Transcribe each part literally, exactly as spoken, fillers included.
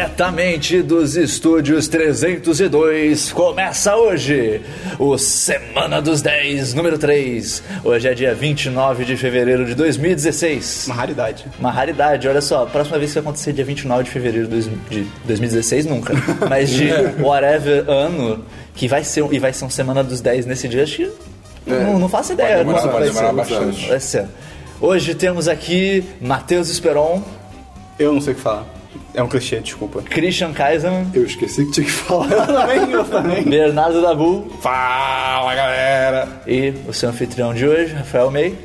Diretamente dos estúdios trezentos e dois, começa hoje o Semana dos dez, número três. Hoje é dia vinte e nove de fevereiro de dois mil e dezesseis. Uma raridade. Uma raridade, olha só, a próxima vez que vai acontecer dia vinte e nove de fevereiro de dois mil e dezesseis, nunca. Mas de whatever ano, que vai ser, e vai ser uma Semana dos dez nesse dia, acho que é. não, não faço ideia. Vai demorar, não, vai demorar bastante. Vai ser. Hoje temos aqui Matheus Esperon. Eu não sei o que falar. É um clichê, desculpa. Christian Kaiserman. Eu esqueci que tinha que falar. Eu também, eu também. Bernardo Dabu. Fala, galera! E o seu anfitrião de hoje, Rafael May.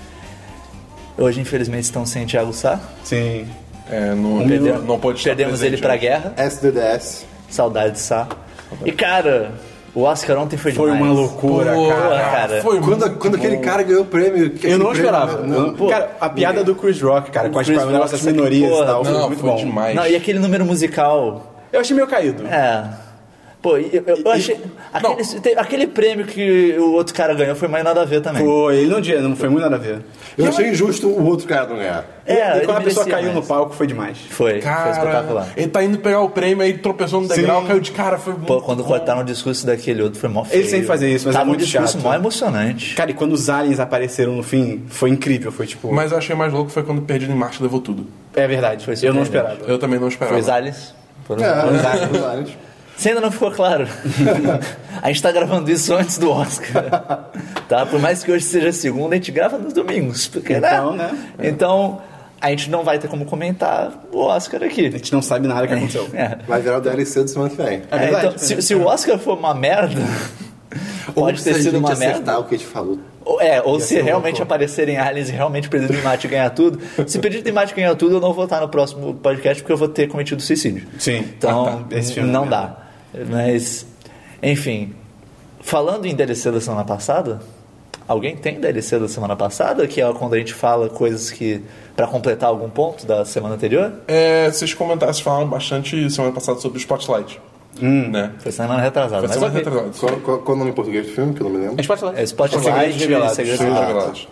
Hoje, infelizmente, estamos sem Thiago Sá. Sim. É, não, Perdeu, não pode estar Perdemos ele pra guerra. S D D S. Saudade de Sá. E, cara, o Oscar ontem foi Foi demais. uma loucura, Pô, cara. cara. Foi Quando, muito quando aquele bom. cara ganhou o prêmio... Eu não prêmio, esperava. Não, Pô, cara, a piada do Chris Rock, cara, com as Chris negócio das Rock, minorias porra, e tal, foi Não, muito foi bom. demais. Não, e aquele número musical... Eu achei meio caído. É... Pô, eu, eu, eu achei... Aquele, te- aquele prêmio que o outro cara ganhou foi mais nada a ver também. Foi, ele não, não foi muito nada a ver. Eu achei injusto o outro cara não ganhar. É, e ele quando a pessoa merecia caiu mais. no palco, foi demais. Foi, foi Cara, espetacular. ele tá indo pegar o prêmio, aí tropeçou no degrau, Sim. caiu de cara, foi muito Pô, quando bom. cortaram o discurso daquele outro foi mó feio. Eles sempre fazem isso, mas Tava é muito um discurso chato. mó emocionante. Cara, e quando os aliens apareceram no fim, foi incrível, foi tipo... Mas eu achei mais louco foi quando Perdido em Marte levou tudo. É verdade, Foi eu não surpreendente. esperava. Eu também não esperava. Foi os aliens. Foram É, os aliens. os aliens. Você ainda não ficou claro. A gente tá gravando isso antes do Oscar. Tá? Por mais que hoje seja segunda, a gente grava nos domingos. Porque, Então, né? Então, a gente não vai ter como comentar o Oscar aqui. A gente não sabe nada que aconteceu. É. Vai virar o D L C do semana que vem. É É, verdade, então, se, se o Oscar for uma merda, pode ter se a sido gente uma acertar merda. o que a gente falou. Ou, é, ou Ia se ser realmente louco. aparecerem aliens e realmente Perdido em Marte ganhar tudo. Se Perdido em Marte ganhar tudo, eu não vou estar no próximo podcast porque eu vou ter cometido suicídio. Sim. Então, Ah, tá. Esse filme não é dá. Mas, enfim, falando em D L C da semana passada, alguém tem D L C da semana passada? Que é quando a gente fala coisas que... pra completar algum ponto da semana anterior? É, vocês comentaram, vocês falaram bastante semana passada sobre o Spotlight. Né? Foi semana retrasada. Foi mas semana eu vi. retrasada. Qual, qual, qual o nome em português do filme, que eu não me lembro? A gente pode falar. É Spotlight Segredos e Revelados. Segredos Sim, é Revelados. verdade.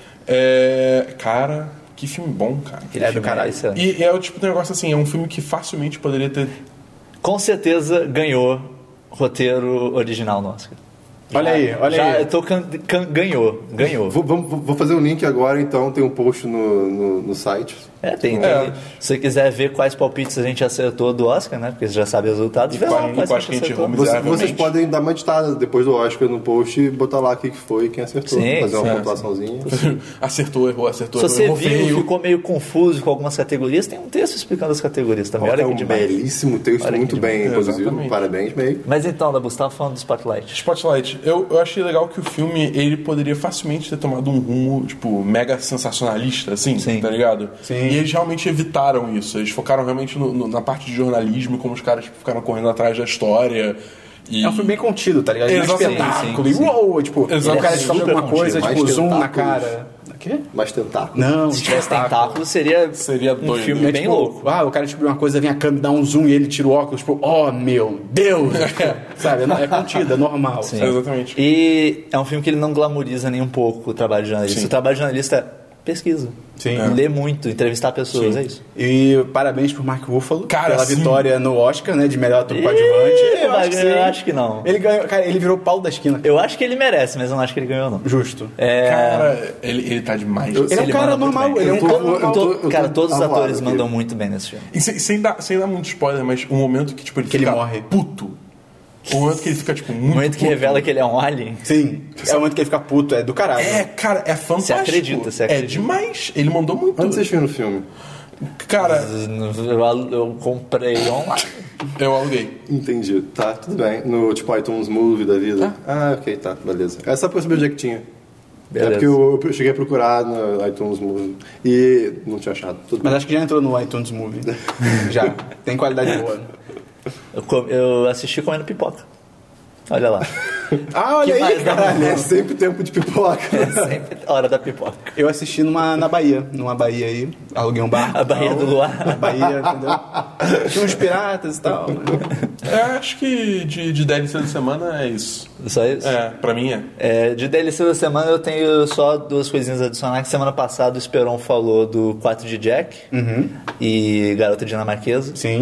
É, cara, que filme bom, cara. Aquele É do filme caralho. excelente. E é o tipo de negócio assim, é um filme que facilmente poderia ter... Com certeza ganhou roteiro original no Oscar. Olha aí, olha Já, aí. eu tô can, can, ganhou, ganhou. Vou, vamos- vou fazer um link agora, então, tem um post no, no, no site. É, tem, É. tem- se você quiser ver quais palpites a gente acertou do Oscar, né? Porque você já sabe os resultados. E vê qual- lá e quais quais que a gente acertou. errou, Você- Miseravelmente. vocês podem dar uma editada depois do Oscar no post e botar lá o que que foi e quem acertou. Sim, fazer uma sim. pontuaçãozinha. acertou, errou, acertou, Se errou, você errou viu, feio. ficou meio confuso com algumas categorias, tem um texto explicando as categorias também. Olha É que um demais. belíssimo texto, Olha que muito bem demais. produzido. Exatamente. Parabéns, meio. Mas então, Dabu, você tava falando do Spotlight. Spotlight, eu, eu achei legal que o filme, ele poderia facilmente ter tomado um rumo, tipo, mega sensacionalista, assim, Sim. tá ligado? Sim. E eles realmente evitaram isso, eles focaram realmente no- no- na parte de jornalismo, como os caras tipo, ficaram correndo atrás da história. E... É um filme bem contido, tá ligado? Não é Exatamente, espetáculo. sim, E sim. uou, tipo, Exatamente. o cara descobre Super alguma coisa, contido, tipo, mais zoom na tentáculos. cara. O quê? Mais tentáculo. Não, Se tivesse tentáculo, seria, Seria um doido. filme É bem tipo, louco. Ah, o cara descobriu uma coisa, vem a câmera, dá um zoom e ele tira o óculos, tipo, oh meu Deus! Sabe? É, é contido, é normal. Sim. sabe? Exatamente. E é um filme que ele não glamoriza nem um pouco o trabalho de jornalista. Sim. O trabalho de jornalista é pesquisa. Sim. Lê muito, entrevistar pessoas, Sim. é isso. E parabéns pro Mark Ruffalo Cara, pela sim. vitória no Oscar, né? De melhor ator coadjuvante. Ih, vai ganhar, eu acho que não. Ele ganhou, cara, ele virou o Paulo da esquina. Eu acho que ele merece, mas eu não acho que ele ganhou, não. Justo. É... Cara, ele, ele tá demais. Ele é um ele cara manda muito normal, bem. ele é um Eu tô- cara eu normal. tô- To- eu tô cara, todos os amuado atores aqui. mandam muito bem nesse filme. E sem, sem, dar, sem dar muito spoiler, mas um momento que tipo, ele Que ele fica morre. puto. Um momento que ele fica, tipo, muito No momento que puto. revela que ele é um alien. Sim. É o momento que ele fica puto, é do caralho. É, cara, é fantástico. acredita, você acredita. É demais. Ele mandou muito. Onde vocês viram o filme? Cara, Eu, al- eu comprei online. eu aluguei. Entendi. Tá, tudo bem. No tipo iTunes Movie da vida. Ah, ok, tá, beleza. É só pra saber onde é que tinha. Beleza. É porque eu, eu cheguei a procurar no iTunes Movie e não tinha achado. Tudo Mas bem. acho que já entrou no iTunes Movie. Já. Tem qualidade boa. Eu, com- eu assisti comendo pipoca. Olha lá. Ah, olha Que mais aí, dá caralho. É sempre tempo de pipoca. É sempre hora da pipoca. Eu assisti numa, na Bahia. Numa Bahia aí. Aluguei um bar. A Bahia do Luar. Na Bahia, entendeu? Tinha uns piratas e tal. É, acho que de, de D L C da semana é isso. Só isso? É, pra mim é. É, de D L C da semana eu tenho só duas coisinhas adicionais. Semana passada o Esperon falou do quatro de Jack Uhum. e Garota Dinamarquesa. Sim.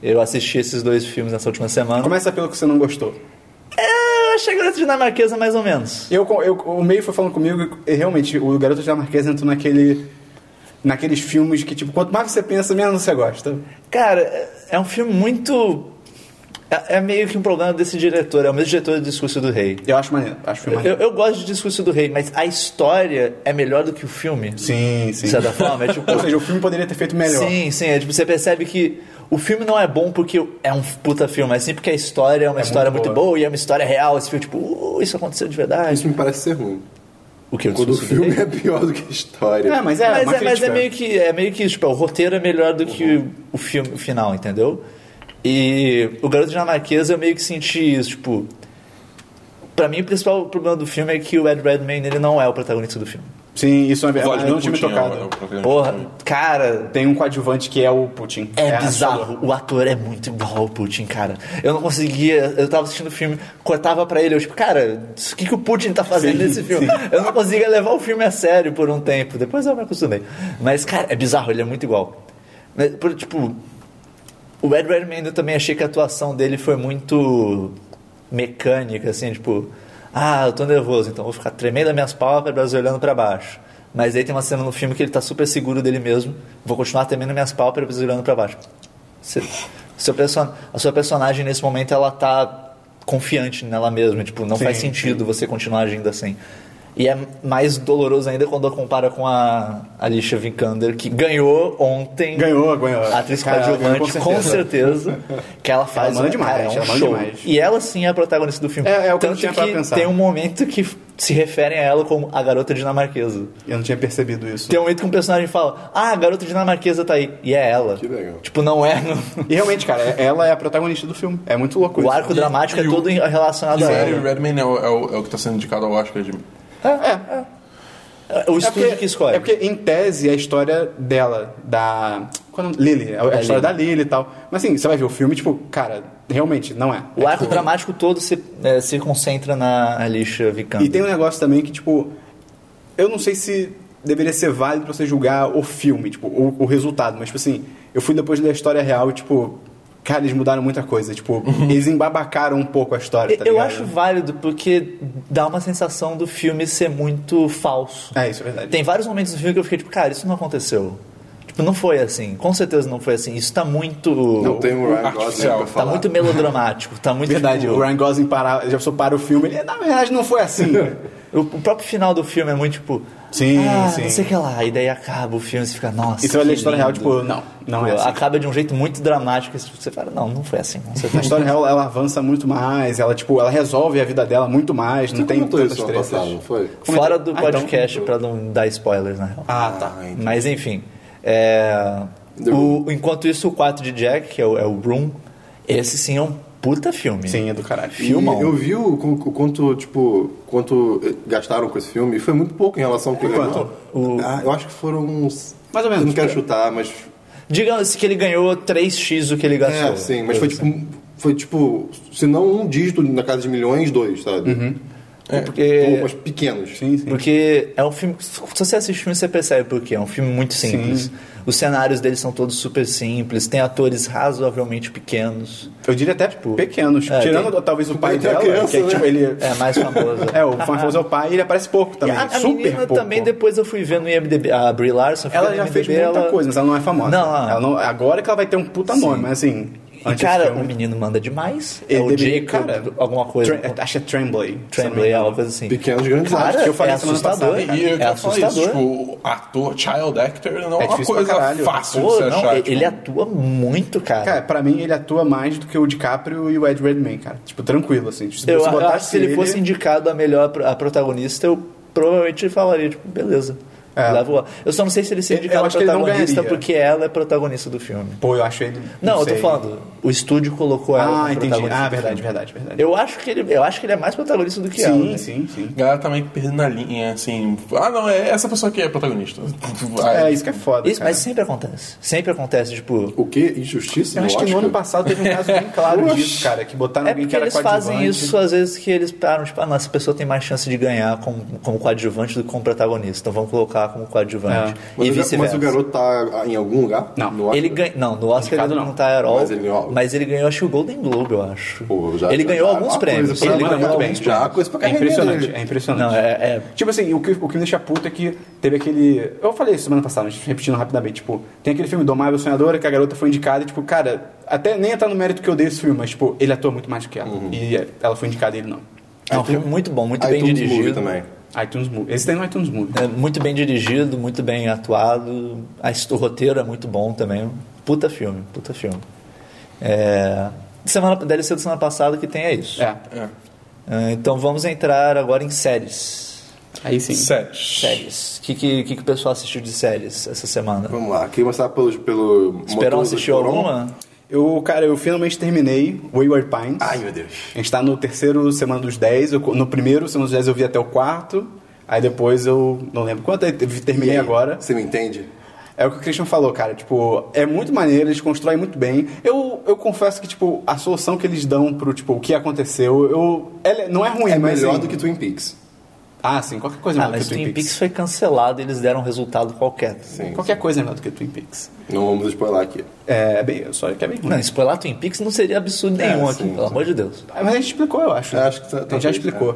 Eu assisti esses dois filmes nessa última semana. Começa pelo que você não gostou. É, eu achei a Garota Dinamarquesa mais ou menos. Eu, eu, o meio foi falando comigo e realmente o Garoto Dinamarquesa entrou naquele... Naqueles filmes que, tipo, quanto mais você pensa, menos você gosta. Cara, é um filme muito... É, é meio que um problema desse diretor. É o mesmo diretor do Discurso do Rei. Eu acho maneiro. Acho filme maneiro. Eu, eu gosto de Discurso do Rei, mas a história é melhor do que o filme. Sim, sim. De certa forma. É, tipo, Ou seja, o filme poderia ter feito melhor. Sim, sim. É, tipo, você percebe que o filme não é bom porque é um puta filme, mas sim porque a história é uma É história muito muito boa. boa. E é uma história real. Esse filme, tipo, uh, isso aconteceu de verdade. Isso me parece ser ruim. O que? Quando o filme é pior do que a história. É, mas é mas, uma é, mas é crítica. meio que é meio que tipo, o roteiro é melhor do que o, o filme o final, entendeu? E o Garoto Dinamarquesa eu meio que senti isso, tipo, pra mim o principal problema do filme é que o Ed Redmayne ele não é o protagonista do filme. Sim, isso é O verdade. Eu não tinha me Putin é o- tocado. é o protagonista. Porra, cara, Tem um coadjuvante que é o Putin. é assustador. bizarro. O ator é muito igual ao Putin, cara. Eu não conseguia. Eu tava assistindo o filme, cortava pra ele. Eu, tipo, cara, o que, que o Putin tá fazendo Sim, nesse filme? sim. Eu não conseguia levar o filme a sério por um tempo. Depois eu me acostumei. Mas, cara, é bizarro, ele é muito igual. Mas, por, tipo, o Ed Redmayne eu também achei que a atuação dele foi muito mecânica, assim, tipo, ah, eu tô nervoso, então vou ficar tremendo as minhas pálpebras e olhando pra baixo. Mas aí tem uma cena no filme que ele tá super seguro dele mesmo. Vou continuar tremendo minhas pálpebras e olhando pra baixo. Você, seu person, a sua personagem nesse momento ela tá confiante nela mesma, tipo, não Sim, faz sentido você continuar agindo assim. E é mais doloroso ainda quando compara com a Alicia Vikander, que ganhou ontem. Ganhou, ganhou. A atriz Cara, coadjuvante, ganhou com certeza. Que ela faz manda um, demais, cara, é um ela manda show. demais. E ela sim é a protagonista do filme. É, é o que eu Tanto tinha pra que pensar. tem um momento que se referem a ela como a garota dinamarquesa. Eu não tinha percebido isso. Tem um momento que um personagem fala, ah, a garota dinamarquesa tá aí. E é ela. Que legal. Tipo, não é no... E realmente, cara, ela é a protagonista do filme. É muito louco O isso. arco dramático e é o- todo relacionado E a o Eddie ela. Redmayne é o, é, o, é o que tá sendo indicado ao Oscar de... O É estúdio porque, que escolhe. é porque, em tese, é a história dela, da... Qual é o nome? Lily. É a história Lily. da Lily e tal. Mas assim, você vai ver o filme, tipo, cara, realmente, não é. O É, arco tipo, dramático todo se, é, se concentra na Alicia Vikander. E tem um negócio também que, tipo, eu não sei se deveria ser válido pra você julgar o filme, tipo, o, o resultado, mas, tipo assim, eu fui depois ler a história real e, tipo, cara, eles mudaram muita coisa, tipo, eles embabacaram um pouco a história, tá Eu ligado? acho válido porque dá uma sensação do filme ser muito falso. É, isso é verdade. Tem vários momentos do filme que eu fiquei tipo, cara, isso não aconteceu. Tipo, não foi assim. Com certeza não foi assim. Isso tá muito... Não tem o Ryan Gosling artificial. pra Tá falar. muito melodramático. Tá muito... Verdade, tipo, o Ryan Gosling para, já só para o filme, ele, na verdade, não foi assim. o, o próprio final do filme é muito tipo... Sim, ah, sim. não sei o que lá. E daí acaba o filme e você fica, nossa, E você vai ler a que história real, lindo. tipo, não, não é assim. Acaba de um jeito muito dramático. E você fala, não, não foi assim. Não, você A história real, ela avança muito mais, ela, tipo, ela resolve a vida dela muito mais, não Você tem comentou tantas isso ano tretas. passado, não foi? Fora do Ah, então- podcast, pra não dar spoilers, na real. Ah, tá. Mas enfim. é, o- enquanto isso, o quatro de Jack, que é o, é o Room, esse sim é um puta filme. Sim, é do caralho. E Filmão. eu vi o, o- o quanto, tipo, quanto eh, gastaram com esse filme, e foi muito pouco em relação ao que ele Quanto? ganhou. O- Ah, eu acho que foram uns... Mais ou menos. Eu não quero chutar, mas... Digamos que ele ganhou três x o que ele gastou. É, sim, mas foi tipo, foi tipo, se não um dígito na casa de milhões, dois, sabe? É, porque, Mas pequenos. Sim, sim. porque é um filme. Se você assiste o filme, você percebe por quê. É um filme muito simples. Sim. Os cenários deles são todos super simples, tem atores razoavelmente pequenos. Eu diria até pequenos, é, tirando tem- talvez o pai tem a dela, criança, que é, né? tipo, ele... É mais famoso. É, o famoso é o pai e ele aparece pouco E também, a, a super menina pouco. também, depois eu fui ver no I M D B, a Brie Larson. fui Ela ver já no fez I M D B, muita ela- coisa, mas ela não é famosa. Não, ela- Ela não- agora que ela vai ter um puta nome, mas assim... E antes cara, do filme, o menino manda demais. ele é o deveria- Jacob, cara, alguma coisa. Tre- acho que é Tremblay. Tremblay, alguma coisa assim. Pequenos grandes Cara, que eu falei é semana assustador. passada. E eu é quero falar isso, assustador. tipo, ator, child actor, não é É uma difícil pra coisa caralho. fácil Pô, de se não, achar. ele tipo, atua muito, cara. Cara, pra mim ele atua mais do que o DiCaprio e o Ed Redmayne, cara. Tipo, tranquilo, assim. Se eu, você eu botasse acho que se ele fosse indicado a melhor pro- a protagonista, eu provavelmente falaria, tipo, beleza. É. Levo lá. Eu só não sei se ele seria Eu- eu indicado a acho que ele não protagonista ganharia. porque ela é protagonista do filme. Pô, eu acho ele... Não, eu tô sei. falando, o estúdio colocou ela Ah, como entendi. protagonista. Ah, do verdade, filme. verdade, verdade. Eu acho que ele, eu acho que ele é mais protagonista do que ela. Sim, né? sim, sim. A galera tá meio que perdendo na linha, assim. Ah, não, é essa pessoa aqui é a protagonista. É, isso que é foda, Isso, cara. mas sempre acontece. Sempre acontece, tipo. O quê? Injustiça? Eu acho que no Oscar? ano passado teve um caso bem claro Oxi. disso, cara. Que botaram É alguém porque que era eles fazem coadjuvante. isso, às vezes, que eles param, tipo, ah, não, essa pessoa tem mais chance de ganhar como, como coadjuvante do que como protagonista. Então vamos colocar participar como coadjuvante. É. E Mas, o, vice-versa. mas o garoto tá em algum lugar? Não. No Oscar? Ele ganha, não, no Oscar Indicado ele não. não tá at all, Mas ele ganhou algo. mas ele ganhou, acho que o Golden Globe, eu acho. Pô, já- ele ganhou já- alguns uma prêmios. coisa pra- Ele manda ganhou muito bem. alguns Já, prêmios. coisa pra É carreira impressionante, dele. é impressionante. Não, é, é Tipo assim, o que, o que me deixa puto é que teve aquele... Eu falei isso semana passada, mas repetindo rapidamente. Tipo, tem aquele filme Domável Sonhadora, que a garota foi indicada e, tipo, cara, até nem entrar no mérito que eu dei esse filme, mas, tipo, ele atua muito mais do que ela. E ela foi indicada e ele não. é um filme muito bom, muito bem iTunes dirigido. Movie também. iTunes Movie. Esse tem no iTunes Movie. É muito bem dirigido, muito bem atuado. A, hist- o roteiro é muito bom também. Puta filme, puta filme. É, semana, D L C da semana passada que tem é isso. É. É. É, então vamos entrar agora em séries. Aí sim. Sete. Séries. O que, que, que, que o pessoal assistiu de séries essa semana? Vamos lá, queria mostrar pelo, pelo Esperão motor do assistiu Esporão. alguma? Eu, cara, eu finalmente terminei Wayward Pines. Ai, meu Deus. A gente tá no terceiro Semana dos dez. Eu, no primeiro Semana dos dez eu vi até o quarto. Aí depois eu não lembro quanto, aí terminei E aí, agora. Você me entende? É o que o Christian falou, cara. Tipo, é muito maneiro, eles constroem muito bem. Eu, eu confesso que, tipo, a solução que eles dão pro, tipo, o que aconteceu, eu... Ela não é ruim, É mas... melhor assim- do que Twin Peaks. Ah, sim, qualquer coisa é Ah, melhor mas do que Twin Twin Peaks Peaks. foi cancelado e eles deram um resultado qualquer. Sim. Qualquer coisa é melhor do que Twin Peaks. Não vamos spoiler aqui. É, é bem... Só que é bem ruim. Não, spoiler Twin Peaks não seria absurdo É, nenhum sim, aqui, sim. pelo amor de Deus. Ah, mas a gente explicou, eu acho. É, acho que tá- A gente talvez, já explicou.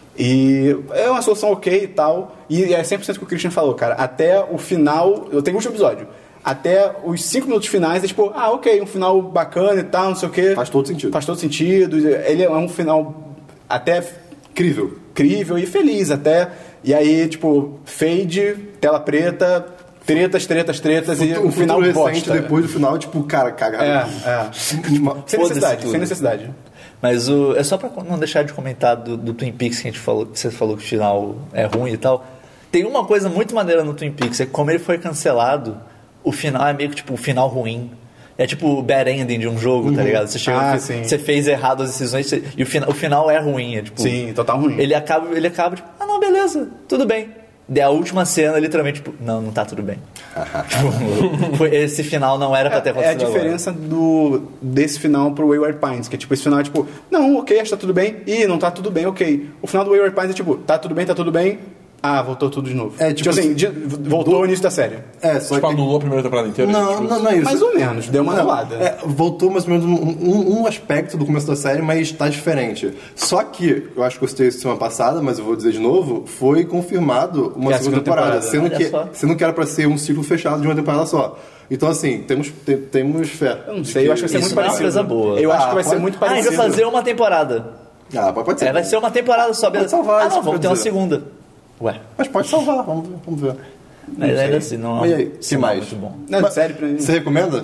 E é uma solução ok e tal. E é cem por cento o que o Christian falou, cara. Até o final... Eu tenho o último episódio. Até os cinco minutos finais é tipo... Ah, ok, um final bacana e tal, não sei o quê. Faz todo sentido. Faz todo sentido. Ele é um final até Incrível. incrível e feliz até. E aí, tipo, fade, tela preta... Tretas, tretas, tretas e o um final futuro recente, bosta. depois do final, tipo, cara, cagado. É, é. Uma- Sem Foda-se necessidade, tudo. sem necessidade. Mas o, é só pra não deixar de comentar do, do Twin Peaks que a gente falou, que você falou que o final é ruim e tal. Tem uma coisa muito maneira no Twin Peaks, é que como ele foi cancelado, o final é meio que tipo o final ruim. É tipo o bad ending de um jogo, tá ligado? Você, chega, Ah, você, sim. você fez errado as decisões você- e o, fina, o final é ruim. É, tipo, Sim, total ruim. Ele acaba, ele acaba tipo, ah não, beleza, tudo bem. Daí a última cena, literalmente, tipo, não, não tá tudo bem. Tipo, foi- esse final não era pra ter É, é a acontecido agora. diferença do, desse final pro Wayward Pines, que é tipo, esse final é tipo, não, ok, acho que tá tudo bem, e não tá tudo bem, ok. O final do Wayward Pines é tipo, tá tudo bem, tá tudo bem, ah, voltou tudo de novo. É, tipo assim, assim, de- voltou ao início da série. É, só Tipo, que... anulou a primeira temporada inteira? Não, Tipo, não, não é isso. Mais ou menos, deu uma Não, anulada. é, voltou mais ou menos um, um- um aspecto do começo da série, mas tá diferente. Só que, eu acho que eu citei isso semana passada, mas eu vou dizer de novo, foi confirmado uma Que é segunda a segunda temporada, temporada. sendo Olha que, só. sendo que era pra ser um ciclo fechado de uma temporada só. Então, assim, temos, te- temos fé. Eu não sei, eu acho que vai ser Isso muito não é uma parecido. coisa boa. Eu acho Ah, que vai ser pode- muito Ah, a gente parecido. vai fazer uma temporada. Ah, pode ser. É, vai ser uma temporada só, beleza. salvar, Ah, isso não, que vamos eu ter uma dizer. segunda. Ué, Mas pode salvar, vamos ver. Vamos ver. mas ainda assim, não E é aí, um que sinal mais? muito bom. Não, Mas- sério, pra mim. Você recomenda?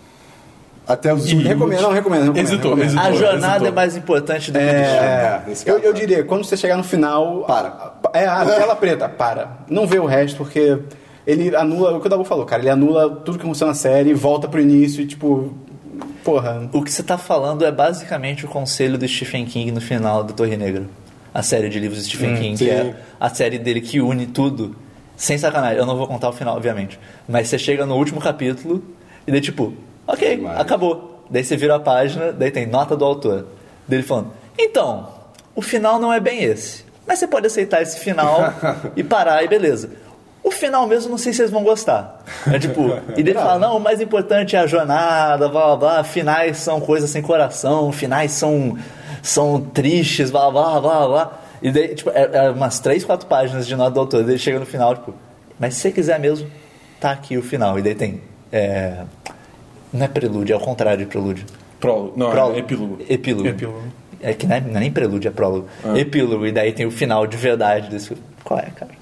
Até os últimos Recomendo, não, recomendo, recomendo. Hesitou, recomendo. hesitou. A jornada hesitou. é mais importante do que o É, É, nesse eu, caso, eu tá. diria, quando você chegar no final... Para. É, a tela preta, para. Não vê o resto, porque ele anula... O que o Dabu falou, cara, ele anula tudo que aconteceu na série, volta pro início e, tipo... Porra... O que você tá falando é basicamente o conselho do Stephen King no final do Torre Negra. A série de livros do Stephen King, que sim. é a série dele que une tudo. Sem sacanagem, eu não vou contar o final, obviamente. Mas você chega no último capítulo e daí tipo, ok, Demais. acabou. Daí você vira a página, daí tem nota do autor. Dele falando, então, o final não é bem esse. Mas você pode aceitar esse final e parar e beleza. O final mesmo, não sei se vocês vão gostar. É tipo, e dele fala, não, o mais importante é a jornada, blá blá blá, finais são coisas sem coração, finais são, são tristes, blá blá blá blá. E daí, tipo, é, é umas três, quatro páginas de nota do autor, daí chega no final, tipo, mas se você quiser mesmo, tá aqui o final. E daí tem, é, não é prelúdio, é o contrário de prelúdio. Prólogo. Não, Prólogo. é epílogo. Epílogo. Epílogo. É que não é, não é nem prelúdio, é prólogo. Epílogo, e daí tem o final de verdade desse filme. Qual é, cara?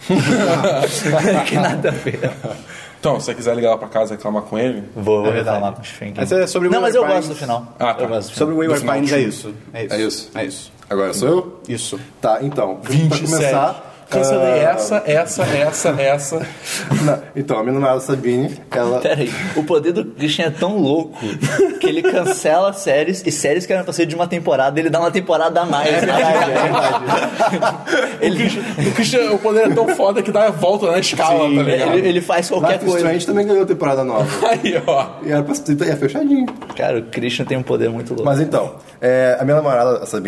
que nada a ver. Então, se você quiser ligar lá pra casa e reclamar com ele... Vou, vou É verdade. reclamar com o Stephen King. Mas é sobre o Não, mas eu Wayward gosto do Pines. final. Ah, tá. Eu gosto do Sobre o final. Wayward final, Pines é true. isso. É isso. É isso. É isso. Agora sou eu? Isso. Tá, então. Pra vinte e sete. começar... Cancelei ah, essa, essa, essa, essa. não, então, a minha namorada Sabine, ela... Pera aí, o poder do Christian é tão louco que ele cancela séries e séries que eram pra ser de uma temporada, ele dá uma temporada a mais. É verdade, é verdade. O Christian, o Christian, o poder é tão foda que dá a volta na escala, Sim, tá ligado? Ele, ele faz qualquer Life is coisa. Strange também ganhou temporada nova. Aí, ó. E era pra ser é fechadinho. Cara, o Christian tem um poder muito louco. Mas então, é, a minha namorada, a Sabine,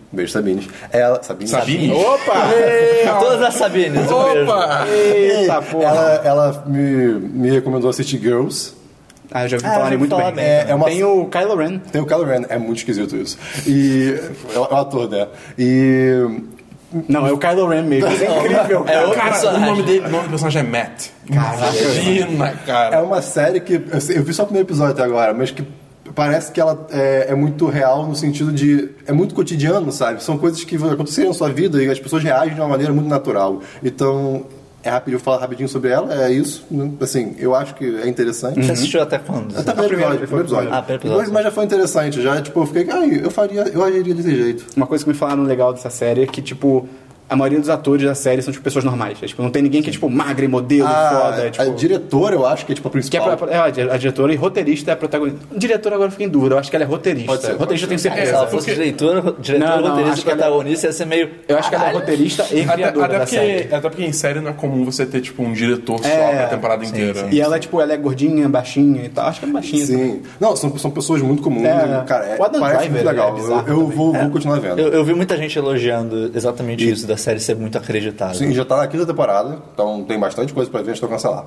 Beijo, Sabines. Ela, Sabines? Sabine? Opa! Todas as Sabines. um beijo. Opa! Eita, porra! Ela, ela me, me recomendou assistir Girls. Ah, eu já ouvi Ah, falarem eu ouvi muito falar bem. bem. É, é uma- Tem o Kylo Ren. Tem o Kylo Ren, é muito esquisito isso. E... É o ator, né? E... Não, é o Kylo Ren mesmo. É incrível, É cara. outro Cara, o personagem. nome dele, o nome do personagem é Matt. Caraca. Imagina, cara. É uma série que... Eu, sei- eu vi só o primeiro episódio até agora, mas que parece que ela é, é muito real no sentido de... É muito cotidiano, sabe? São coisas que aconteceram na sua vida e as pessoas reagem de uma maneira muito natural. Então... É rapidinho, falar rapidinho sobre ela, é isso. né? Assim, eu acho que é interessante. Você assistiu até quando? Até o primeiro episódio, primeiro episódio. Ah, primeiro episódio. Mas- Mas já foi interessante, já, tipo, eu fiquei, ai, eu faria, eu agiria desse jeito. Uma coisa que me falaram legal dessa série é que, tipo, a maioria dos atores da série são, tipo, pessoas normais. É, tipo, não tem ninguém que é, tipo, magra e modelo, foda. É, tipo, a diretora, eu acho que é, tipo, a que é, principal. a- é, a di- a diretora e roteirista é a protagonista. Diretora agora fica em dúvida, eu acho que ela é roteirista. Pode ser, roteirista eu pode tenho Se certeza. ela fosse diretora, diretora, Não, não, roteirista acho e que ela- protagonista, ia ser meio... Eu acho que ela é Caralho. roteirista e Até, criadora até da porque, série. até porque em série não é comum você ter, tipo, um diretor só É, pra temporada sim, inteira. sim. E ela, tipo, ela é gordinha, baixinha e tal. Acho que é baixinha também. Sim. Não, são, são pessoas muito comuns. É, cara, é, o Adam parece Driver muito legal. é bizarro eu eu também. vou, vou continuar vendo. Eu, eu vi muita gente elogiando exatamente isso, da série ser muito acreditável. Sim, já tá na quinta temporada, então tem bastante coisa pra ver antes de eu cancelar.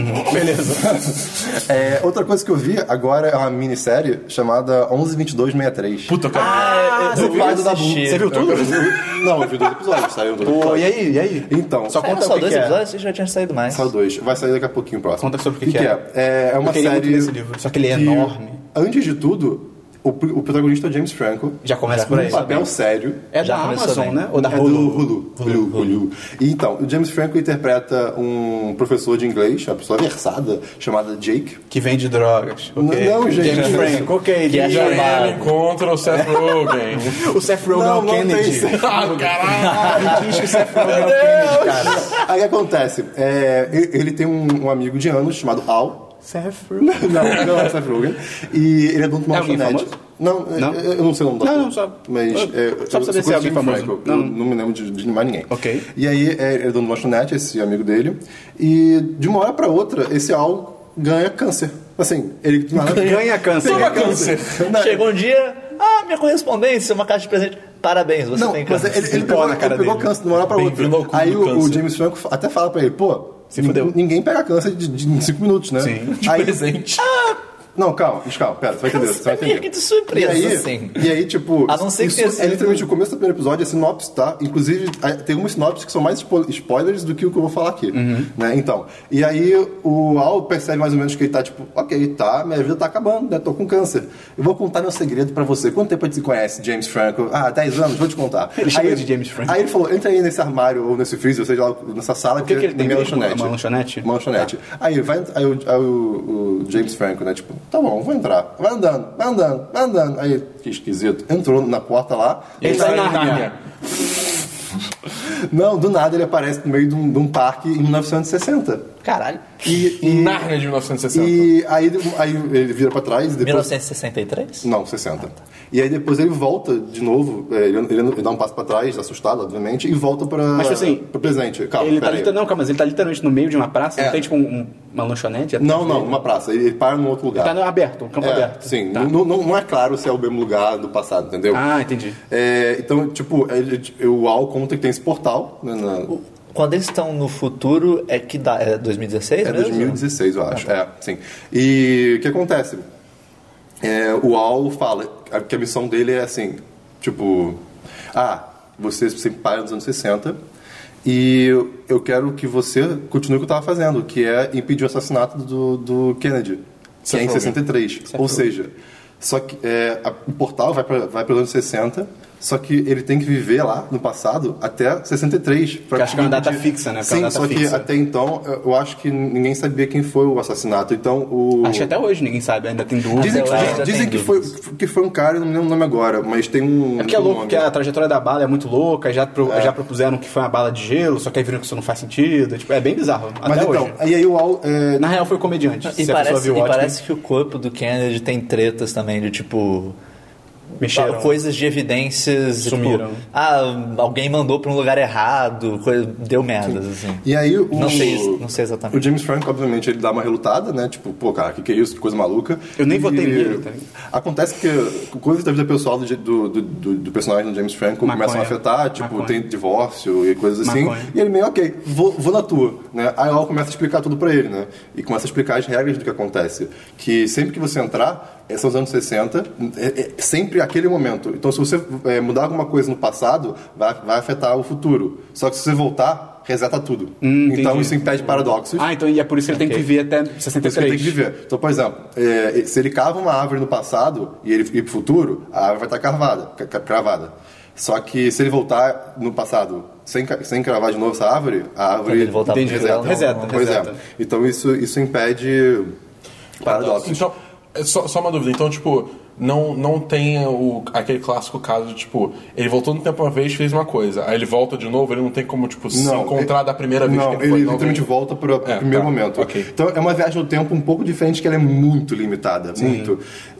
Beleza. É, outra coisa que eu vi agora é uma minissérie chamada onze vinte e dois sessenta e três. Puta, cara. Ah, eu, Do eu vi pai do Dabu. assistir. Você viu tudo? Não, eu vi dois episódios, saiu dois Pô, episódios. e aí, e aí? Então, Só Saíram conta só o que dois que é. episódios e já tinha saído mais. saiu dois. Vai sair daqui a pouquinho próximo. Conta sobre o que que que é. é. É, é uma Eu queria muito série... ler esse livro, só que ele é que, enorme. Antes de tudo, o, pr- o protagonista é o James Franco. Já começa Já por aí. Um papel sério. É Já da começou Amazon, bem. né? Ou da É do Hulu? Hulu. Hulu, Hulu. E então, o James Franco interpreta um professor de inglês, uma pessoa versada, chamada Jake. Que vende drogas. Ok. Não, gente. James Franco, ok. Que é James E Franco. aí ele encontra o Seth Rogen. O Seth Rogen é Não, o não Kennedy. tem Ah, caralho! Ele diz que o Seth Rogen é o Kennedy, cara. Aí o que acontece? É, ele ele tem um, um amigo de anos chamado Al. Seth Rogen. Não, não é o Seth Rogen. E ele é dono de uma É alguém lanchonete. famoso? Não, Não? eu eu não sei o nome do Não, ator. não, só- Mas, só é, pra eu- saber eu se é conheço alguém Jim famoso. Franco, Não. Eu não me lembro de, de mais ninguém. Ok. E aí, é, ele é dono de uma lanchonete, esse amigo dele. E de uma hora pra outra, esse Al ganha câncer. Assim, ele... Ganha câncer. Toma câncer. Não, Chegou um dia, ah, minha correspondência, uma caixa de presente. Parabéns, você Não, tem mas câncer. ele, ele Pó pegou, na cara ele pegou dele. câncer de uma hora pra outra. Bem-vindo ao clube Aí do o, o câncer. James Franco até fala pra ele, pô, Se fudeu. ninguém pega câncer de, de, em cinco minutos, né? Sim. De Aí, presente. não, calma, calma, pera, você vai entender. Você vai É meio entender. que de surpresa, e aí, assim. E aí, tipo. A não ser que isso tenha é sido- literalmente o começo do primeiro episódio, é sinopse, tá? Inclusive, é, tem algumas sinopses que são mais spo- spoilers do que o que eu vou falar aqui. Uhum. Né? Então. E aí o Al percebe mais ou menos que ele tá, tipo, ok, tá, minha vida tá acabando, né? Tô com câncer. Eu vou contar meu segredo pra você. Quanto tempo a gente se conhece, James Franco? Ah, dez anos, vou te contar. Ele chama aí, de James Franco. Aí ele falou: entra aí nesse armário ou nesse freezer, ou seja lá, nessa sala. O que, que ele tem minha mesmo? lanchonete. Uma lanchonete? Uma lanchonete. Aí, vai, aí, o, aí o, o James Franco, né? Tipo, tá bom, vou entrar. Vai andando, vai andando, vai andando. Aí, que esquisito. Entrou na porta lá. Ele Sai sai em na Nárnia. Não, do nada ele aparece no meio de um, de um parque em mil novecentos e sessenta. Caralho. E, Em e, Nárnia de mil novecentos e sessenta. e aí, aí ele vira pra trás e depois... mil novecentos e sessenta e três? Não, sessenta. E aí depois ele volta de novo, é, ele, ele- ele dá um passo pra trás, assustado, obviamente, e volta pra, Mas, tipo assim, pro presente. Calma, Ele tá, pera aí. liter- não, calma, mas ele tá literalmente no meio de uma praça, É. não tem tipo um- um- uma lanchonete? Não, não, uma praça. Ele, ele para num outro lugar. Tá no aberto, um campo É, aberto. sim, Tá. não, não, não é claro se é o mesmo lugar do passado, entendeu? Ah, entendi. É, então, tipo, ele- o Al conta que tem esse portal, né, na- Quando eles estão no futuro, é que dá? É dois mil e dezesseis é mesmo? dois mil e dezesseis, eu acho. É, sim. E o que acontece? É, o Al fala que a missão dele é assim, tipo, ah, você sempre para nos anos sessenta e eu quero que você continue o que eu estava fazendo, que é impedir o assassinato do, do Kennedy, que é em Rogen. sessenta e três. Ou seja, só que é, a- o portal vai para vai os anos sessenta, só que ele tem que viver lá no passado até sessenta e três. Porque acho que é uma data fixa, né? Porque é Sim, uma data só que fixa. até então eu- eu acho que ninguém sabia quem foi o assassinato. Então o. Acho que até hoje ninguém sabe, ainda tem dúvida. Dizem, que, Até hoje ainda dizem tem que, foi, dúvidas. que foi um cara, eu não me lembro o nome agora, mas tem um. É porque é um louco, nome. porque a trajetória da bala é muito louca, já, pro- já propuseram que foi uma bala de gelo, só que aí viram que isso não faz sentido. Tipo, é bem bizarro, Mas até então, hoje. e aí o Al. é, Na real foi comediante, E se a pessoa parece, viu e ótimo. parece que o corpo do Kennedy tem tretas também, de tipo. Mexeram. coisas de evidências. Sumiram. Tipo, ah, alguém mandou pra um lugar errado, coisa, deu merdas, assim. E aí o... Não sei, não sei exatamente. O James Franco, obviamente, ele dá uma relutada, né? Tipo, pô, cara, o que, que é isso? Que coisa maluca. Eu nem E votei nele, tá? Acontece que coisas da vida pessoal do, do, do, do personagem do James Franco Maconha. começam a afetar, tipo, Maconha. tem divórcio e coisas assim. Maconha. E ele meio, ok, vou, vou na tua, né? Aí ela começa a explicar tudo pra ele, né? E começa a explicar as regras do que acontece. Que sempre que você entrar, são os anos sessenta, é, é sempre aquele momento. Então, se você é, mudar alguma coisa no passado, vai, vai afetar o futuro. Só que se você voltar, reseta tudo. Hum, então, entendi. isso impede paradoxos. Ah, então e é por isso que ele tem que viver até sessenta Por e isso que ele três. tem que viver. Então, por exemplo, é, se ele cava uma árvore no passado e ele ir pro futuro, a árvore vai estar cravada. ca- cravada. Só que se ele voltar no passado sem, ca- sem cravar de novo essa árvore, a árvore Quando ele voltar pro reseta. futuro, ela reseta, Pois reseta. é. Então, isso, isso impede paradoxos. Então, é só, só uma dúvida. Então, tipo, não, não tem o, aquele clássico caso de, tipo, ele voltou no tempo uma vez e fez uma coisa. Aí ele volta de novo, ele não tem como, tipo, se encontrar ele- da primeira vez não, que ele foi. ele Não, literalmente tem- volta para o É, primeiro tá, momento. ok. Então é uma viagem no tempo um pouco diferente, que ela é muito limitada, muito.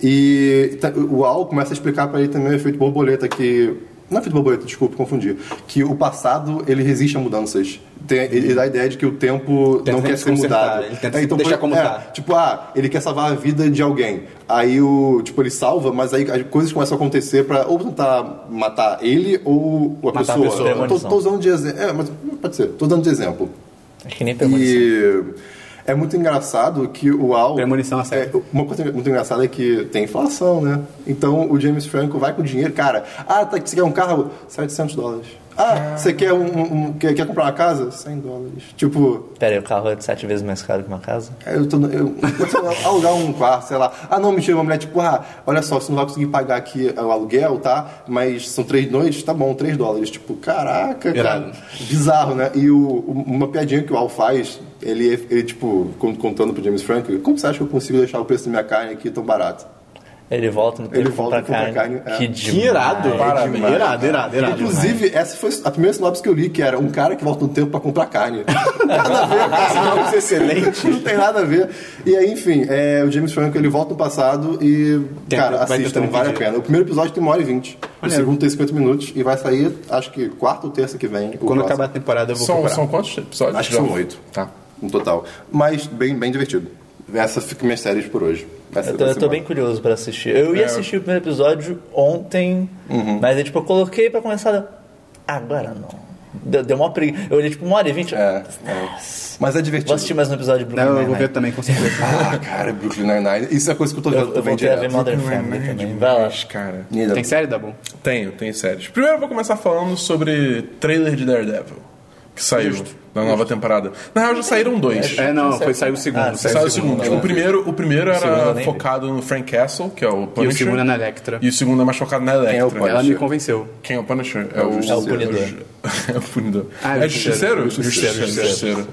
E tá- o Al começa a explicar para ele também o efeito borboleta, que... Não é efeito borboleta, desculpa, confundi. Que o passado, ele resiste a mudanças. Tem, ele dá a ideia de que o tempo Tenta não quer ser desconcertar, mudado. ele tenta É, então, deixar por- como é, tá. Tipo, ah, ele quer salvar a vida de alguém. Aí o, tipo, ele salva, mas aí as coisas começam a acontecer pra ou tentar matar ele ou a Matar a pessoa. pessoa. Eu tô, tô usando de exemplo. É, mas pode ser. Tô dando de exemplo. Acho que nem premonição. E é muito engraçado que o Al... Premonição, a sério. é, Uma coisa muito engraçada é que tem inflação, né? Então o James Franco vai com dinheiro, cara. Ah, tá, você quer um carro? setecentos dólares. Ah, você quer, um, um- um- quer, quer comprar uma casa? cem dólares. Tipo, Pera aí, o carro é sete vezes mais caro que uma casa? eu tô. Eu, você vai alugar um quarto, sei lá. Ah, não, mentira, uma mulher, tipo, ah, olha só, você não vai conseguir pagar aqui o aluguel, tá? Mas são três noites, tá bom, três dólares. Tipo, caraca, cara. Irado. Bizarro, né? E o, uma piadinha que o Al faz, ele, ele tipo, con- contando pro James Franco, como você acha que eu consigo deixar o preço da minha carne aqui tão barato? Ele volta no tempo Ele e compra volta e compra carne. carne, é. Que Que demais. irado. Parabéns. Irado, irado, irado. Inclusive, essa foi a primeira sinopse que eu li, que era um cara que volta no tempo pra comprar carne. Nada a ver, cara. Sinopse excelente. Não tem nada a ver. E aí, enfim, é, o James Franco, ele volta no passado e, Tenta- cara, vai assistam, tentando vale a impedir. pena. O primeiro episódio tem uma hora e vinte. O Maneiro. segundo tem cinquenta minutos e vai sair, acho que quarta ou terça que vem. o Quando próximo. acabar a temporada eu vou São, procurar. são quantos episódios? Acho que já? são oito. Tá. No total. Mas bem, bem divertido. Essa fica minhas séries por hoje. Vai ser- Eu tô, vai eu ser tô bom. bem curioso pra assistir. Eu ia É. assistir o primeiro episódio ontem, mas aí, tipo, eu coloquei pra começar. Agora não. Deu, deu uma preguiça. Eu olhei, tipo, uma hora e vinte. É, é. Mas é divertido. Vou assistir mais um episódio de Brooklyn Não, eu vou ver Nine-Nine. também, com certeza. Ah, cara, Brooklyn Nine-Nine. Isso é a coisa que eu tô vendo Eu, eu também voltei a ver direto. Modern Brooklyn Family Nine-Nine também. é Vai lá. demais, cara. Nina. Tem série, Dabu? Tenho, tenho séries. Primeiro eu vou começar falando sobre trailer de Daredevil, que saiu na nova temporada. Na real já saíram dois. É, não, foi saiu o segundo. Ah, saiu Saiu o segundo, segundo. né? O primeiro, o primeiro segundo eu era nem vi. focado no Frank Castle, que é o E o Punisher. segundo é na Electra. E o segundo é mais focado na Electra. Quem é o Punisher? Ela me convenceu. Quem é o Punisher? É o Justiceiro. É o Punidor. É o Punidor. Ah, é o é o Justiceiro? Justiceiro. Justiceiro, Justiceiro.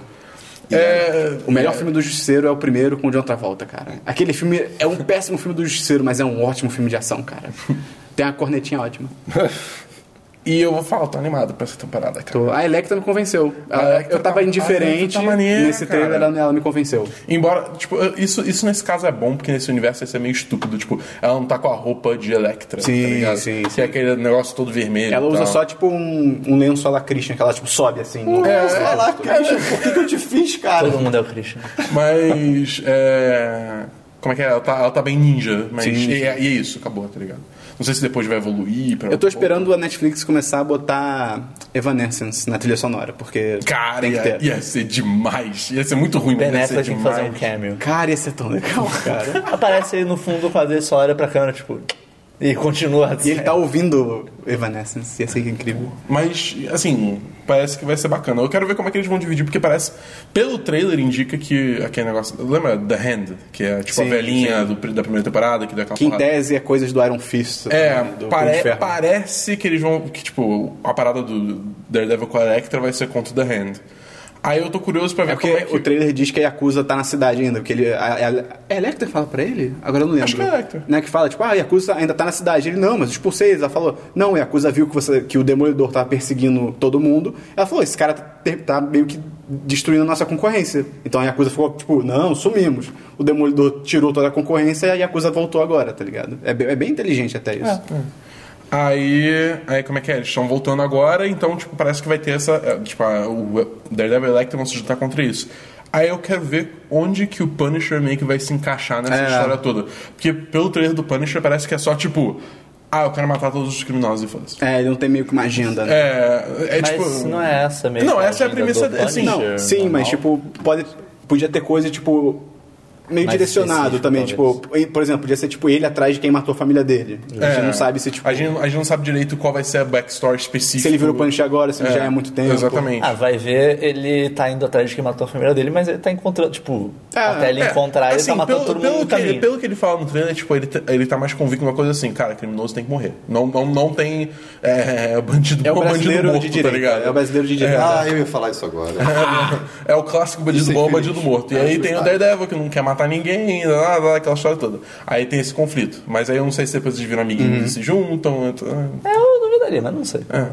É... O melhor filme do Justiceiro é o primeiro com o John Travolta, cara. Aquele filme é um péssimo filme do Justiceiro, mas é um ótimo filme de ação, cara. Tem uma cornetinha ótima. E eu vou falar, tô animado pra essa temporada, cara. Tô- A Electra me convenceu. A Ela- Electra eu tava tá- indiferente. a Electra tá maneira, nesse trailer cara. ela, ela me convenceu. Embora, tipo, isso, isso nesse caso é bom, porque nesse universo isso é meio estúpido. Tipo, ela não tá com a roupa de Electra, Sim, tá ligado? sim, Que sim. é aquele negócio todo vermelho. Ela e usa tal. só tipo um, um lenço à la Christian, que ela tipo sobe assim. no- É, sei lá, Christian, por que, que eu te fiz, cara? Todo mundo é o Christian. Mas, é... Como é que é? Ela tá, ela tá bem ninja, mas... Sim, e, sim. e é isso, acabou, tá ligado? Não sei se depois vai evoluir pra... Eu tô esperando a Netflix começar a botar Evanescence na trilha sonora, porque Cara, tem que ia, ter. ia ser demais. Ia ser muito ruim, mas Ben ia ser Affleck tem que fazer demais. um cameo. Cara, ia ser tão legal, cara. Aparece aí no fundo com a dele, só olha pra câmera, tipo... E continua E ele tá ouvindo Evanescence, ia ser incrível. Mas, assim, parece que vai ser bacana. Eu quero ver como é que eles vão dividir, porque parece... Pelo trailer indica que aquele negócio... Lembra The Hand? Que é tipo Sim, a velhinha do, da primeira temporada, que deu aquela Que em porrada. tese é coisas do Iron Fist. É, também, do Punho pare- de Ferro. parece que eles vão... Que, tipo, a parada do Daredevil com a Electra vai ser contra The Hand. Aí eu tô curioso pra ver É porque como é que... o trailer diz que a Yakuza tá na cidade ainda, porque ele... A, a, é a Electra que fala pra ele? Agora eu não lembro. Acho que é a Electra. Né, que fala, tipo, ah, a Yakuza ainda tá na cidade. Ele, não, mas eu expulsei eles. Ela falou, não, a Yakuza viu que, você, que o Demolidor tava perseguindo todo mundo. Ela falou, esse cara tá, tá meio que destruindo a nossa concorrência. Então a Yakuza ficou, tipo, não, sumimos. O Demolidor tirou toda a concorrência e a Yakuza voltou agora, tá ligado? É bem, é bem inteligente até isso. É. Aí, aí, como é que é? Eles estão voltando agora, então, tipo, parece que vai ter essa... é, Tipo, a, o Daredevil e a Electra vão se juntar contra isso. Aí eu quero ver onde que o Punisher meio que vai se encaixar nessa É. história toda. Porque pelo trailer do Punisher parece que é só, tipo... Ah, eu quero matar todos os criminosos e foda-se. É, ele não tem meio que uma agenda, né? É, é Mas tipo... não é essa mesmo. Não, essa é a agenda premissa, do assim, Punisher, Não, sim, normal. mas tipo, pode, podia ter coisa, tipo, meio Mais direcionado específico, também, talvez. tipo, por exemplo, podia ser tipo ele atrás de quem matou a família dele. A gente É, não sabe se tipo A gente, a gente não sabe direito qual vai ser a backstory específica. se ele virou Punisher agora, se ele É, já é há muito tempo. Exatamente. Ah, vai ver, ele tá indo atrás de quem matou a família dele, mas ele tá encontrando, tipo, É, até ele É, encontrar, ele assim, tá matando pelo, todo mundo pelo no que, caminho. pelo que ele fala no trailer, tipo, ele, t- ele tá mais convicto numa coisa assim, cara, criminoso tem que morrer. Não, não, não tem é, bandido É o bom, bandido brasileiro morto, de tá direita. ligado? É o brasileiro de direita. Ah, eu ia falar isso agora. É o clássico bandido Isso é bom, infeliz. bandido morto. E É, aí tem o verdade. Daredevil que não quer matar ninguém, lá, lá, aquela história toda. Aí tem esse conflito. Mas aí eu não sei se depois eles viram amiguinhos Uhum. e se juntam. então, É, eu duvidaria, mas não sei. É.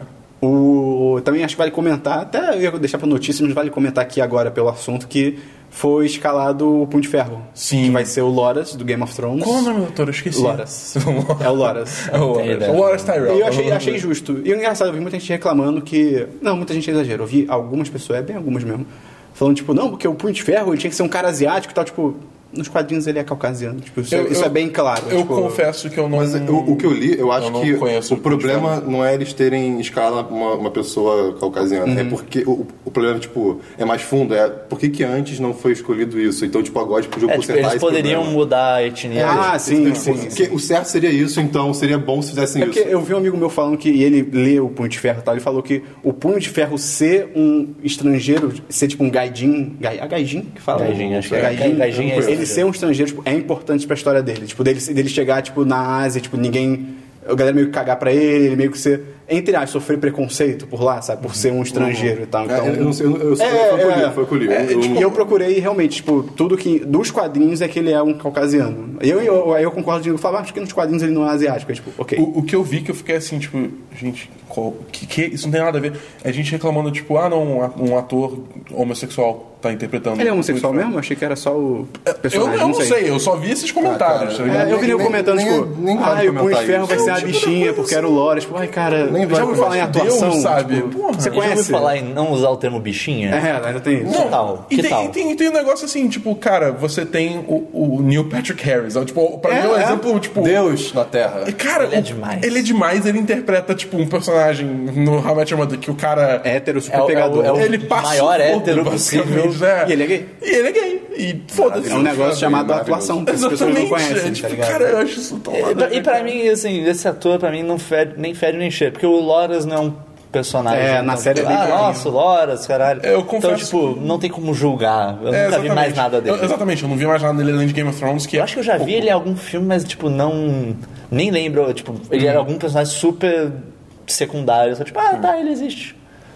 O, também acho que vale comentar, até eu ia deixar pra notícia, mas vale comentar aqui agora pelo assunto que foi escalado o Punho de Ferro. Sim. Que vai ser o Loras, do Game of Thrones. Qual é o nome do ator? Eu esqueci. Loras. É o Loras. É o Loras. ideia. O Loras Tyrell. E eu achei, achei justo. E o engraçado, eu vi muita gente reclamando que... Não, muita gente exagera. Eu vi algumas pessoas, é bem algumas mesmo, falando, tipo, não, porque o Punho de Ferro ele tinha que ser um cara asiático e tal, tipo... Nos quadrinhos ele é caucasiano. Tipo, isso, Eu- é, isso eu- é bem claro. Eu tipo, confesso que eu não... Mas o, o que eu li, eu acho não que conheço o problema não é eles terem escala uma, uma pessoa caucasiana. É porque o, o problema, tipo, é mais fundo. É por que que antes não foi escolhido isso? Então, tipo, agora tipo, podia É, tipo, consertar eles esse poderiam problema. mudar a etnia. Ah, deles. sim, Tipo, sim, porque sim. o certo seria isso, então seria bom se fizessem É porque isso. eu vi um amigo meu falando que e ele lê o Punho de Ferro e tal, ele falou que o Punho de Ferro ser um estrangeiro, ser tipo um gaijin, gai, a gaijin que fala? Gaijin, acho que é. gaijin, Gaijin é ele estrangeiro. ser um estrangeiro tipo, é importante pra história dele, tipo dele, dele chegar tipo na Ásia, tipo ninguém, a galera meio que cagar pra ele, ele meio que ser, entre aspas, sofrer preconceito por lá, sabe, por ser um estrangeiro e tal. Então, É, eu não sei, eu, eu, É, foi o que eu li, é. foi o que eu li. É, Eu- tipo, eu- e eu procurei realmente, tipo, tudo que. Dos quadrinhos é que ele é um caucasiano. E eu, eu, aí eu concordo de falar, ah, acho que nos quadrinhos ele não é asiático. É tipo, ok. O, o que eu vi que eu fiquei assim, tipo, gente, qual, que, que isso não tem nada a ver. É gente reclamando, tipo, ah não, um ator homossexual tá interpretando. Ele é homossexual Tipo, mesmo? Eu achei que era só o Eu, personagem. eu não sei. eu só vi esses comentários. Ah, tá cara, ligado? É, eu vi nego Nem- comentando, nem- tipo, nem ah, vale o Punho de comentar Ferro isso. vai ser a Tipo, bichinha coisa porque era o Loras. Tipo, ai, cara, Nem já vale ouviu falar em comentar. atuação? Deus, sabe? Tipo, Porra, você Já ouviu conhece? falar em não usar o termo bichinha? É, ainda tem isso. Não. Que tal? E Que tem, tal? E tem, e tem um negócio assim, tipo, cara, você tem o, o Neil Patrick Harris. é, Tipo, pra É, mim é um é. exemplo, tipo. Deus na Terra. E, cara, Ele é o- demais. Ele é demais, ele interpreta, tipo, um personagem no How I Met Your Mother que o cara. É hétero, super É o- é o- pegador. é o- ele passa maior o rodo, hétero basicamente, possível. né? E ele é gay. E ele é gay. E foda-se. É um negócio chamado maravilhoso. atuação, que as pessoas não Exatamente. conhecem, é, tipo, tá ligado? cara, eu acho isso tão E, nada a pra- ver, e pra cara. mim, assim, esse ator, pra mim, não fede, nem fede nem cheira. Porque o Loras não é um personagem. É, na então, série é bem ah, clarinho. nossa, o Loras, caralho. Eu confesso Então, tipo, não tem como julgar. Eu É, nunca vi mais exatamente. nada dele. Eu- exatamente, eu não vi mais nada dele além de Game of Thrones. Que Eu acho que eu já vi ele em algum filme, mas, tipo, não... Nem lembro. Tipo, ele era algum personagem super secundário. Só, tipo, ah, tá, ele existe.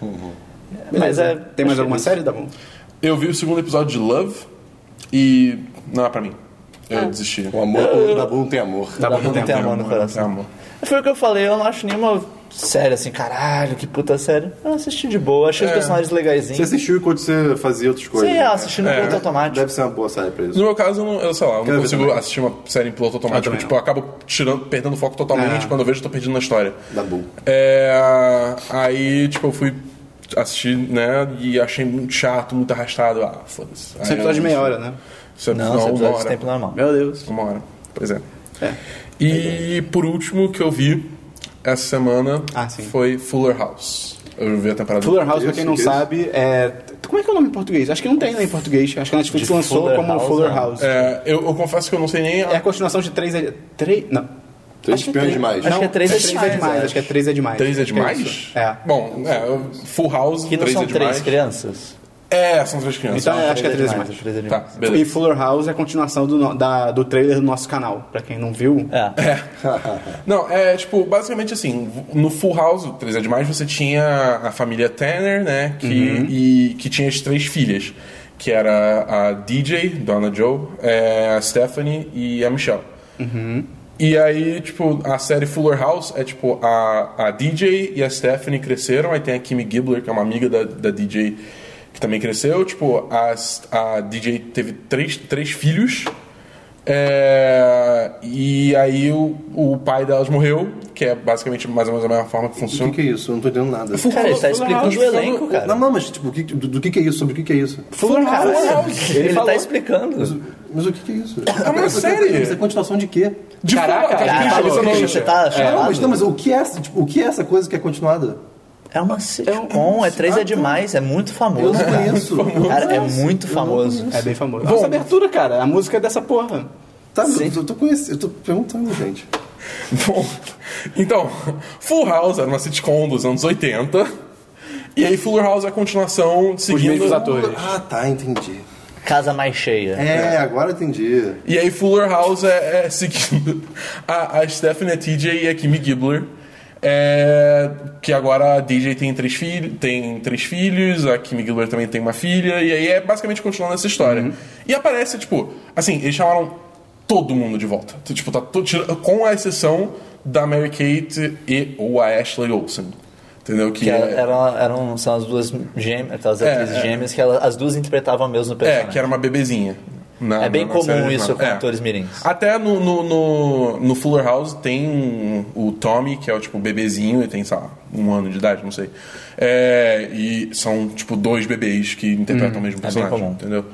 Mas é... Tem mais achei alguma isso. série, Dabu? Eu vi o segundo episódio de Love e. Não é pra mim. Eu Ah. desisti. O amor, o Dabu não tem amor. Dá pra não ter amor no Não coração. tem amor. Foi o que eu falei, eu não acho nenhuma série assim, caralho, que puta série. Eu assisti de boa, achei os É. personagens Você legaisinhos. assistiu enquanto você fazia outras coisas. Sim, né? eu assisti no É. piloto automático. Deve ser uma boa série pra isso. No meu caso, eu, não, eu sei lá, eu Quero não ver consigo também. assistir uma série em piloto automático. também Tipo, eu acabo tirando, perdendo o foco totalmente. É. Quando eu vejo, eu tô perdendo na história. Dabu. É, aí, tipo, eu fui assistir, né? E achei muito chato, muito arrastado. Ah, foda-se. Aí São episódios de eu- meia hora, né? Isso é- Não, não, são uma episódios de hora. tempo normal. Meu Deus. Uma hora. Pois é. É. E por último, que eu vi essa semana Ah, sim. foi Fuller House. Eu vi a temporada. Fuller House, pra Isso, quem não isso. sabe, é... Como é que é o nome em português? Acho que não tem né, em português. Acho que a Netflix De lançou Fuller como House, Fuller né? House. É, eu, eu confesso que eu não sei nem. É a continuação de três é... Três... Não. Três Acho que é espiões três- demais. Acho Não, que é três é três demais, é demais. eu Acho que é três é demais. Três é Acho que demais? isso. É. Bom, é, Full House, Que não três são é demais. três crianças. É, são três crianças. Então, é, acho que é três três demais, demais. três é Tá, demais. beleza. E Fuller House é a continuação do, no- da, do trailer do nosso canal. Pra quem não viu, É. Não, é tipo, basicamente assim, no Full House, três é demais, você tinha a família Tanner, né? Que, e, que tinha as três filhas. Que era a D J, Donna Joe, é, a Stephanie e a Michelle. E aí, tipo, a série Fuller House é tipo, a, a D J e a Stephanie cresceram, aí tem a Kimmy Gibbler, que é uma amiga da, da D J, que também cresceu. Tipo, as, a D J teve três, três filhos. É, e aí o, o pai delas morreu, que é basicamente mais ou menos a mesma forma que O funciona. que, que é isso? Eu não tô entendendo nada. Cara, ele tá explicando o elenco, cara. Não, não, mas tipo, o que, do, do que, que é isso? Sobre o que, que é isso? Fuller House. Caralho, Ele ele falou. tá explicando. Mas o que, que é isso? É uma série. Isso é continuação de quê? De Caraca, forma- cara, Christian, falou, você não- Christian, você tá Não, chapado? mas, não, mas o que é, essa- tipo, o que é essa coisa que é continuada? É uma sitcom, é três é demais, é muito Eu famoso. não cara. conheço. Cara, é muito famoso. É bem famoso. Nossa abertura, cara. A música é dessa porra. Tá, mas eu, eu tô conhecendo, eu tô perguntando, gente. Bom, então, Full House era uma sitcom dos anos oitenta. E aí Fuller House é a continuação seguindo... mesmos atores. Ah, tá, entendi. Casa mais cheia. É, agora eu entendi. E aí Fuller House é, é seguindo a, a Stephanie, a T J e a Kimmy Gibbler. É, que agora a D J tem três, filhos, tem três filhos, a Kimmy Gibbler também tem uma filha, e aí é basicamente continuando essa história. E aparece, tipo, assim, eles chamaram todo mundo de volta. Tipo, tá todo, tira- com a exceção da Mary-Kate e ou a Ashley Olsen. Entendeu? Que, Que é, eram, eram, são as duas gêmeas, aquelas É, atrizes é. gêmeas que elas, as duas interpretavam mesmo é, personagem. que era uma bebezinha. Na- É bem na- na comum série isso original. com atores mirins. Até no, no, no, no Fuller House tem o Tommy, que é o tipo bebezinho, e tem, sei lá, um ano de idade, não sei. É, e são, tipo, dois bebês que interpretam o mesmo é bem personagem, comum. entendeu?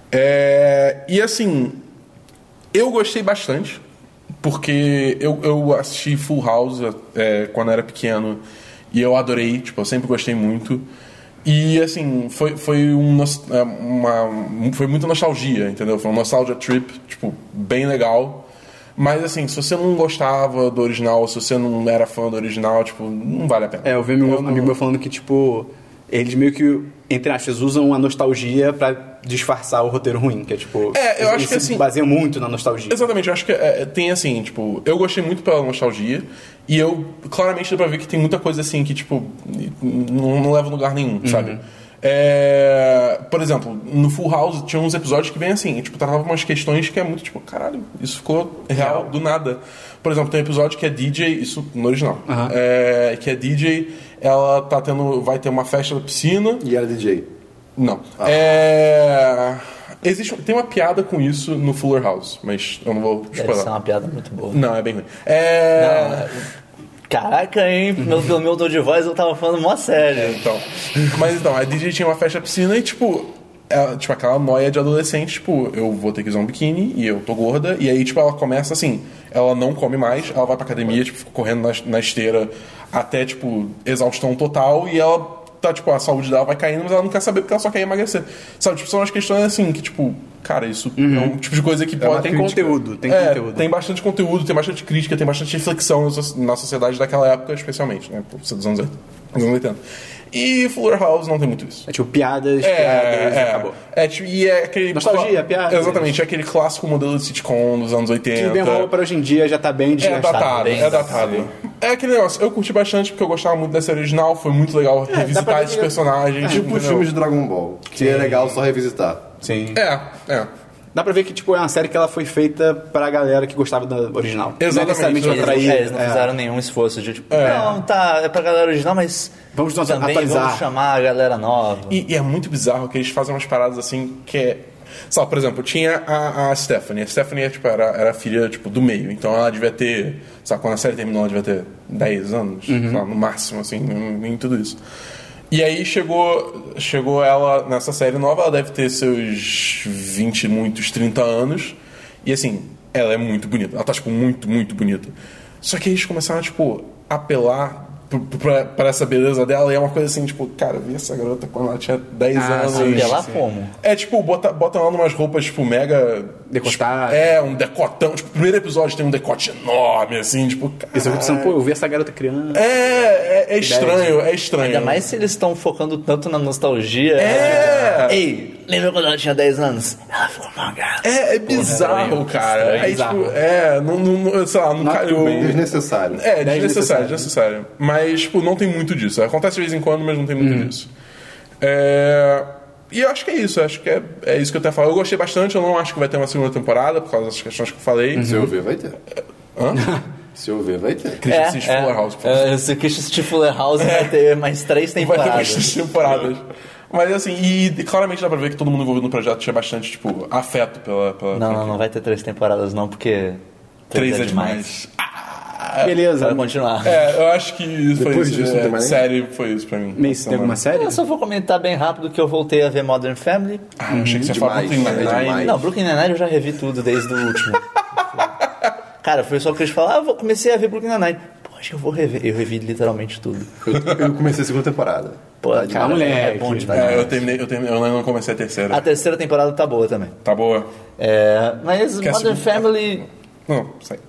É, e assim, eu gostei bastante, porque eu, eu assisti Full House é, quando eu era pequeno, e eu adorei, tipo, eu sempre gostei muito. E assim, foi, foi, um, nos- é, uma, foi muita nostalgia, entendeu? Foi um nostalgia trip, tipo, bem legal. Mas assim, se você não gostava do original, se você não era fã do original, tipo, não vale a pena. É, eu vi meu amigo meu falando que, tipo, eles meio que, entre aspas, usam a nostalgia pra disfarçar o roteiro ruim, que é tipo... É, eu eles- acho eles que se assim- baseiam muito na nostalgia. Exatamente, eu acho que é, tem assim, tipo, eu gostei muito pela nostalgia, e eu claramente dá pra ver que tem muita coisa assim que, tipo, não, não leva a lugar nenhum, sabe? É, por exemplo, no Full House tinha uns episódios que bem assim, tipo, tratavam umas questões que é muito tipo, caralho, isso ficou real, do nada. Por exemplo, tem um episódio que é D J, isso no original, Aham. é, que é D J, ela tá tendo, vai ter uma festa da piscina. E era D J. Não. É, existe, tem uma piada com isso no Fuller House, mas eu não vou Deve spoiler. ser uma piada muito boa. Não, é bem ruim. É... Caraca, hein? Pelo, pelo meu tom de voz eu tava falando mó sério. Então. Mas então, a D J tinha uma festa piscina e, tipo, ela, tipo, aquela noia de adolescente, tipo, eu vou ter que usar um biquíni e eu tô gorda. E aí, tipo, ela começa assim, ela não come mais, ela vai pra academia, tipo, fica correndo na, na esteira até, tipo, exaustão total e ela tá, tipo, a saúde dela vai caindo, mas ela não quer saber porque ela só quer emagrecer. Sabe, tipo, são umas questões assim que, tipo, cara, isso é um tipo de coisa que pode... uma- tem crítica. conteúdo, tem É, conteúdo. tem bastante conteúdo, tem bastante crítica, tem bastante reflexão na so- na sociedade daquela época, especialmente, né, por ser dos anos oitenta. dos anos oitenta. E Fuller House não tem muito isso. É tipo piadas, É, piadas, e é, acabou. é, tipo, e é aquele... Nostalgia, piada. Exatamente, é aquele clássico modelo de sitcom dos anos oitenta. Que bem rolou para hoje em dia já tá bem É desgastado. datado, bem é datado. É aquele negócio, eu curti bastante porque eu gostava muito da série original, foi muito legal dá pra revisitar ver esses que- personagens. Tipo os entendeu? filmes de Dragon Ball, que é legal só revisitar. Sim. É, é. Dá pra ver que tipo, é uma série que ela foi feita pra galera que gostava da original. Exatamente. Não é necessariamente pra Eles, atrair. é, eles não é. fizeram nenhum esforço de tipo, não, tá, é pra galera original, mas Vamos nos também atualizar. vamos chamar a galera nova. E, e é muito bizarro que eles fazem umas paradas assim que é. Só, por exemplo, tinha a, a Stephanie. A Stephanie tipo, era, era filha tipo, do meio, então ela devia ter. Sabe, quando a série terminou, ela devia ter dez anos, sei lá, no máximo, assim, em tudo isso. E aí chegou, chegou ela nessa série nova, ela deve ter seus vinte e muitos, trinta anos. E assim, ela é muito bonita. Ela tá, tipo, muito, muito bonita. Só que eles começaram a, tipo, apelar Pra, pra, pra essa beleza dela, e é uma coisa assim, tipo, cara, eu vi essa garota quando ela tinha dez Ah, anos. sim, Apelar sim. como? É tipo, bota, bota ela numas roupas, tipo, mega. Decotada. É, um decotão. Tipo, o primeiro episódio tem um decote enorme, assim, tipo. Esse eu fico pensando, pô, eu vi essa garota criança. É, é, é estranho, é estranho. Ainda mais se eles estão focando tanto na nostalgia. É. Tipo, ei, lembra quando ela tinha dez anos? Ela ficou uma gata. É, é bizarro, cara. estranho, Aí, bizarro. tipo, é, não, não, não- sei lá, não Not caiu. too bad. Desnecessário. É, Dez desnecessário, desnecessário. desnecessário. Mas, tipo, não tem muito disso. Acontece de vez em quando, mas não tem muito Uhum. disso. É... E eu acho que é isso. Acho que é, é isso que eu até falo. Eu gostei bastante. Eu não acho que vai ter uma segunda temporada, por causa das questões que eu falei. Se eu ver, vai ter. Hã? Se eu ver, vai ter. Christian assiste Fuller House, por favor. é, esse Christian assiste Fuller House vai ter mais três Vai ter temporadas. bastante temporadas. Mas, assim, e, e claramente dá pra ver que todo mundo envolvido no projeto tinha bastante, tipo, afeto pela... pela Não, pela- não, não vai ter três temporadas não, porque... Três é demais. Beleza. Vai continuar. É, eu acho que foi Depois isso. disso, não é, tem mais série foi isso pra mim. Mace, tem alguma série? Eu só vou comentar bem rápido que eu voltei a ver Modern Family. Ah, eu achei que você ia falar Demais, Brooklyn é Nine-Nine. demais. Não, Brooklyn Nine-Nine eu já revi tudo desde o último. Cara, foi só que eles falaram, ah, eu vou- comecei a ver Brooklyn Nine-Nine. Pô, acho que eu vou rever. Eu revi literalmente tudo. Eu, eu comecei a segunda temporada. Pô, Tá cara, demais. moleque. é bom demais. É, eu terminei, eu terminei, eu ainda não comecei a terceira. A terceira temporada tá boa também. Tá boa? É, mas Quer Modern segunda? Family... Não, sai.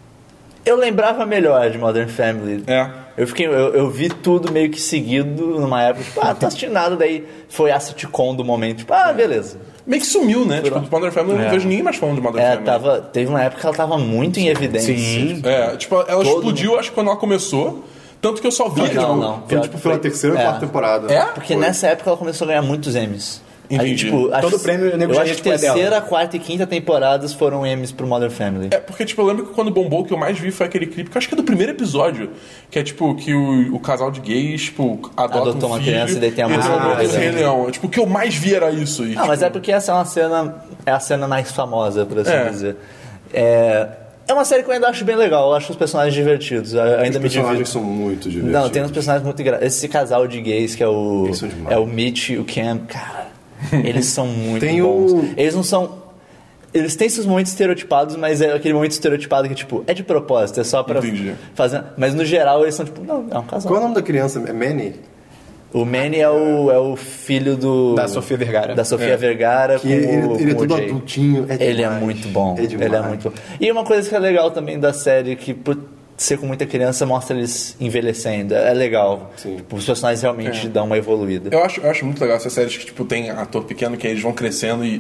Eu lembrava melhor de Modern Family. É. Eu, fiquei, eu, eu vi tudo meio que seguido numa época, tipo, ah, tô assistindo nada, daí foi a sitcom do momento, tipo, ah, beleza. Meio que sumiu, né? Tipo, do Modern Family eu não É. vejo ninguém mais falando de Modern É, Family. tava, teve uma época que ela tava muito em evidência. Sim. É, tipo, ela Todo explodiu, acho que quando ela começou. Tanto que eu só vi. Não, tipo, não, não. Foi tipo pela terceira ou É. quarta temporada. É? Porque Foi. nessa época ela começou a ganhar muitos Emmys. Aí, Entendi. tipo, acho, Todo prêmio, o nego eu já acho ia, que tipo, é dela. terceira, quarta e quinta temporadas foram Emmys pro Modern Family. É, porque, tipo, eu lembro que quando bombou, o que eu mais vi foi aquele clipe, que eu acho que é do primeiro episódio, que é, tipo, que o, o casal de gays, tipo, adota Adotou um uma filho, criança e daí tem a e música tem do a Rei música do Rei Leão. Leão. Tipo, o que eu mais vi era isso. E, Ah, mas tipo, é porque essa é uma cena, é a cena mais famosa, por assim É. dizer. É, é uma série que eu ainda acho bem legal, eu acho os personagens divertidos, eu ainda Os me divirto. personagens são muito divertidos. Não, tem uns personagens muito engraçados. Esse casal de gays que é o. Eles são demais. É o Mitch e o Cam, cara. Eles são muito Tem bons. o- Eles não são. Eles têm seus momentos estereotipados, mas é aquele momento estereotipado que, tipo, é de propósito, é só pra Entendi. fazer. Mas no geral eles são, tipo, não, é um casal. Qual é o nome da criança? É Manny? O Manny é o, é o filho do. Da Sofia Vergara. Da Sofia É. Vergara. Que com ele, o, ele é com o todo Jay. adultinho. É Ele é demais. muito bom. É demais. Ele é muito bom. E uma coisa que é legal também da série, que por ser com muita criança, mostra eles envelhecendo. É legal. Sim. Tipo, os personagens realmente É. dão uma evoluída. Eu acho, eu acho muito legal essas séries que, tipo, tem ator pequeno, que eles vão crescendo e...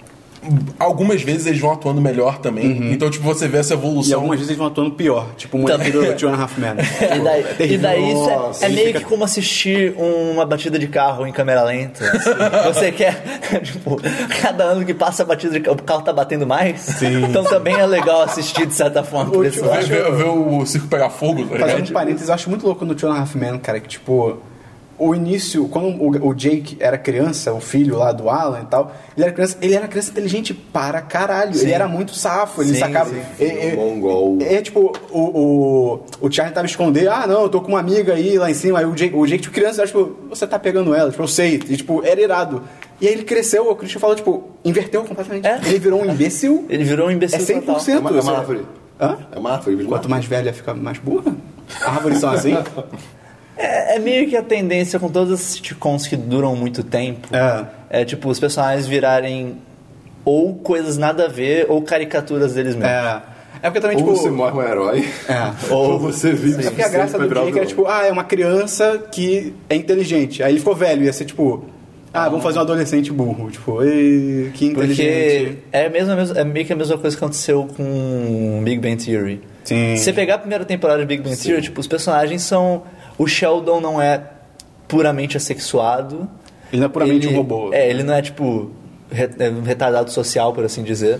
Algumas vezes eles vão atuando melhor também. Então, tipo, você vê essa E evolução. algumas vezes eles vão atuando pior. Tipo, o moleque do Two and a Half Men. E daí, e daí isso é- Nossa, é, ele meio fica- que como assistir uma batida de carro em câmera lenta. Você quer, tipo, cada ano que passa a batida de carro, o carro tá batendo mais. Então também é legal assistir de certa forma por esse Ver, lado. ver- ver o circo pegar fogo, tá ligado? Fazendo um parênteses, eu acho muito louco no Two and a Half Men, cara, que tipo... O início, quando o, o Jake era criança, o filho lá do Alan e tal, ele era criança, ele era criança inteligente para caralho. Sim. Ele era muito safo, ele Sim, sacava. sim. É, é, Mongol. é, tipo, o, o, o Charlie tava esconder, ah não, eu tô com uma amiga aí lá em cima, aí o Jake, o Jake tipo, criança, era, tipo, você tá pegando ela, tipo, eu sei, e, tipo, era irado. E aí ele cresceu, o Christian falou, tipo, inverteu completamente. É. Ele virou um imbecil. Ele virou um imbecil É cem por cento. É uma, é uma você- árvore. Hã? É uma árvore. Quanto mais velha fica mais burra? Árvores são assim? É, é meio que a tendência com todas as sitcoms que duram muito tempo. É. É tipo, os personagens virarem ou coisas nada a ver ou caricaturas deles mesmos. É. É porque também, Ou tipo... você morre um herói, É. ou você vive É porque a graça do Jake era tipo, ah, é uma criança que é inteligente. Aí ele ficou velho, ia ser tipo, ah, vamos fazer um adolescente burro. Tipo, ei, que inteligente. Porque é, mesmo, é meio que a mesma coisa que aconteceu com Big Bang Theory. Sim. Se você pegar a primeira temporada de Big Bang Theory, tipo, os personagens são... O Sheldon não é puramente assexuado. Ele não é puramente Ele- um robô. É, ele não é, tipo, re- é um retardado social, por assim dizer.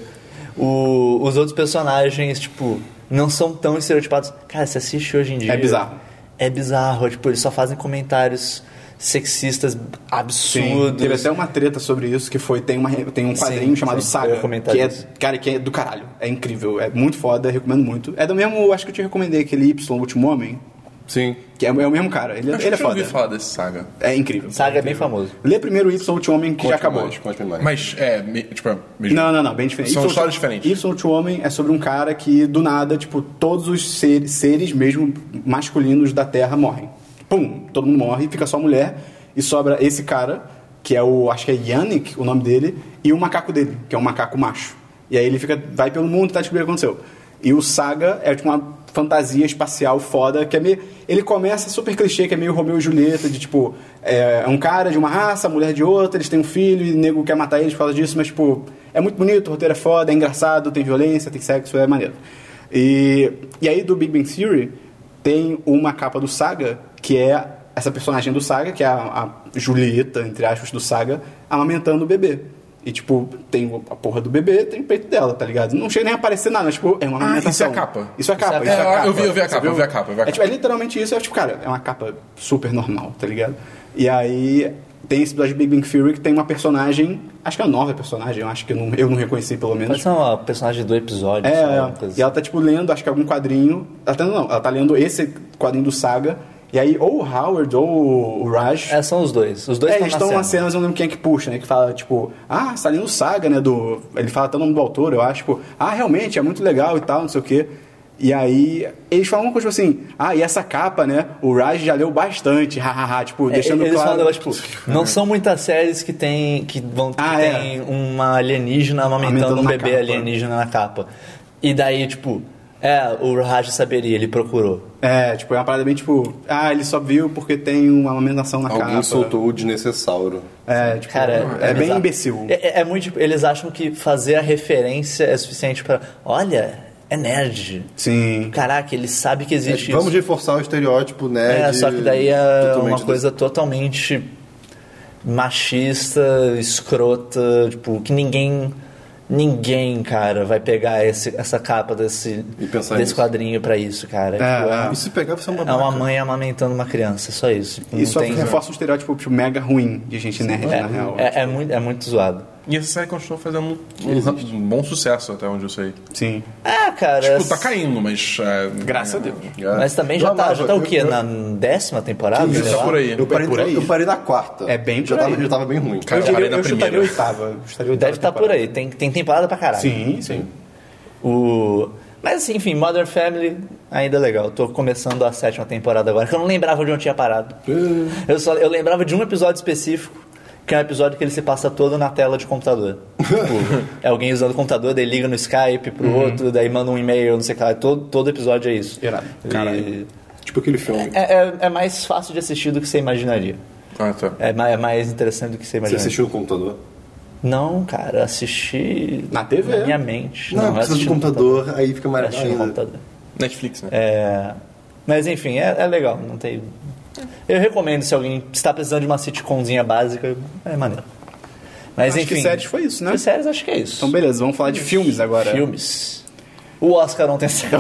O- os outros personagens, tipo, não são tão estereotipados. Cara, você assiste hoje em dia... É bizarro. É bizarro. Tipo, eles só fazem comentários sexistas absurdos. Teve até uma treta sobre isso, que foi, tem, uma, tem um quadrinho Sim, chamado sim, eu Saga, ia comentar que é, isso. cara, que é do caralho. É incrível, é muito foda, recomendo muito. É do mesmo, acho que eu te recomendei aquele Y, o Último Homem, Sim. que é, é o mesmo cara. Ele, Acho ele é que eu já ouvi foda. falar desse saga. É incrível. Saga é bem famoso. Lê primeiro o Y, o Último Homem, que já Conte acabou. mais, conte mais. Mas, é, me- tipo, é mesmo. Não, não, não, bem diferente. São Y, histórias diferentes. Y, o Último Homem é sobre um cara que, do nada, tipo, todos os ser- seres, mesmo masculinos da Terra, morrem. pum, todo mundo morre, fica só a mulher, e sobra esse cara, que é o, acho que é Yannick, o nome dele, e o macaco dele, que é um macaco macho. E aí ele fica, vai pelo mundo e tá descobrindo o que aconteceu. E o Saga é tipo uma fantasia espacial foda, que é meio... Ele começa super clichê, que é meio Romeu e Julieta, de tipo... É um cara de uma raça, mulher de outra, eles têm um filho e o nego quer matar eles por causa disso, mas tipo... É muito bonito, o roteiro é foda, é engraçado, tem violência, tem sexo, é maneiro. E, e aí do Big Bang Theory tem uma capa do Saga, que é essa personagem do Saga, que é a, a Julieta, entre aspas, do Saga, amamentando o bebê. E, tipo, tem a porra do bebê, tem o peito dela, tá ligado? Não chega nem a aparecer nada, mas, tipo, é uma Ah, amamentação. isso é a capa. Isso é a capa. Isso Isso é é a a- capa. eu vi- eu vi a Você capa, eu viu? vi a capa, eu vi a É, tipo, é literalmente isso. É, tipo, cara, é uma capa super normal, tá ligado? E aí tem esse episódio de Big Bang Theory que tem uma personagem, acho que é uma nova personagem, eu acho que eu não, eu não reconheci, pelo menos. Pode ser uma personagem do episódio. É, só, é. uma coisa E ela tá, tipo, lendo, acho que algum quadrinho. Ela tá, não, ela tá lendo esse quadrinho do Saga. E aí, ou o Howard ou o Raj. É, são os dois. Os dois É, estão eles estão na nas cena. cenas, eu não lembro quem é que puxa, né? Que fala, tipo, ah, você tá lendo Saga, né? Do... Ele fala até o nome do autor, eu acho, tipo, ah, realmente, é muito legal e tal, não sei o quê. E aí, eles falam uma coisa tipo assim, ah, e essa capa, né? O Raj já leu bastante, hahaha, tipo, É, deixando eles claro. falam, tipo, não são muitas séries que tem que vão que Ah, é. tem uma alienígena amamentando Amamentando um na bebê capa. alienígena na capa. E daí, tipo, é, o Raj saberia, ele procurou. É, tipo, é uma parada bem tipo, ah, ele só viu porque tem uma amamentação na Alguém capa. soltou o desnecessauro. É, tipo, Cara, é, bem bizarro. imbecil. É, é- é muito, tipo, eles acham que fazer a referência é suficiente pra. Olha, é nerd. Sim. Caraca, ele sabe que existe Vamos isso. reforçar o estereótipo nerd. É, só que daí é totalmente uma coisa totalmente machista, escrota, tipo, que ninguém. Ninguém, cara, vai pegar esse, essa capa desse, E pensar desse nisso. quadrinho pra isso, cara. É, Tipo, é. E se pegar, você é uma é uma babaca. mãe amamentando uma criança, só isso. Tipo, não Isso só tem- reforça um estereótipo tipo, mega ruim de gente nerd, na real. é, é, é muito, é muito zoado. E essa série continuou fazendo um, um bom sucesso, até onde eu sei. Sim. Ah, cara. Tipo, tá caindo, mas... é, Graças a Deus. é. Mas também Eu já tá, amava, já tá o eu- quê? eu- Na décima temporada? Isso, sei lá? por aí. Eu parei, por aí. eu parei na quarta. É bem já por tava, aí. já tava bem ruim. Cara, eu eu diria, parei na eu chutaria primeira. oitava. Chutaria oitava Deve estar por temporada. aí. Tem, tem temporada pra caralho. Sim, sim. O... Mas assim, enfim, Modern Family ainda é legal. Tô começando a sétima temporada agora, que eu não lembrava de onde eu tinha parado. Eu, só, eu lembrava de um episódio específico, que é um episódio que ele se passa todo na tela de computador. Tipo, é alguém usando o computador, daí liga no Skype pro outro, daí manda um e-mail, não sei o que lá. Todo, todo episódio é isso. Irado. E- Tipo aquele filme. É, é, é mais fácil de assistir do que você imaginaria. Ah, tá. É mais, é mais interessante do que você Você imaginaria. assistiu no computador? Não, cara, assisti Na T V? na minha mente. Não, eu precisa assisti do no computador, aí fica Eu mais assisti no ainda. computador. Netflix, né? É, mas enfim, é, é legal, não tem. Eu recomendo se alguém está precisando de uma sitcomzinha básica, é maneiro. Mas Acho enfim. que séries foi isso, né? De séries acho que é isso. Então, beleza, vamos falar de filmes agora. Filmes. O Oscar ontem saiu.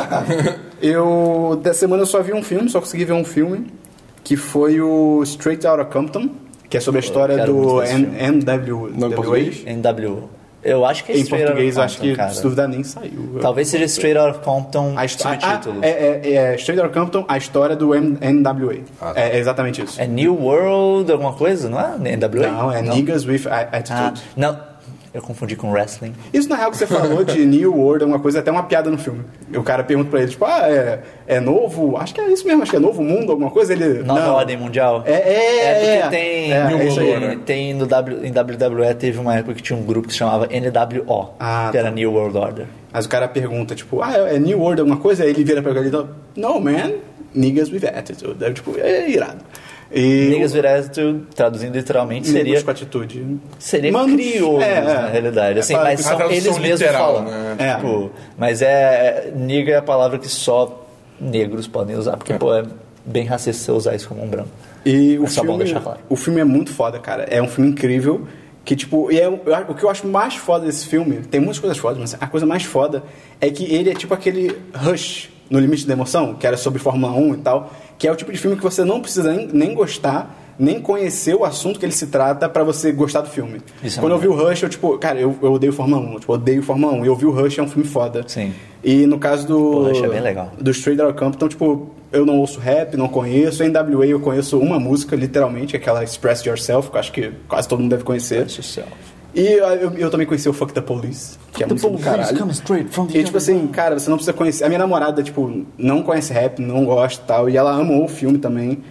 Eu, dessa semana eu só vi um filme, só consegui ver um filme, que foi o Straight Outta Compton, que é sobre a história quero do muito ver esse N- filme. N W Não, em português? N W. Eu acho que é Em Straight Outta português, eu acho Compton, que, cara. se duvidar, nem saiu. Talvez seja Straight Outta Compton A histó- subtítulo. ah, é, é, é Straight Outta Compton, a história do M- N W A. Ah, tá. É, é exatamente isso. É New World, alguma coisa, não é? N W A? Não, é Niggas with a- Ah, Attitude. não. Eu confundi com wrestling. Isso, na real, que você falou de New World, alguma coisa, é até uma piada no filme. O cara pergunta pra ele, tipo, ah, é, é novo? Acho que é isso mesmo, acho que é novo mundo, alguma coisa. Ele, Nova não. Ordem Mundial? É, é, É é. porque tem, É, New é isso aí. World, tem no w, em W W E teve uma época que tinha um grupo que se chamava N W O, Ah, que era tá. New World Order. Mas o cara pergunta, tipo, ah, é New World alguma coisa? Aí ele vira pra ele e fala, no, man, niggas with attitude. É, tipo, é irado. E Niggas with Attitude, traduzindo literalmente, seria, Negros com atitude. seria Manos- crioulos, é, é. na realidade. Assim, É, mas a são tradução eles mesmos literal, falando. né? É. Tipo, mas é... Nigga é a palavra que só negros podem usar, porque, pô, é bem racista você usar isso como um branco. E o É só bom filme, deixar claro. o filme é muito foda, cara. É um filme incrível. Que, tipo, e é, eu- o que eu acho mais foda desse filme, tem muitas coisas fodas, mas a coisa mais foda é que ele é tipo aquele Rush no Limite da Emoção, que era sobre Fórmula um e tal, que é o tipo de filme que você não precisa nem, nem gostar, nem conhecer o assunto que ele se trata pra você gostar do filme. Isso é Quando eu vi muito o Rush, eu, tipo, cara, eu, eu odeio Fórmula um, eu, tipo, odeio Fórmula um, e eu vi o Rush, é um filme foda. Sim. E no caso do... Pô, o Rush é bem legal. Do Straight Outta Compton, tipo, eu não ouço rap, não conheço. N W A eu conheço uma música, literalmente, aquela Express Yourself, que eu acho que quase todo mundo deve conhecer. E eu, eu, eu também conheci o Fuck the Police, que é muito do caralho. E tipo assim, cara, você não precisa conhecer. A minha namorada, tipo, não conhece rap, não gosta e tal, e ela amou o filme também.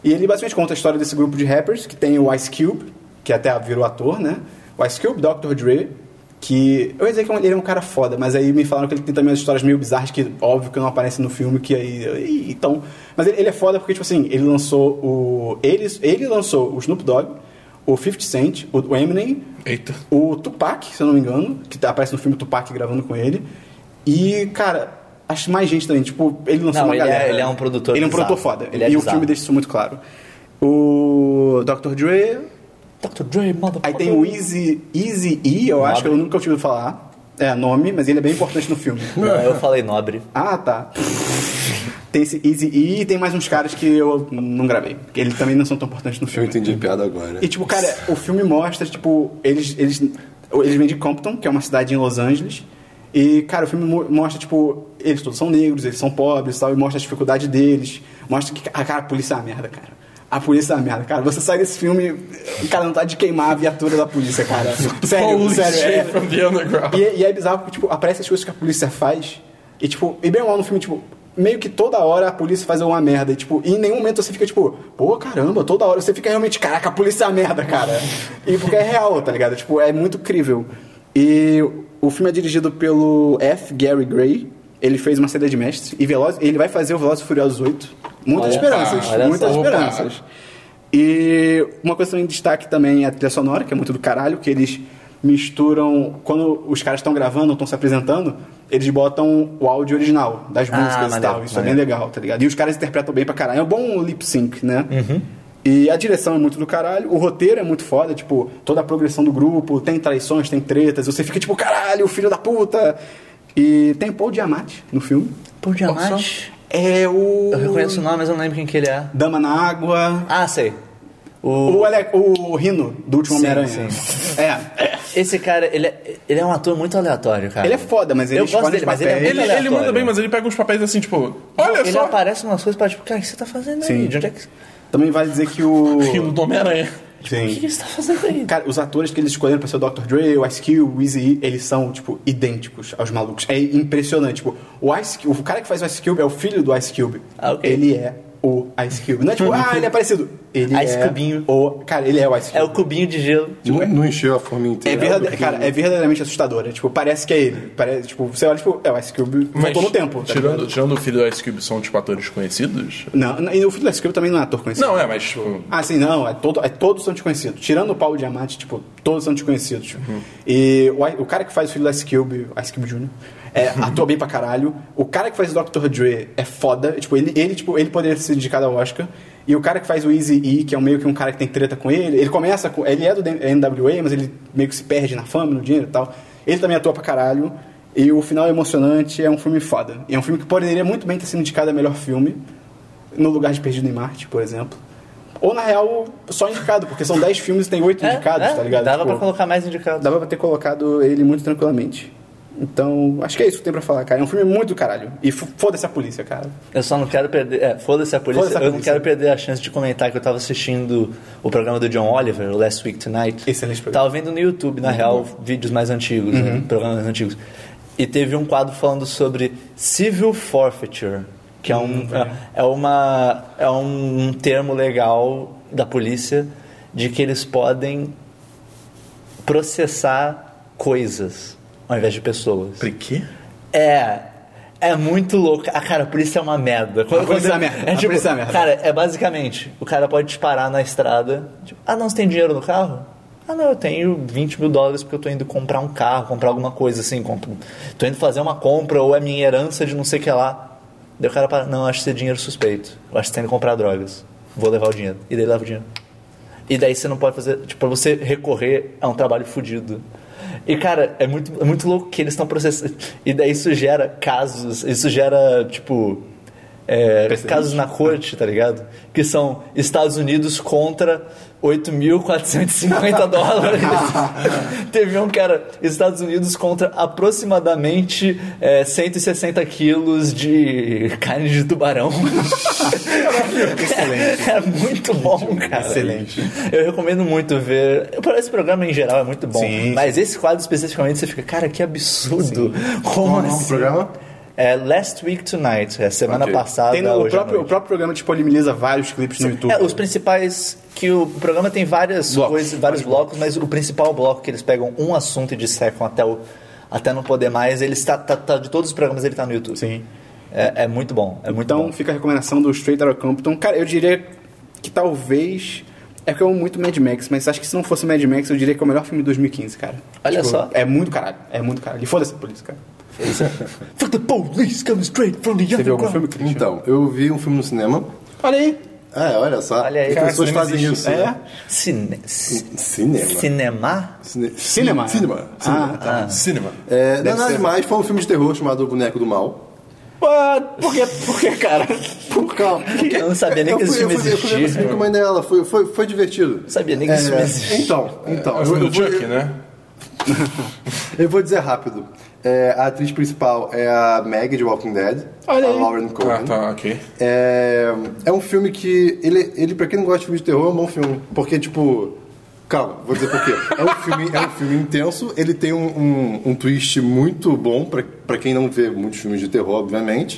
E ele basicamente conta a história desse grupo de rappers, que tem o Ice Cube, que até virou ator, né? O Ice Cube, doutor Dre, que... Eu ia dizer que ele é um cara foda, mas aí me falaram que ele tem também umas histórias meio bizarras que, óbvio, que não aparecem no filme, que aí... Então... Mas ele, ele é foda porque, tipo assim, ele lançou o... Ele, ele lançou o Snoop Dogg, o fifty Cent, o Eminem... Eita. O Tupac, se eu não me engano, que aparece no filme Tupac gravando com ele. E, cara, acho mais gente também. Tipo, ele lançou Não, uma ele galera. É, ele é um produtor Ele é um bizarro. produtor foda. Ele é e bizarro. o filme deixa isso muito claro. O doutor Dre... doutor Dre, motherfucker. Aí tem o Easy, Easy E, eu acho que eu nunca tive falar. É, nome, mas ele é bem importante no filme. Não, eu falei nobre. Ah, tá. Tem esse Easy E e tem mais uns caras que eu não gravei. Porque eles também não são tão importantes no Eu filme. entendi a piada agora. E, tipo, cara, o filme mostra, tipo, eles, eles, eles vêm de Compton, que é uma cidade em Los Angeles. E, cara, o filme mo- mostra, tipo, eles todos são negros, eles são pobres e tal, e mostra a dificuldade deles. Mostra que, ah, cara, a polícia é uma merda, cara. A polícia é uma merda, cara. Você sai desse filme, o cara não tá de queimar a viatura da polícia, cara. Sério, Holy sério. shit É, from the underground. e, e é bizarro porque, tipo, aparece as coisas que a polícia faz. E, tipo, e bem mal no filme, tipo, meio que toda hora a polícia faz alguma merda. E, tipo, e em nenhum momento você fica, tipo, pô, caramba, toda hora você fica realmente, caraca, a polícia é uma merda, cara. E porque é real, tá ligado? Tipo, é muito crível. E o filme é dirigido pelo F. Gary Gray. Ele fez uma série de mestres. E Veloz, ele vai fazer o Velozes e Furiosos oito. Muitas Olha, esperanças. olha muitas só. esperanças. E uma coisa também de destaque também é a trilha sonora, que é muito do caralho, que eles misturam... Quando os caras estão gravando, estão se apresentando, eles botam o áudio original das Ah, músicas e maneiro, tal. Isso maneiro. é bem legal, tá ligado? E os caras interpretam bem pra caralho. É um bom lip sync, né? Uhum. E a direção é muito do caralho. O roteiro é muito foda, tipo, toda a progressão do grupo, tem traições, tem tretas. Você fica tipo, caralho, filho da puta! E tem Paul Giamatti no filme. Paul Giamatti. É o... Eu reconheço o nome, mas eu não lembro quem que ele é. Dama na Água... Ah, sei. O... O, Ale- o Rino, do último Sim, Homem-Aranha. sim. É, é. Esse cara, ele é, ele é um ator muito aleatório, cara. Ele é foda, mas ele Eu gosto escolhe dele, os mas ele é papéis. Ele, muito ele manda aleatório. bem, mas ele pega uns papéis assim, tipo, olha Ele só. aparece umas coisas pra, tipo, cara, o que você tá fazendo aí? Sim. De onde é que... Também vale dizer que o... Filme do Homem-Aranha. O que, que você tá fazendo aí? Cara, os atores que eles escolheram pra ser o doutor Dre, o Ice Cube, o Eazy-E, eles são, tipo, idênticos aos malucos. É impressionante. Tipo, o, Ice, o cara que faz o Ice Cube é o filho do Ice Cube. Ah, ok. Ele é o Ice Cube. Não é tipo, ah, ele é parecido. Ele Ice é Cubinho. o... Cara, ele é o Ice Cube. É o cubinho de gelo. Não, não encheu a fome É inteira. verdade- cara, é verdadeiramente assustador. É, tipo, parece que é ele. Parece, tipo, você olha, tipo, é o Ice Cube. Mas, Voltou no tempo. tá tirando, ligado? tirando o filho do Ice Cube, são, tipo, atores conhecidos? Não, não, e o filho do Ice Cube também não é ator conhecido. Não, é, mas, tipo... Ah, sim, não, é todo, é, todos são desconhecidos. Tirando o Paulo Diamante, tipo, todos são desconhecidos. E o, I- o cara que faz o filho do Ice Cube, Ice Cube Júnior, é, atua bem pra caralho. O cara que faz o doutor Dre é foda. Tipo, ele, ele, tipo, ele poderia ser indicado ao Oscar. E o cara que faz o Eazy-E, que é um meio que um cara que tem treta com ele, ele começa com... Ele é do N W A, mas ele meio que se perde na fama, no dinheiro e tal. Ele também atua pra caralho. E o final é emocionante, é um filme foda. E é um filme que poderia muito bem ter sido indicado a melhor filme, no lugar de Perdido em Marte, por exemplo. Ou, na real, só indicado, porque são dez filmes e tem oito indicados, tá ligado? Dava Tipo, pra colocar mais indicados. Dava pra ter colocado ele muito tranquilamente. Então, acho que é isso que tem pra falar, cara. É um filme muito do caralho. E f- foda-se a polícia, cara. Eu só não quero perder. É, foda-se a polícia. Foda-se a eu não polícia. quero perder a chance de comentar que eu tava assistindo o programa do John Oliver, o Last Week Tonight. Excelente programa. Tava vendo no YouTube, na real, vídeos mais antigos, né, programas mais antigos. E teve um quadro falando sobre civil forfeiture, que é um, é, é uma, é um termo legal da polícia de que eles podem processar coisas ao invés de pessoas. Por quê? É. É muito louco. Ah, cara, a polícia é uma merda. Quando, A polícia quando- é uma merda. É, A tipo, polícia é uma merda. Cara, é basicamente, o cara pode te parar na estrada. Tipo, ah, não, você tem dinheiro no carro? Ah, não, eu tenho vinte mil dólares porque eu tô indo comprar um carro, comprar alguma coisa assim. Compro, tô indo fazer uma compra ou é minha herança de não sei o que lá. Daí o cara para, não, acho que você é dinheiro suspeito. Eu acho que você tem que comprar drogas. Vou levar o dinheiro. E daí leva o dinheiro. E daí você não pode fazer... Tipo, pra você recorrer a um trabalho fudido. E, cara, é muito, é muito louco que eles estão processando. E daí isso gera casos... Isso gera, tipo... É, casos na corte, tá ligado? Que são Estados Unidos contra oito mil quatrocentos e cinquenta dólares. Teve um que era Estados Unidos contra aproximadamente é, cento e sessenta quilos de carne de tubarão. Excelente. É, é muito bom, cara. Excelente. Eu recomendo muito ver. Esse programa em geral é muito bom. Sim. Mas esse quadro especificamente você fica, cara, que absurdo. Como Qual é o nome do assim? programa? É Last Week Tonight, é semana Ok. passada. Tem no, o, hoje à próprio, o noite. próprio programa disponibiliza vários clipes no YouTube. É, os principais. Que o programa tem várias Blocos. coisas, vários blocos, mas o principal bloco que eles pegam um assunto e dissecam até, o, até não poder mais, ele está tá, tá, de todos os programas ele tá no YouTube. Sim. É, é muito bom, é muito Então bom. fica a recomendação do Straight Outta Compton. Cara, eu diria que talvez... É porque eu amo muito Mad Max, mas acho que se não fosse Mad Max, eu diria que é o melhor filme de dois mil e quinze, cara. Olha só. É muito caralho, é muito caralho. E foda-se a polícia, cara. Fuck the police coming straight from the Você viu algum underground. filme, Christian? Então, eu vi um filme no cinema. Olha aí. É, olha só. Olha aí. As Cara, pessoas cinema fazem existe. isso. É? né? Cine... c- Cinema. Cinema? Cine- Cinema? Cinema. Ah, tá. Cinema. É, não é Deve nada ser. demais, foi um filme de terror chamado Boneco do Mal. What? Por que, por que, cara? Por calma. Eu não sabia nem eu que esse fui, eu filme fui, eu fui ver esse existia. filme com a mãe dela, foi, foi, foi divertido. Não sabia nem que esse filme existia. Então, então É o eu, filme eu do vou, Chuck, eu, né? eu vou dizer rápido. É, a atriz principal é a Maggie de Walking Dead, Olha a aí. Lauren Cohen. Ah, tá, ok. É, é um filme que, ele, ele, pra quem não gosta de filme de terror, é um bom filme. Porque, tipo... Calma, vou dizer por quê. É um filme, é um filme intenso, ele tem um, um, um twist muito bom pra, pra quem não vê muitos filmes de terror, obviamente.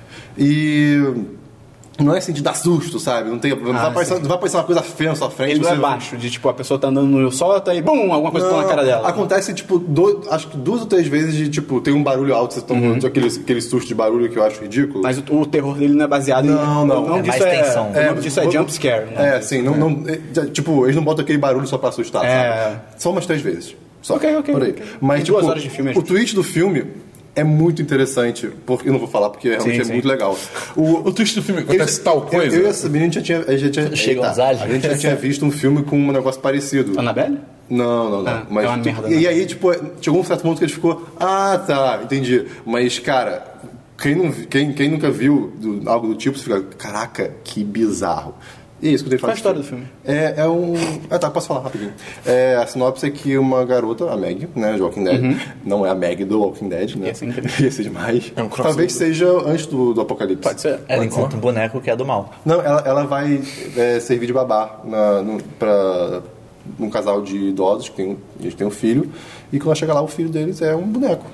E... Não é assim de dar susto, sabe? Não, tem, não, Ah, vai, aparecer, não vai aparecer uma coisa feia na sua frente. Ele não é você- baixo, de tipo, a pessoa tá andando no solta e bum, alguma coisa pula na cara dela. Acontece, tipo, do- acho que duas ou três vezes de, tipo, tem um barulho alto, vocês estão uhum. aquele, aquele susto de barulho que eu acho ridículo. Mas o, o terror dele não é baseado Não, em... não. O nome É disso mais é, tensão. o nome disso é vou- jump scare. Né? É, sim, não, não, é, tipo, eles não botam aquele barulho só pra assustar, É. sabe? Só umas três vezes. Só, Ok, ok, por aí. ok. Mas, Tem tipo, duas horas de filme, é o justo. twist do filme é muito interessante, porque eu não vou falar porque realmente Sim, é sim. muito legal. O, O twist do filme acontece eu- tal eu- coisa. Eu e essa menina já tinha, a gente já tinha, Chega eita, aos aliens. a gente já tinha visto um filme com um negócio parecido. Annabelle? Não, não, não. Ah, mas, é uma tu- merda, E né? aí, tipo, chegou um certo ponto que ele ficou, ah, tá, entendi. Mas, cara, quem, não, vi- quem, quem nunca viu do- algo do tipo, você fica, caraca, que bizarro. E é isso que eu tenho que Qual a falar. história do filme? É, é um... Ah, tá, posso falar rapidinho. É, a sinopse é que uma garota, a Meg, né, de Walking Dead, não é a Meg do Walking Dead, né? Ia ser incrível. Ia ser demais. É um crossover. Talvez seja antes do, do apocalipse. Pode ser. Ela encontra um boneco que é do mal. Não, ela, ela vai é, servir de babá na, no, pra um casal de idosos que tem, um- eles têm um filho. E quando ela chega lá, o filho deles é um boneco.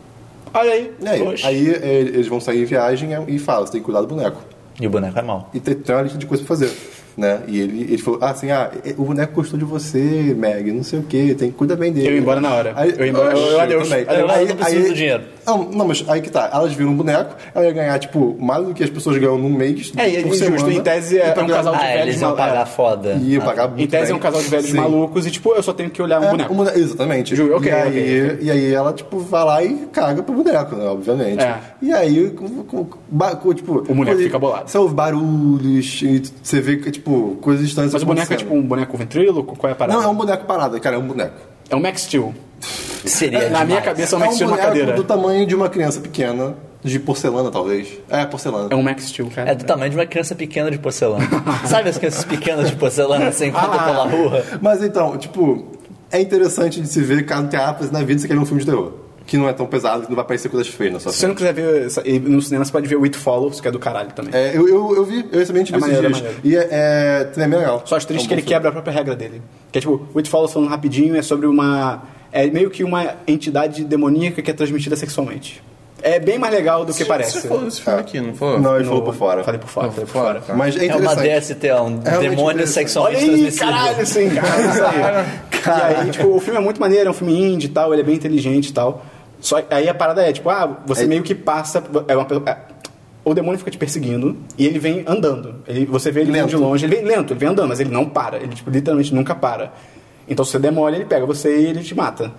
Olha aí. E aí, Poxa. aí é, eles vão sair em viagem e fala, você tem que cuidar do boneco. E o boneco é mal. E tem, tem uma lista de coisas pra fazer. Né? E ele, ele falou, ah, assim, ah, o boneco gostou de você, Meg, não sei o que, tem que cuidar bem dele. Eu ia embora na hora. Aí, Eu ia embora- eu- eu- adeus. também. Adeus. Eu não preciso do dinheiro. Não, não, mas aí que tá, elas viram um boneco, ela ia ganhar, tipo, mais do que as pessoas ganham num mês. É, e é por justo, semana, em tese é e pra um casal de Ah, velhos eles iam mal- pagar é. foda. E ia Ah, pagar muito Em tese bem. é um casal de velhos Sim. malucos e, tipo, eu só tenho que olhar um É, boneco. um boneco, exatamente. Juro, ok, e, aí, ok, e aí ela, tipo, vai lá e caga pro boneco, né, obviamente. É. E aí, com, com, ba- com, tipo... O boneco coisa- fica bolado. Você ouve barulhos, e você vê que, tipo, coisas distantes Mas o boneco é acontecendo. tipo um boneco ventríloco? Qual é a parada? Não, é um boneco parado, cara, é um boneco. É um Max Steel. Seria Na minha demais. cabeça é um É Max um Steel numa boneco cadeira. do tamanho de uma criança pequena, de porcelana, talvez. É, porcelana. É um Max Steel, cara. É do tamanho de uma criança pequena de porcelana. Sabe as crianças pequenas de porcelana que você encontra Ah. pela rua? Mas então, tipo, é interessante de se ver caso tenha ápice na vida você quer ver um filme de terror. Que não é tão pesado, que não vai aparecer coisas feias na sua Se você não frente. quiser ver essa- e no cinema, você pode ver o It Follows, que é do caralho também. É, eu, eu, eu vi, eu exatamente vi É esses maneiro, é dias. maneiro. E é, é, também é bem legal. Só acho triste É um que ele bom quebra a própria regra dele. Que é tipo, o It Follows, falando rapidinho, é sobre uma... É meio que uma entidade demoníaca que é transmitida sexualmente. É bem mais legal do que parece. Você falou desse filme aqui, não falou? filme. Não, ele No- falou por fora. Falei por fora, Ah, falei por por fora. fora. Mas é É uma interessante. D S T, um realmente demônio interessante. sexualmente Olha aí, transmissível. caralho, sim, cara. Isso aí. E aí, tipo, o filme é muito maneiro, é um filme indie e tal, ele é bem inteligente e tal. Só aí a parada é, tipo, ah, você É- meio que passa... É uma, pe- é, o demônio fica te perseguindo e ele vem andando. Ele, você vê ele vindo Lento. de longe, ele vem lento, ele vem andando, mas ele não para. Ele, tipo, literalmente nunca para. Então, se você demole, ele pega você e ele te mata.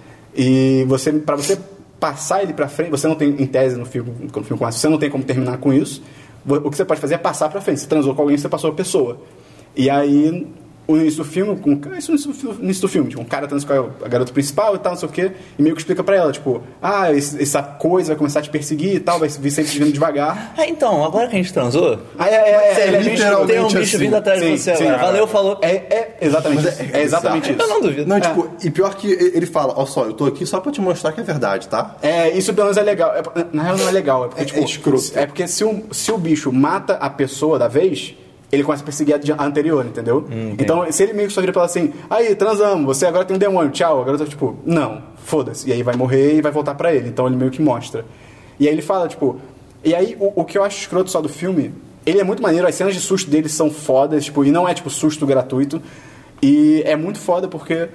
E você, pra você passar ele pra frente, você não tem, em tese, no filme, quando o filme começa, você não tem como terminar com isso. O que você pode fazer é passar pra frente. Você transou com alguém, você passou a pessoa. E aí, o início do filme, com, isso no início do- no início do filme, tipo, um cara transa com a garota principal e tal, não sei o quê, e meio que explica pra ela, tipo, ah, esse- essa coisa vai começar a te perseguir e tal, vai vir sempre vindo devagar. Ah, então, agora que a gente transou, Ah, é, é, é, É ele é bem literalmente tem um assim. bicho vindo atrás Sim, de você sim, agora. cara. Valeu, falou. É, é exatamente Mas isso. é- É, exatamente isso. Eu não duvido. Não, tipo, e pior que ele fala, ó só, eu tô aqui só pra te mostrar que é verdade, tá? É, isso pelo menos é legal. É, na real não é legal, é porque, É- tipo, é escroto. é porque se o, se o bicho mata a pessoa da vez, ele começa a perseguir a, de- a anterior, entendeu? Então, se ele meio que só vira pra ela assim, aí, transamos, você agora tem um demônio, tchau. A garota, tipo, não, foda-se. E aí vai morrer e vai voltar pra ele. Então ele meio que mostra. E aí ele fala, tipo... E aí, o, o que eu acho escroto só do filme, ele é muito maneiro, as cenas de susto dele são fodas, tipo, e não é, tipo, susto gratuito. E é muito foda porque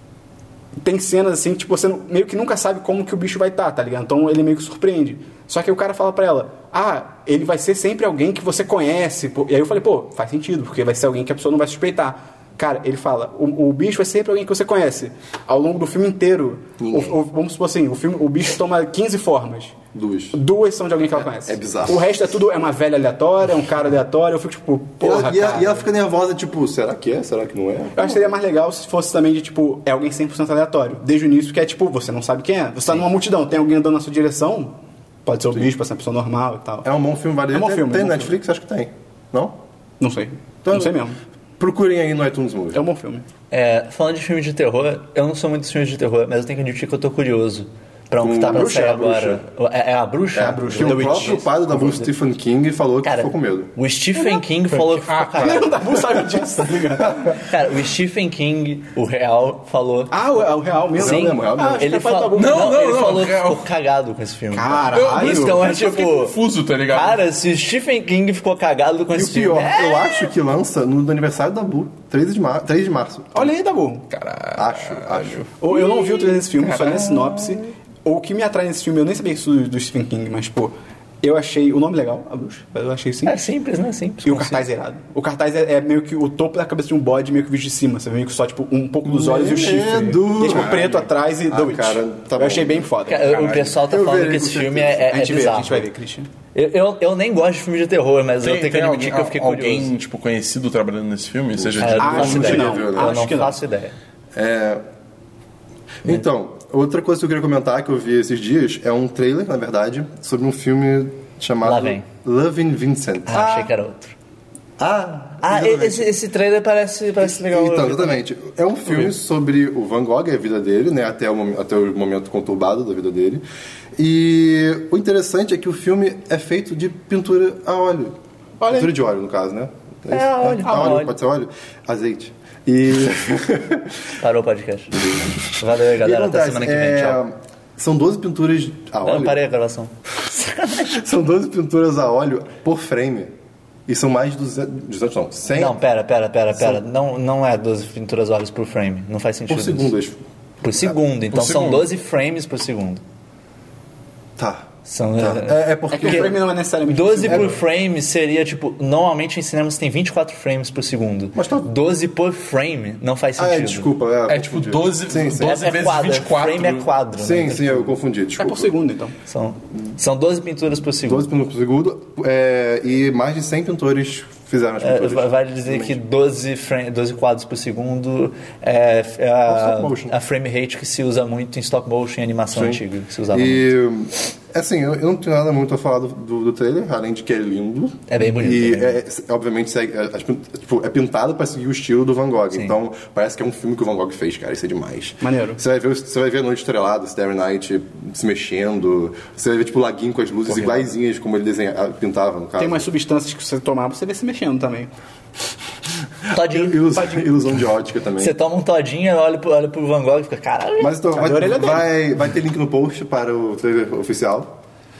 tem cenas, assim, que tipo, você meio que nunca sabe como que o bicho vai estar, tá, tá ligado? Então ele meio que surpreende. Só que o cara fala pra ela, ah, ele vai ser sempre alguém que você conhece. E aí eu falei, pô, faz sentido, porque vai ser alguém que a pessoa não vai suspeitar. Cara, ele fala, o, o bicho vai ser sempre alguém que você conhece. Ao longo do filme inteiro, o, o, vamos supor assim, o, filme, o bicho toma quinze formas. Duas. Duas são de alguém que ela conhece. É bizarro. O resto é tudo, é uma velha aleatória, é um cara aleatório. Eu fico tipo, porra, e, ela, cara. e ela fica nervosa, tipo, será que é? Será que não é? Eu acho que seria mais legal se fosse também de, tipo, é alguém cem por cento aleatório. Desde o início, que é, tipo, você não sabe quem é. Você tá numa multidão, tem alguém andando na sua direção, pode ser o bicho, pode ser uma pessoa normal e tal. É um bom filme, vale. É um bom tem, filme, Tem é um bom Netflix? Acho que tem. Não? Não sei. Então, não sei mesmo. Procurem aí no iTunes Movie. É um bom filme. É, falando de filme de terror, eu não sou muito de filme de terror, mas eu tenho que admitir que eu tô curioso pra um que tá A pra Bruxa, sair a agora. É, é a bruxa? É a Bruxa. Que The o Witch. próprio padre da voz, Stephen King, falou que Cara, ficou com medo. o Stephen King falou que ficou Ah, cagado. Não, não sabe disso, tá ligado? Cara, o Stephen King, o real, falou... Ah, o, o real mesmo. Sim, mesmo, real mesmo. Ah, acho ele, que faz fa... algum- não, Não, não, ele não, falou que real. ficou cagado com esse filme. Caralho. Eu, Então é eu fiquei tipo... confuso, tá ligado? Cara, se o Stephen King ficou cagado com E o esse filme... pior, é... eu acho que lança no aniversário da Bu, três de, mar... três de março. Olha aí, Dabu. Caralho. Acho, acho. Ou eu não vi o trailer desse filme, só li a sinopse. Ou o que me atrai nesse filme, eu nem sabia isso do, do Stephen King, mas, pô, eu achei o nome legal, a bruxa. Eu achei sim. É simples, né? Simples. E o cartaz é irado. O cartaz é, é meio que o topo da cabeça de um bode, meio que visto de cima. Você vê meio que só, tipo, um pouco dos olhos e o chifre. Medo. E é, tipo, preto atrás e Ah, The Witch. cara, tá eu bom. achei bem foda. Cara, o pessoal tá Eu falando verei, que esse com filme certeza. é, é, a gente é vê, bizarro. a gente vai ver, Christian. Eu, eu, eu nem gosto de filme de terror, mas eu tenho que tem admitir que eu fiquei alguém, curioso. tipo, conhecido trabalhando nesse filme? Seja É, de eu não acho faço que ideia. não. Eu Acho não que não. faço ideia. É... Então, outra coisa que eu queria comentar que eu vi esses dias é um trailer, na verdade, sobre um filme chamado Lá vem. Loving Vincent. Ah, achei que era outro. Ah, Ah, exatamente. esse, esse trailer parece, parece legal. Então, exatamente. É um filme sobre o Van Gogh e a vida dele, né? Até o, mom- até o momento conturbado da vida dele. E o interessante é que o filme é feito de pintura a óleo. Olha aí. Pintura de óleo, no caso, né? É, isso? a óleo. A A óleo, óleo. pode ser óleo? Azeite. E... Parou o podcast. Valeu aí, e galera. Até acontece, semana que vem. é, Tchau. São doze pinturas a Não, óleo. parei a gravação. São doze pinturas a óleo por frame. E são mais de duzentos, duzentos não, cem Não, pera, pera, pera, pera. Não, não é doze pinturas olhos por frame. Não faz sentido. por segundo. isso. Por segundo. Então Por são segundo. doze frames por segundo. Tá. São, Tá. É, é porque... É que o frame não é necessariamente doze possível. por frame seria tipo. Normalmente em cinema você tem vinte e quatro frames por segundo. Mas tá- doze por frame não faz Ah, sentido. é, desculpa. É, É tipo confundi. doze, Sim, sim. doze É, é vezes quadro, vinte e quatro. frame é quadro. Sim, né? sim, eu confundi, É desculpa. por segundo, então. São, são doze pinturas por segundo. doze pinturas por segundo é, e mais de cem pintores fizeram as É, pinturas. vale dizer que doze, frame, doze quadros por segundo é, é a, stop motion. a frame rate que se usa muito em stop motion e animação Sim. antiga. Que se usava muito. E, assim, eu, eu não tenho nada muito a falar do, do, do trailer, além de que é lindo. É bem bonito, E, é bem é, é, obviamente, segue, é, as pin- tipo, é pintado pra seguir o estilo do Van Gogh. Sim. Então, parece que é um filme que o Van Gogh fez, cara. Isso é demais. Maneiro. Você vai ver, você vai ver a Noite Estrelada, Starry Night se mexendo. Você vai ver, tipo, o laguinho com as luzes Correto. iguaizinhas como ele desenha, pintava, no caso. Tem umas substâncias que você tomar, você vê se mexendo também. Todinho. Ilusão, ilusão de ótica também. Você toma um todinho, olha pro, olha pro Van Gogh e fica, caralho. Mas então, vai, a orelha dele. vai, vai ter link no post para o trailer oficial.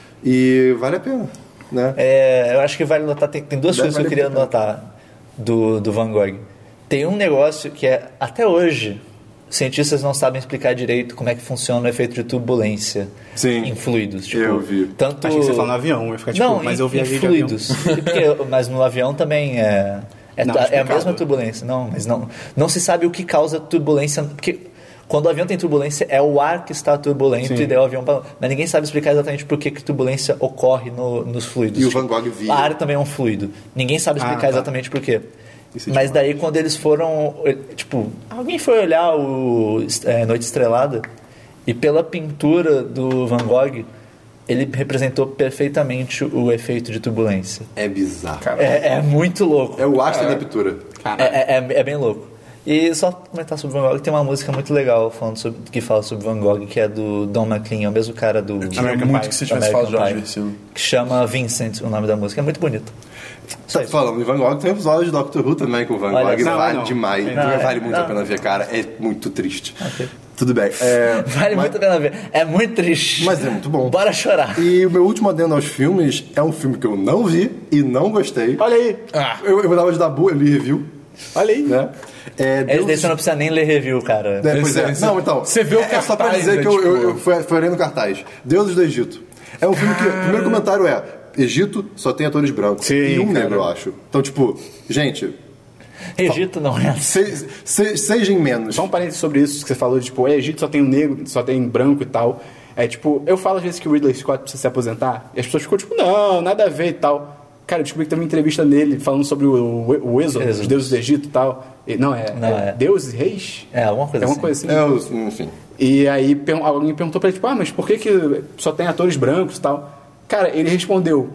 E vale a pena, né? É, eu acho que vale notar, tem, tem duas Deve coisas que eu valer queria a pena. notar do, do Van Gogh. Tem um negócio que é, até hoje, cientistas não sabem explicar direito como é que funciona o efeito de turbulência Sim, em fluidos. Tipo, eu vi. Tanto... Achei que você falou no avião, eu ia ficar tipo, Não, mas em, eu viajei em de avião. fluidos. Porque, mas no avião também é, é, Não, é a explicado. mesma turbulência. Não, mas não, não se sabe o que causa turbulência. Porque quando o avião tem turbulência, é o ar que está turbulento Sim. e daí o avião... Mas ninguém sabe explicar exatamente por que, que turbulência ocorre no, nos fluidos. E o Tipo, Van Gogh via. O ar também é um fluido. Ninguém sabe explicar Ah, tá. exatamente por quê. Isso é Mas demais. daí quando eles foram... Tipo, alguém foi olhar o é, Noite Estrelada e pela pintura do Van Gogh, ele representou perfeitamente o efeito de turbulência. É bizarro. Cara, É, é muito louco. É o astro da pintura. Cara, É, é, é- é bem louco. E só comentar sobre Van Gogh, tem uma música muito legal falando sobre, que fala sobre Van Gogh, que é do Don McLean, é o mesmo cara do queria American muito Pie. que você tivesse falado de American Jorge Pie, Versilo. que chama Vincent, o nome da música. É muito bonito. Só Tá isso. falando de Van Gogh, tem um episódio de Doctor Who também com o Van Olha Gogh. só. Vale Não, não. demais. Não, é- vale muito não. a pena ver, cara. É muito triste. Ok. Tudo bem. É, Vale mas- muito a pena ver. É muito triste. Mas é muito bom. Bora chorar. E o meu último adendo aos filmes é um filme que eu não vi e não gostei. Olha aí, Ah, Eu, eu tava de Dabu, eu li review, olha aí. né? É, Esse Deus- daí você não precisa nem ler review, cara. É, pois é. Esse- Não, então. você vê o é, é só pra cartaz, dizer é que eu, tipo- eu, eu fui, fui ali no cartaz. Deuses do Egito. É um filme que. O primeiro comentário é: Egito só tem atores brancos. Sim, e um cara. negro, eu acho. Então, tipo, gente, Egito não é assim. se, se, sejam menos. Só um parênteses sobre isso que você falou, tipo, o Egito só tem um negro, só tem branco e tal. É tipo, eu falo às vezes que o Ridley Scott precisa se aposentar, e as pessoas ficam tipo, não, nada a ver e tal. Cara, eu descobri que teve uma entrevista nele falando sobre o, o, o Êxodo, Êxodo. os deuses do Egito e tal. E, não, é, Não, é é. deuses e reis? É, alguma coisa É uma assim. coisa assim. É, os- enfim. E aí per- alguém perguntou pra ele, tipo, ah, mas por que, que só tem atores brancos e tal? Cara, ele respondeu,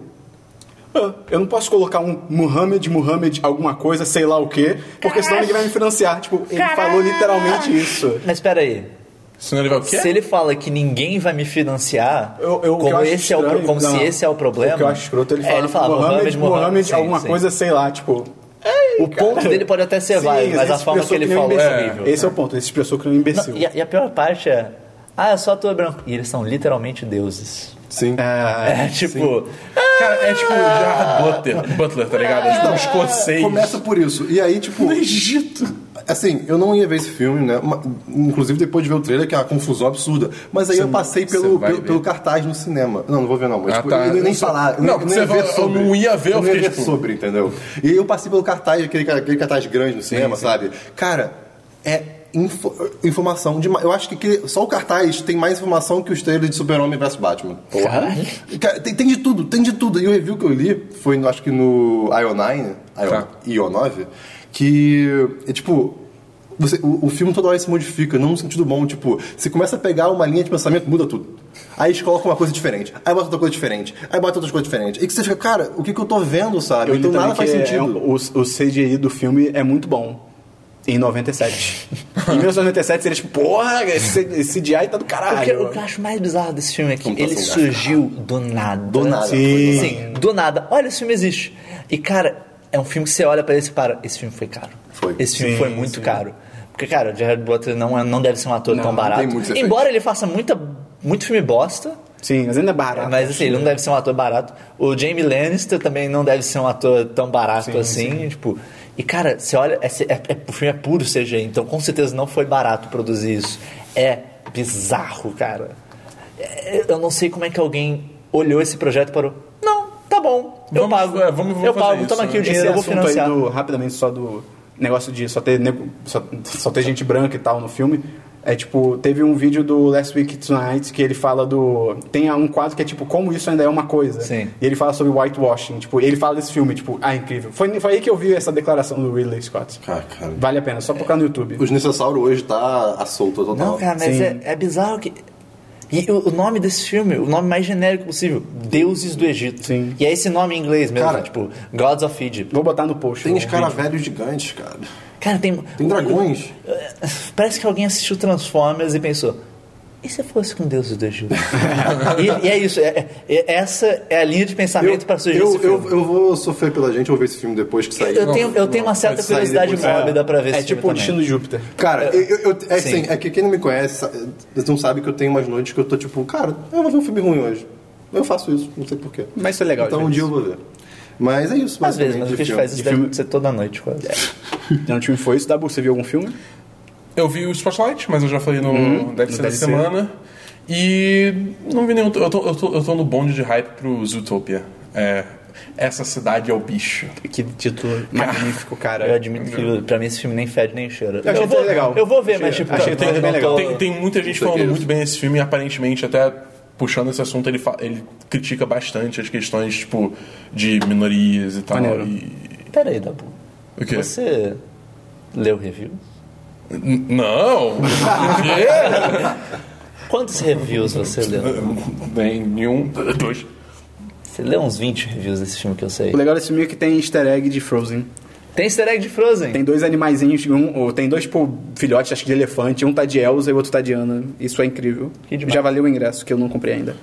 ah, eu não posso colocar um Muhammad, Muhammad, alguma coisa, sei lá o quê, porque senão ninguém vai me financiar. Tipo, ele falou literalmente isso. Mas espera aí. senão ele vai o quê? Se ele fala que ninguém vai me financiar, Eu- eu- o que eu como, acho esse é o, pro- estranho- como não, se esse é o problema... O que eu acho escroto, ele é, fala, ele fala Muhammad, Muhammad, sim, alguma sim. coisa, sei lá, tipo... O ponto dele pode até ser Sim, válido, mas ele a se forma que expressou ele nem um falou é imbecil. horrível. Esse é o ponto, ele se expressou que nem um imbecil. Não, e, a, e a pior parte é... Ah, é só ator branco. E eles são literalmente deuses. Sim. Ah, É tipo... Cara, é tipo o Gerard Butler, Butler, tá ligado? É tipo um escocês. Começa por isso. E aí, tipo. No Egito. Assim, eu não ia ver esse filme, né? Uma- Inclusive depois de ver o trailer, que é uma confusão absurda. Mas aí eu passei você pelo, vai pelo, ver. pelo cartaz no cinema. Não, não vou ver não. Mas, Ah, tipo, tá. eu nem Não só- falar. eu não, nem- você eu nem ia vai- ver eu sobre. não ia ver, eu eu não ia fiquei, ver tipo- sobre, entendeu? E aí eu passei pelo cartaz, aquele, aquele cartaz grande no cinema, sabe? Cara, é info- informação demais. Eu acho que aquele- só o cartaz tem mais informação que os trailers de Super-Homem versus Batman. Caralho. Cara, Tem, tem de tudo, tem de tudo. E o review que eu li foi, no- acho que no I O nove, Tá. I O nove, que é tipo. Você, o, o filme toda hora se modifica, não no sentido bom. Tipo, você começa a pegar uma linha de pensamento, muda tudo. Aí eles colocam uma coisa diferente, aí bota outra coisa diferente, aí bota outra coisa diferente. E que você fica, cara, o que, que eu tô vendo, sabe? Eu Então li também nada faz que é- sentido. é um- o, o C G I do filme é muito bom. Em noventa e sete. Em mil novecentos e noventa e sete seria tipo, porra, esse esse C G I tá do O que, caralho. o que eu acho mais bizarro desse filme é que Computação ele gráfica. surgiu do nada. Do nada, Sim. foi do nada. Sim, do nada. Olha, esse filme existe. E, cara, é um filme que você olha pra ele e para, esse filme foi caro. Foi. Esse filme Sim, foi muito sim. caro. Porque, cara, o Gerard Butler não, é- não deve ser um ator Não, tão não barato. tem muitos efeitos. Embora ele faça muita, muito filme bosta, Sim, mas ainda é barato. mas assim, ele não deve ser um ator barato. O Jamie Lannister também não deve ser um ator tão barato Sim, assim, tipo... E, cara, você olha, é, é- é- o filme é puro C G I, então com certeza não foi barato produzir isso. É bizarro, cara. É- eu não sei como é que alguém olhou esse projeto e parou, não, tá bom, eu Vamos- pago, é, vamos- vamos eu fazer pago, isso, toma aqui né? o dinheiro, Esse eu vou assunto financiar. aí do, rapidamente, só do negócio de só ter, nego- só, só ter gente branca e tal no filme. É tipo, teve um vídeo do Last Week Tonight que ele fala do. Tem um quadro que é tipo, como isso ainda é uma coisa. Sim. E ele fala sobre whitewashing. Tipo, ele fala desse filme, tipo, ah, incrível. Foi, foi aí que eu vi essa declaração do Ridley Scott. Cara, cara. Vale a pena, só procurar no YouTube. O Desnecessário hoje tá à solta total. Não, cara, mas Sim. é, é bizarro que... E o, o nome desse filme, o nome mais genérico possível, Deuses do Egito. Sim. E é esse nome em inglês mesmo, Cara, tipo, Gods of Egypt. Vou botar no post. Tem o os caras vídeo. velhos gigantes, cara. Cara, tem... Tem dragões. Parece que alguém assistiu Transformers e pensou, e se fosse com Deuses do Egito? e, e é isso, é, é- essa é a linha de pensamento para surgir eu, esse filme. eu, eu vou sofrer pela gente, eu vou ver esse filme depois que sair. Eu, tenho, eu tenho uma certa vai sair curiosidade depois. mórbida pra ver É esse tipo o filme Destino também. de Júpiter. Cara, eu, eu- eu- é Sim. assim, é que quem não me conhece, sa- vocês não sabe que eu tenho umas noites que eu tô tipo, cara, eu vou ver um filme ruim hoje. Eu faço isso, não sei porquê. Mas isso é legal. Então às um dia eu vezes. vou ver. Mas é isso, Às vezes, basicamente, mas o de que a gente filme. faz isso De deve filme- ser toda noite quase. Então o time foi isso, Dabu, você viu algum filme? Eu vi o Spotlight, mas eu já falei no Uhum, Deve no Ser da Deve Ser. Semana. E não vi nenhum. Eu tô, eu, tô, eu tô no bonde de hype pro Zootopia. É, essa cidade é o bicho. Que título magnífico, cara. Eu admito que pra mim esse filme nem fede nem cheira. Eu achei vou, que legal. eu vou ver, Achei- mas tipo... achei eu que bem não legal. tô- Tem, tem muita gente sei o que falando é muito isso. bem desse filme e aparentemente até puxando esse assunto ele, fa- ele critica bastante as questões tipo de minorias e tal. Maneiro. E... Pera aí, Dabu. O quê? Você leu review? N- Não! O quê? Quantos reviews você leu? Bem, nenhum. Dois. Você leu uns vinte reviews desse filme que eu sei. O legal desse filme é que tem easter egg de Frozen. Tem easter egg de Frozen. Tem dois animaizinhos, um, ou tem dois, tipo, filhotes, acho que de elefante. Um tá de Elsa e o outro tá de Anna. Isso é incrível. Que demais. Já valeu o ingresso, que eu não comprei ainda.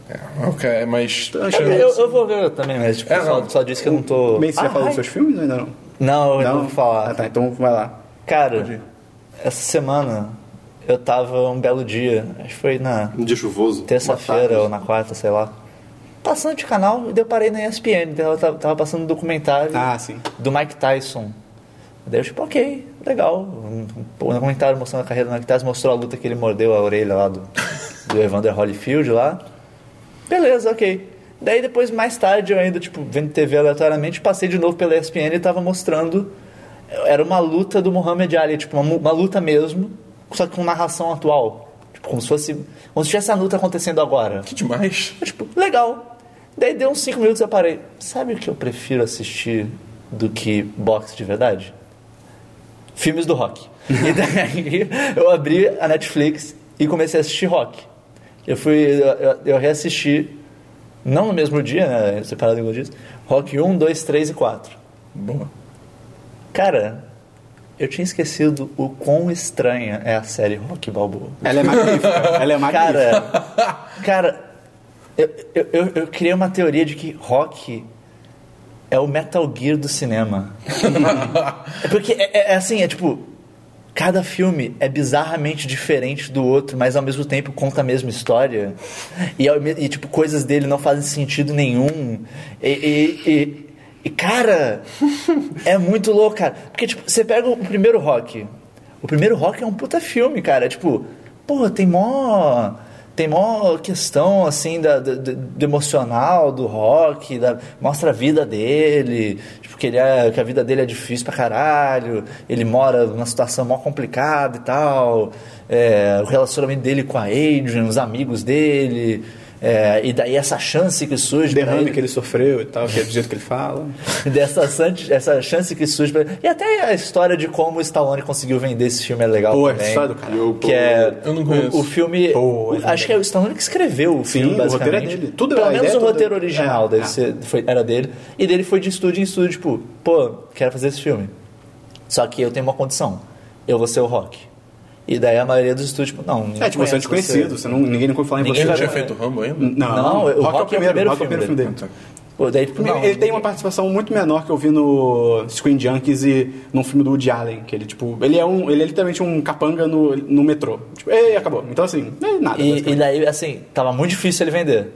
Ok, mas. Então, Eu, acho que- eu, eu vou ver também, mas tipo, É, só, não. só disse que eu não tô... Bem, você Ah, já falou vai. dos seus filmes ou ainda não? Não, eu não vou falar. Ah, tá, então vai lá. Cara, essa semana eu tava um belo dia, acho que foi na Um dia chuvoso. terça-feira uma ou na quarta, sei lá, passando de canal, e daí eu parei na E S P N, daí ela tava, tava passando um documentário Ah, sim. do Mike Tyson. Daí eu tipo, ok, legal. Um, um documentário mostrando a carreira do Mike Tyson, mostrou a luta que ele mordeu a orelha lá do, do Evander Holyfield lá. Beleza, ok. Daí depois, mais tarde, eu ainda, tipo, vendo T V aleatoriamente, passei de novo pela E S P N e tava mostrando... Era uma luta do Muhammad Ali, tipo, uma, uma luta mesmo, só que com narração atual. Tipo, como se fosse... Como se tivesse a luta acontecendo agora. Que demais. Eu, tipo, legal. Daí deu uns cinco minutos e eu parei. Sabe o que eu prefiro assistir do que boxe de verdade? Filmes do Rock. E daí eu abri a Netflix e comecei a assistir Rock. Eu fui... Eu, eu reassisti, não no mesmo dia, né? Separado em alguns dias. Rock um, dois, três e quatro. Boa. Cara, eu tinha esquecido o quão estranha é a série Rock Balboa. Ela é magnífica. Ela é magnífica. Cara, cara eu, eu, eu, eu criei uma teoria de que Rock é o Metal Gear do cinema. É porque, é, é assim, é tipo... Cada filme é bizarramente diferente do outro, mas ao mesmo tempo conta a mesma história. E, e tipo, coisas dele não fazem sentido nenhum. E... e, e E, cara, é muito louco, cara. Porque, tipo, você pega o primeiro Rock. O primeiro Rock é um puta filme, cara. É, tipo, pô, tem mó... Tem mó questão, assim, da, da, do emocional do Rock. Da, mostra a vida dele. Tipo, que, ele é, que a vida dele é difícil pra caralho. Ele mora numa situação mó complicada e tal. É, o relacionamento dele com a Adrian, os amigos dele... É, e daí essa chance que surge... O derrame que ele sofreu e tal, que é do jeito que ele fala. Dessa essa chance que surge... Pra, e até a história de como o Stallone conseguiu vender esse filme é legal. Pô, também, essa história do cara. Que é... Eu não conheço. O, o filme... Pô, o, acho que é o Stallone que escreveu o Sim, filme, o basicamente. roteiro é dele. Tudo Pelo é- a menos ideia o toda- roteiro original é, deve é. ser, foi, era dele. E dele foi de estúdio em estúdio, tipo... Pô, quero fazer esse filme. Só que eu tenho uma condição. Eu vou ser o Rock. E daí a maioria dos estúdios, tipo, não... É, tipo, você é desconhecido, você não, ninguém nunca ouviu falar em Ninguém você. Ele vai- tinha feito Rambo ainda? Não, Não, o Rock, é o Rock primeiro, Rock é o primeiro filme dele. Pô, daí, tipo, não, ele tem uma participação muito menor que eu vi no Screen Junkies e num filme do Woody Allen, que ele, tipo, ele é um, ele é literalmente um capanga no, no metrô. Tipo, e acabou. Então, assim, é nada. E, e basicamente. daí, assim, tava muito difícil ele vender.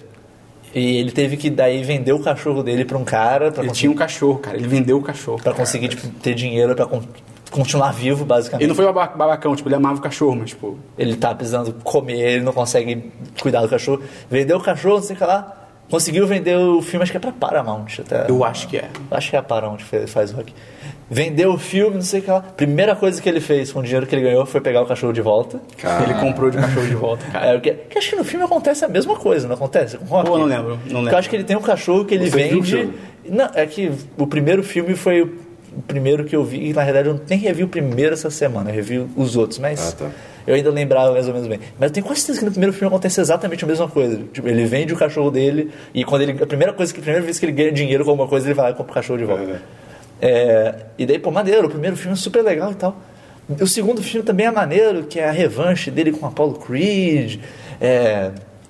E ele teve que, daí, vender o cachorro dele pra um cara pra Ele conseguir, tinha um cachorro, cara. Ele vendeu o cachorro. pra conseguir tipo, ter dinheiro pra con- continuar vivo, basicamente. Ele não foi baba- babacão, tipo, ele amava o cachorro, mas, tipo... Ele tá precisando comer, ele não consegue cuidar do cachorro. Vendeu o cachorro, não sei o que lá. Conseguiu vender o filme, acho que é pra Paramount até. Eu acho que é. Acho que é a Paramount que faz o Rock. Vendeu o filme, não sei o que lá. Primeira coisa que ele fez com o dinheiro que ele ganhou foi pegar o cachorro de volta. Ele comprou de cachorro de volta, cara. É, porque, porque acho que no filme acontece a mesma coisa, não acontece com o Rock? Pô, não lembro, não Porque lembro. eu acho que ele tem um cachorro que ele Você viu o vende... filme? Não, é que o primeiro filme foi o primeiro que eu vi, e na realidade eu nem revi o primeiro essa semana, eu revi os outros, mas Ah, tá. eu ainda lembrava mais ou menos bem. Mas eu tenho quase certeza que no primeiro filme acontece exatamente a mesma coisa. Tipo, ele vende o cachorro dele e quando ele... A primeira coisa que a primeira vez que ele ganha dinheiro com alguma coisa, ele vai lá e compra o cachorro de volta. É. É, e daí, pô, maneiro, o primeiro filme é super legal e tal. O segundo filme também é maneiro, que é a revanche dele com Apollo Creed. É,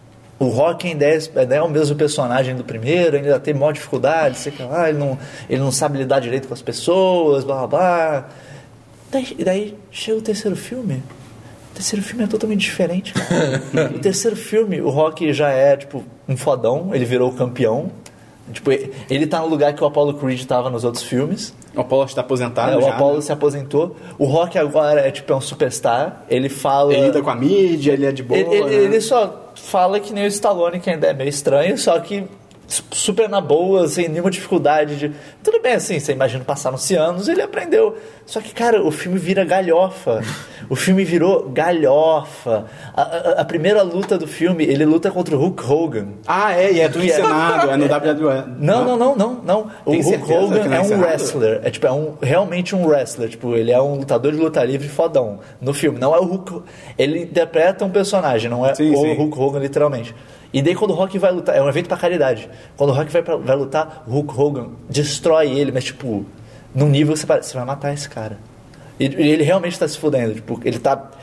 o Rock ainda é, ainda é o mesmo personagem do primeiro, ainda tem maior dificuldade, sei que lá, ele não, ele não sabe lidar direito com as pessoas, blá blá blá. Daí, e daí chega o terceiro filme. O terceiro filme é totalmente diferente, cara. O terceiro filme, o Rock já é, tipo, um fodão, ele virou campeão. Tipo, ele tá no lugar que o Apollo Creed tava nos outros filmes. O Apollo está aposentado É, o já. Apollo né? se aposentou. O Rock agora é tipo é um superstar. Ele fala. Ele lida com a mídia, ele é de boa, ele, ele- né? ele só fala que nem o Stallone, que ainda é meio estranho, só que super na boa, sem nenhuma dificuldade de... Tudo bem, assim, você imagina, passaram-se anos, ele aprendeu. Só que, cara, o filme vira galhofa. O filme virou galhofa. A, a- a primeira luta do filme, ele luta contra o Hulk Hogan. Ah, é, e é tudo Que é- encenado, é no W W E. Não, não, não, não, não. O Tem Hulk certeza que Hogan não é é um encenado? wrestler. É tipo, é um, realmente um wrestler. Tipo, ele é um lutador de luta livre fodão no filme. Não é o Hulk. Ele interpreta um personagem, não é Sim, o sim. Hulk Hogan, literalmente. E daí quando o Rock vai lutar, é um evento pra caridade. Quando o Rock vai, pra- vai lutar, o Hulk Hogan destrói ele, mas tipo, num nível que você, para- você vai matar esse cara. E, e ele realmente tá se fudendo. Tipo, ele tá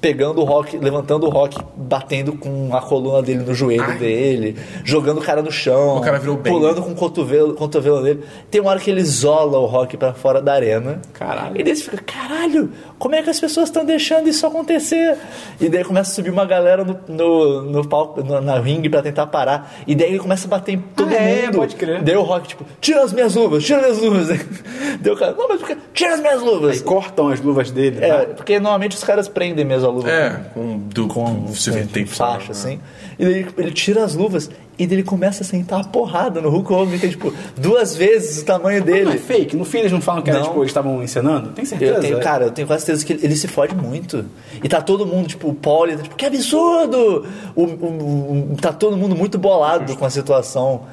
pegando o Rock, levantando o Rock, batendo com a coluna dele no joelho Ai. dele, jogando o cara no chão, O cara virou bem. pulando com o cotovelo, cotovelo dele. Tem uma hora que ele isola o Rock pra fora da arena. Caralho. E daí você fica, caralho, como é que as pessoas estão deixando isso acontecer? E daí começa a subir uma galera no, no, no palco, no, na ringue pra tentar parar. E daí ele começa a bater em todo Ah, é, mundo. pode crer. Daí o Rock, tipo, tira as minhas luvas, tira as minhas luvas. Daí o cara, não, mas por quê? Tira as minhas luvas. Aí cortam as luvas dele. É, né? porque normalmente os caras prendem mesmo a luva É, com, com, do, com, você vê, com tem faixa, né? assim. E daí ele tira as luvas e daí ele começa a sentar a porrada no Hulk Hogan. Tem, tipo, duas vezes o tamanho Não é dele. fake? No fim eles não falam que era, Não. tipo, eles estavam encenando? Tem certeza? Eu tenho, cara, eu tenho quase certeza que ele, ele se fode muito. E tá todo mundo, tipo, o Paul, ele tá, tipo, que absurdo! O, o, o- tá todo mundo muito bolado com a situação.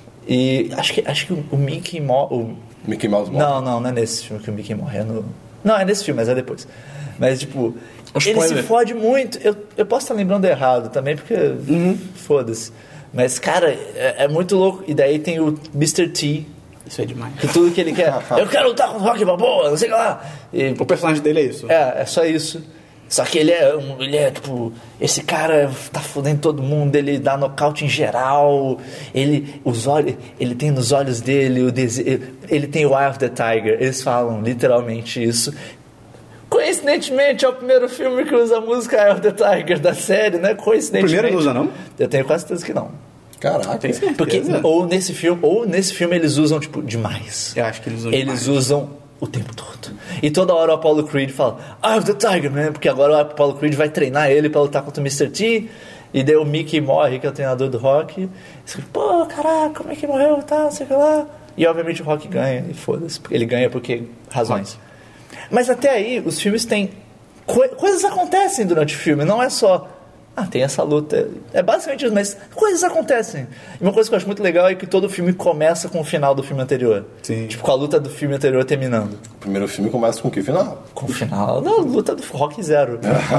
E acho que, acho que o, o Mickey morre. Mickey Mouse morre. Não, não, não é nesse filme que o Mickey morre. É no... Não, é nesse filme, mas é depois. Mas, tipo, O ele se spoiler. fode muito. Eu, eu posso estar lembrando errado também, porque. Foda-se. Mas, cara, é, é muito louco. E daí tem o mister T, Isso é demais. que tudo que ele quer. Eu quero lutar com o Rock Balboa, não sei o que lá. E, O personagem dele é isso. é, é só isso. Só que ele é, um- ele é tipo, esse cara tá fodendo todo mundo, ele dá nocaute em geral, ele, os olhos, ele tem nos olhos dele o dese... ele tem o Eye of the Tiger, eles falam literalmente isso. Coincidentemente é o primeiro filme que usa a música Eye of the Tiger da série, né? O Coincidentemente. primeiro não usa, não? Eu tenho quase certeza que não. Caraca. Tem certeza. Porque ou nesse filme, ou nesse filme eles usam tipo demais. Eu acho que eles usam Eles demais. usam o tempo todo. E toda hora o Apollo Creed fala Eye of the Tiger, man, porque agora o Apollo Creed vai treinar ele pra lutar contra o mister T. E daí o Mickey morre, que é o treinador do Rock. E você fica, pô, caraca, como é que morreu? Tá, não sei o que lá. E obviamente o Rock ganha, e foda-se. Ele ganha porque razões. Mas até aí, os filmes têm. coi- coisas acontecem durante o filme, não é só. Ah, tem essa luta. É basicamente isso, mas coisas acontecem. E uma coisa que eu acho muito legal é que todo filme começa com o final do filme anterior. Sim. Tipo, com a luta do filme anterior terminando. O primeiro filme começa com que final? Com o final da luta do Rock Zero.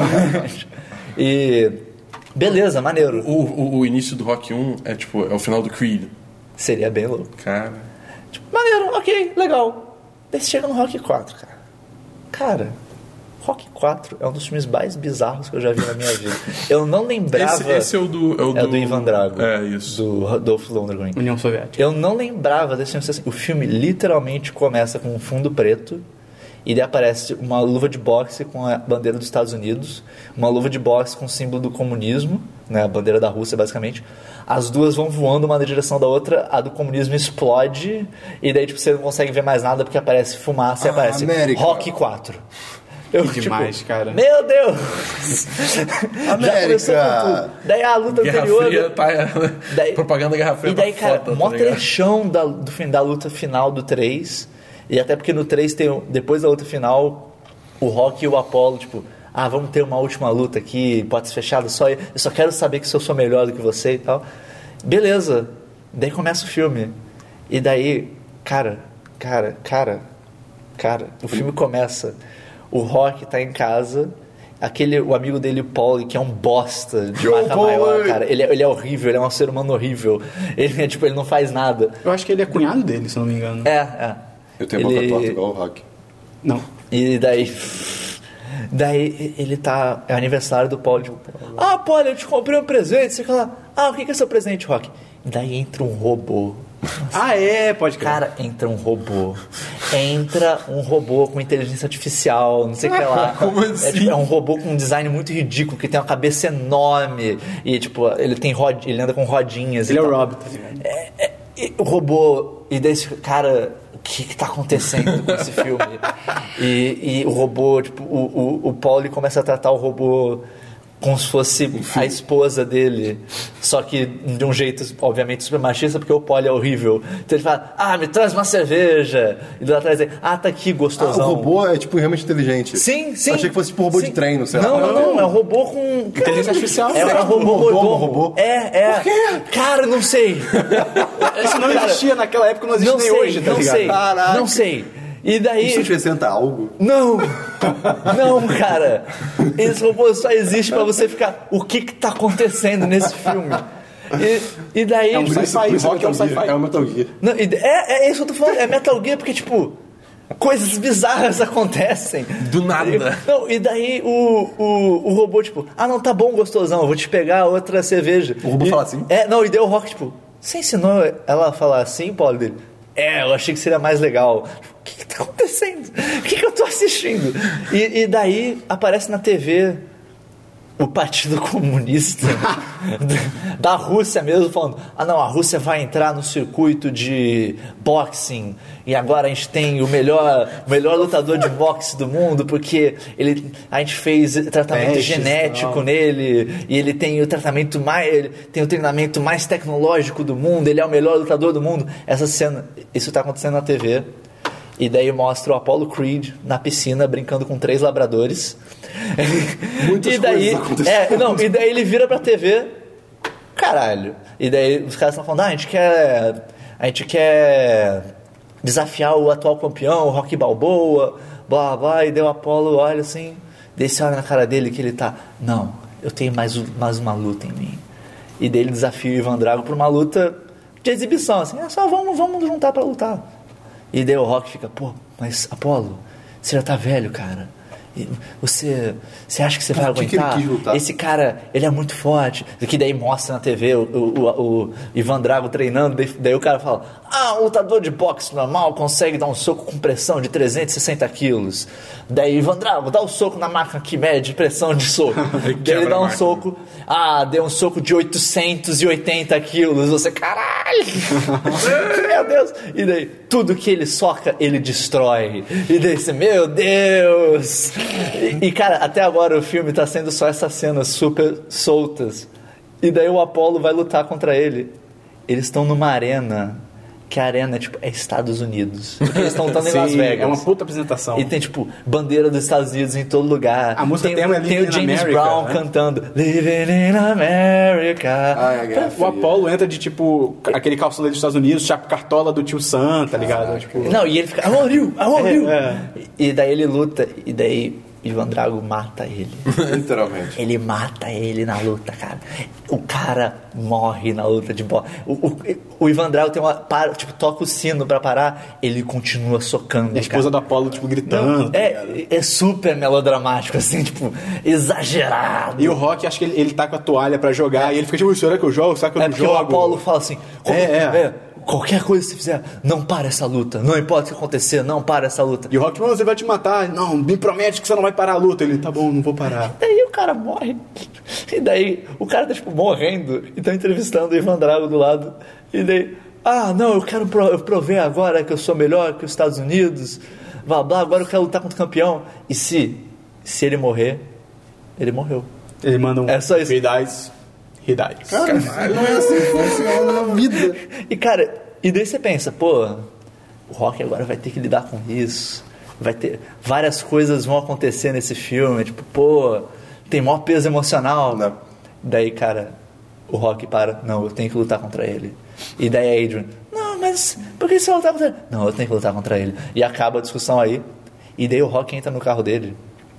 E. Beleza, maneiro. O, o, o início do Rock um é tipo, é o final do Creed. Seria bem louco. Cara. Tipo, maneiro, ok, legal. Daí você chega no Rock quatro, cara. Cara, Rock quatro é um dos filmes mais bizarros que eu já vi na minha vida. Eu não lembrava. Esse, esse é o do. É o É do, do Ivan Drago. É, isso. Do Dolph Lundgren. União Soviética. Eu não lembrava desse filme. Assim, o filme literalmente começa com um fundo preto e daí aparece uma luva de boxe com a bandeira dos Estados Unidos, uma luva de boxe com o símbolo do comunismo, né, a bandeira da Rússia basicamente. As duas vão voando uma na direção da outra, a do comunismo explode e daí tipo, você não consegue ver mais nada porque aparece fumaça e Ah, aparece América. Rock quatro. Eu, Que demais, cara. Meu Deus! Já América. começou com tudo. Daí a luta Guerra anterior. Fria tá. Daí- propaganda Guerra Fria E daí, tá cara, foda, mó tá ligado? trechão da, do fim da luta final do três. E até porque no três tem. o- Depois da luta final, o Rock e o Apollo, tipo, ah, vamos ter uma última luta aqui, portas fechadas, só eu eu só quero saber que se eu sou melhor do que você e tal. Beleza. Daí começa o filme. E daí, cara, cara, cara, cara, o filme começa. O Rock tá em casa. Aquele, o amigo dele, o Paul, que é um bosta de Joe marca maior, Paul. cara. Ele, é- ele é horrível, ele é um ser humano horrível. Ele é tipo, ele não faz nada. Eu acho que ele é cunhado dele, se eu não me engano. É, é. Eu tenho a ele... boca torta igual o Rock. Não. E daí. Daí ele tá. É aniversário do Paul. Tipo, ah, Paul, eu te comprei um presente. Você fala, ah, o que que é seu presente, Rock? E daí entra um robô. Ah, é, pode crer. Cara, entra um robô. Entra um robô com inteligência artificial, não sei o que lá. Como É, assim? tipo, é um robô com um design muito ridículo, que tem uma cabeça enorme. E, tipo, ele tem rod... ele anda com rodinhas. Ele e é o tal. Rob, tá ligado? É, é, e o robô. E daí, você fica, cara, o que que tá acontecendo com esse filme? E, e o robô, tipo, o, o, o Paul ele começa a tratar o robô como se fosse a esposa dele, só que de um jeito, obviamente, super machista, porque o Paul é horrível. Então ele fala, ah, me traz uma cerveja. E lá atrás ele, ah, tá aqui, Ah, gostosão. o robô é tipo realmente inteligente. Sim, sim. Eu achei que fosse tipo um robô sim. de treino, sei lá. Não, não, não, é um robô com... Inteligência artificial. É um robô robô, mordomo. um robô? É, é. Cara, não sei. Isso não Cara, existia naquela época, não existe Não nem sei, hoje, tá não ligado? sei, Caraca. não sei. E daí... Isso acrescenta algo? Não! Não, cara! Esse robô só existe pra você ficar... O que que tá acontecendo nesse filme? E, e daí... É um tipo, sci-fi, Por isso Rock é um Metal Gear. sci-fi. É o Metal Gear. não, e- é, é isso que eu tô falando. É Metal Gear porque, tipo... coisas bizarras acontecem. Do nada. Não, e daí o, o, o robô, tipo, ah, não, tá bom, gostosão, eu vou te pegar outra cerveja. O robô e, fala assim? É, não, e daí o Rock, tipo, você ensinou ela a falar assim, Paulo? Dele? É, eu achei que seria mais legal. O que que tá acontecendo? O que que eu tô assistindo? E, e daí aparece na T V o Partido Comunista da Rússia mesmo falando, ah não, a Rússia vai entrar no circuito de boxing e agora a gente tem o melhor, o melhor lutador de boxe do mundo porque ele, a gente fez tratamento Testes, genético não. nele e ele tem o tratamento mais, ele tem o treinamento mais tecnológico do mundo, ele é o melhor lutador do mundo. Essa cena, isso tá acontecendo na T V. E daí mostra o Apollo Creed na piscina brincando com três labradores. Muitas e daí, coisas acontecendo. é, não, e daí ele vira pra T V, caralho. E daí os caras estão falando, ah, a gente quer, a gente quer desafiar o atual campeão, o Rocky Balboa, blá blá. E daí o Apollo olha assim, daí você olha na cara dele que ele tá, não, eu tenho mais, mais uma luta em mim. E daí ele desafia o Ivan Drago pra uma luta de exibição, assim, é só vamos, vamos juntar pra lutar. E daí o Rock fica, pô, mas Apollo, você já tá velho, cara. E Você, você acha que você vai Por que que ele aguentar? quis lutar? Esse cara, ele é muito forte. Que daí mostra na T V o, o, o, o Ivan Drago treinando. Daí, daí o cara fala, ah, um lutador de boxe normal consegue dar um soco com pressão de trezentos e sessenta quilos. Daí Ivan Drago dá um soco na máquina que mede pressão de soco. Daí ele quebra dá a um máquina. soco, ah, deu um soco de oitocentos e oitenta quilos. Você, caralho! Meu Deus! E daí, tudo que ele soca, ele destrói. E daí você, meu Deus! E, e, cara, até agora o filme tá sendo só essas cenas super soltas. E daí o Apollo vai lutar contra ele. Eles estão numa arena, que a arena tipo, é Estados Unidos. Porque eles estão lutando em Sim, Las Vegas. é uma puta apresentação. E tem, tipo, bandeira dos Estados Unidos em todo lugar. A música tem, tema é tem Living o in James America, Brown né? cantando Living in America. Ai, a guerra O fria. Apollo entra de tipo aquele calçado dos Estados Unidos, chapa cartola do tio Sam, tá ligado? Tipo, Não, e ele fica, I want you, I want É, you. é. E daí ele luta, e daí Ivan Drago mata ele. Literalmente. Ele mata ele na luta, cara. O cara morre na luta de bola. O, o, o Ivan Drago tem uma. Para, tipo, toca o sino pra parar, ele continua socando. a esposa cara. do Apollo, tipo, gritando. tá ligado? É, é super melodramático, assim, tipo, exagerado. E o Rock, acho que ele, ele tá com a toalha pra jogar, e ele fica tipo, será que eu jogo? Será que eu É não porque jogo? o Apollo fala assim: É, é. qualquer coisa que você fizer, não para essa luta. Não importa o que acontecer, não para essa luta. E o Rock, mano, você vai te matar. Não, me promete que você não vai parar a luta. Ele, tá bom, não vou parar. Daí o cara morre. E daí o cara tá tipo morrendo e tá entrevistando o Ivan Drago do lado. E daí, ah, não, eu quero pro, eu prover agora que eu sou melhor que os Estados Unidos. Blá blá, agora eu quero lutar contra o campeão. E se, se ele morrer, ele morreu. Ele manda um. É só isso. He dies. He dies. Cara, não é assim que funciona na vida. E cara, e daí você pensa, pô, o Rock agora vai ter que lidar com isso. Vai ter. Várias coisas vão acontecer nesse filme. Tipo, pô, tem maior peso emocional. Não. Daí, cara, o Rock para, não, eu tenho que lutar contra ele. E daí a Adrian, não, mas por que você vai lutar contra ele? Não, eu tenho que lutar contra ele. E acaba a discussão aí. E daí o Rock entra no carro dele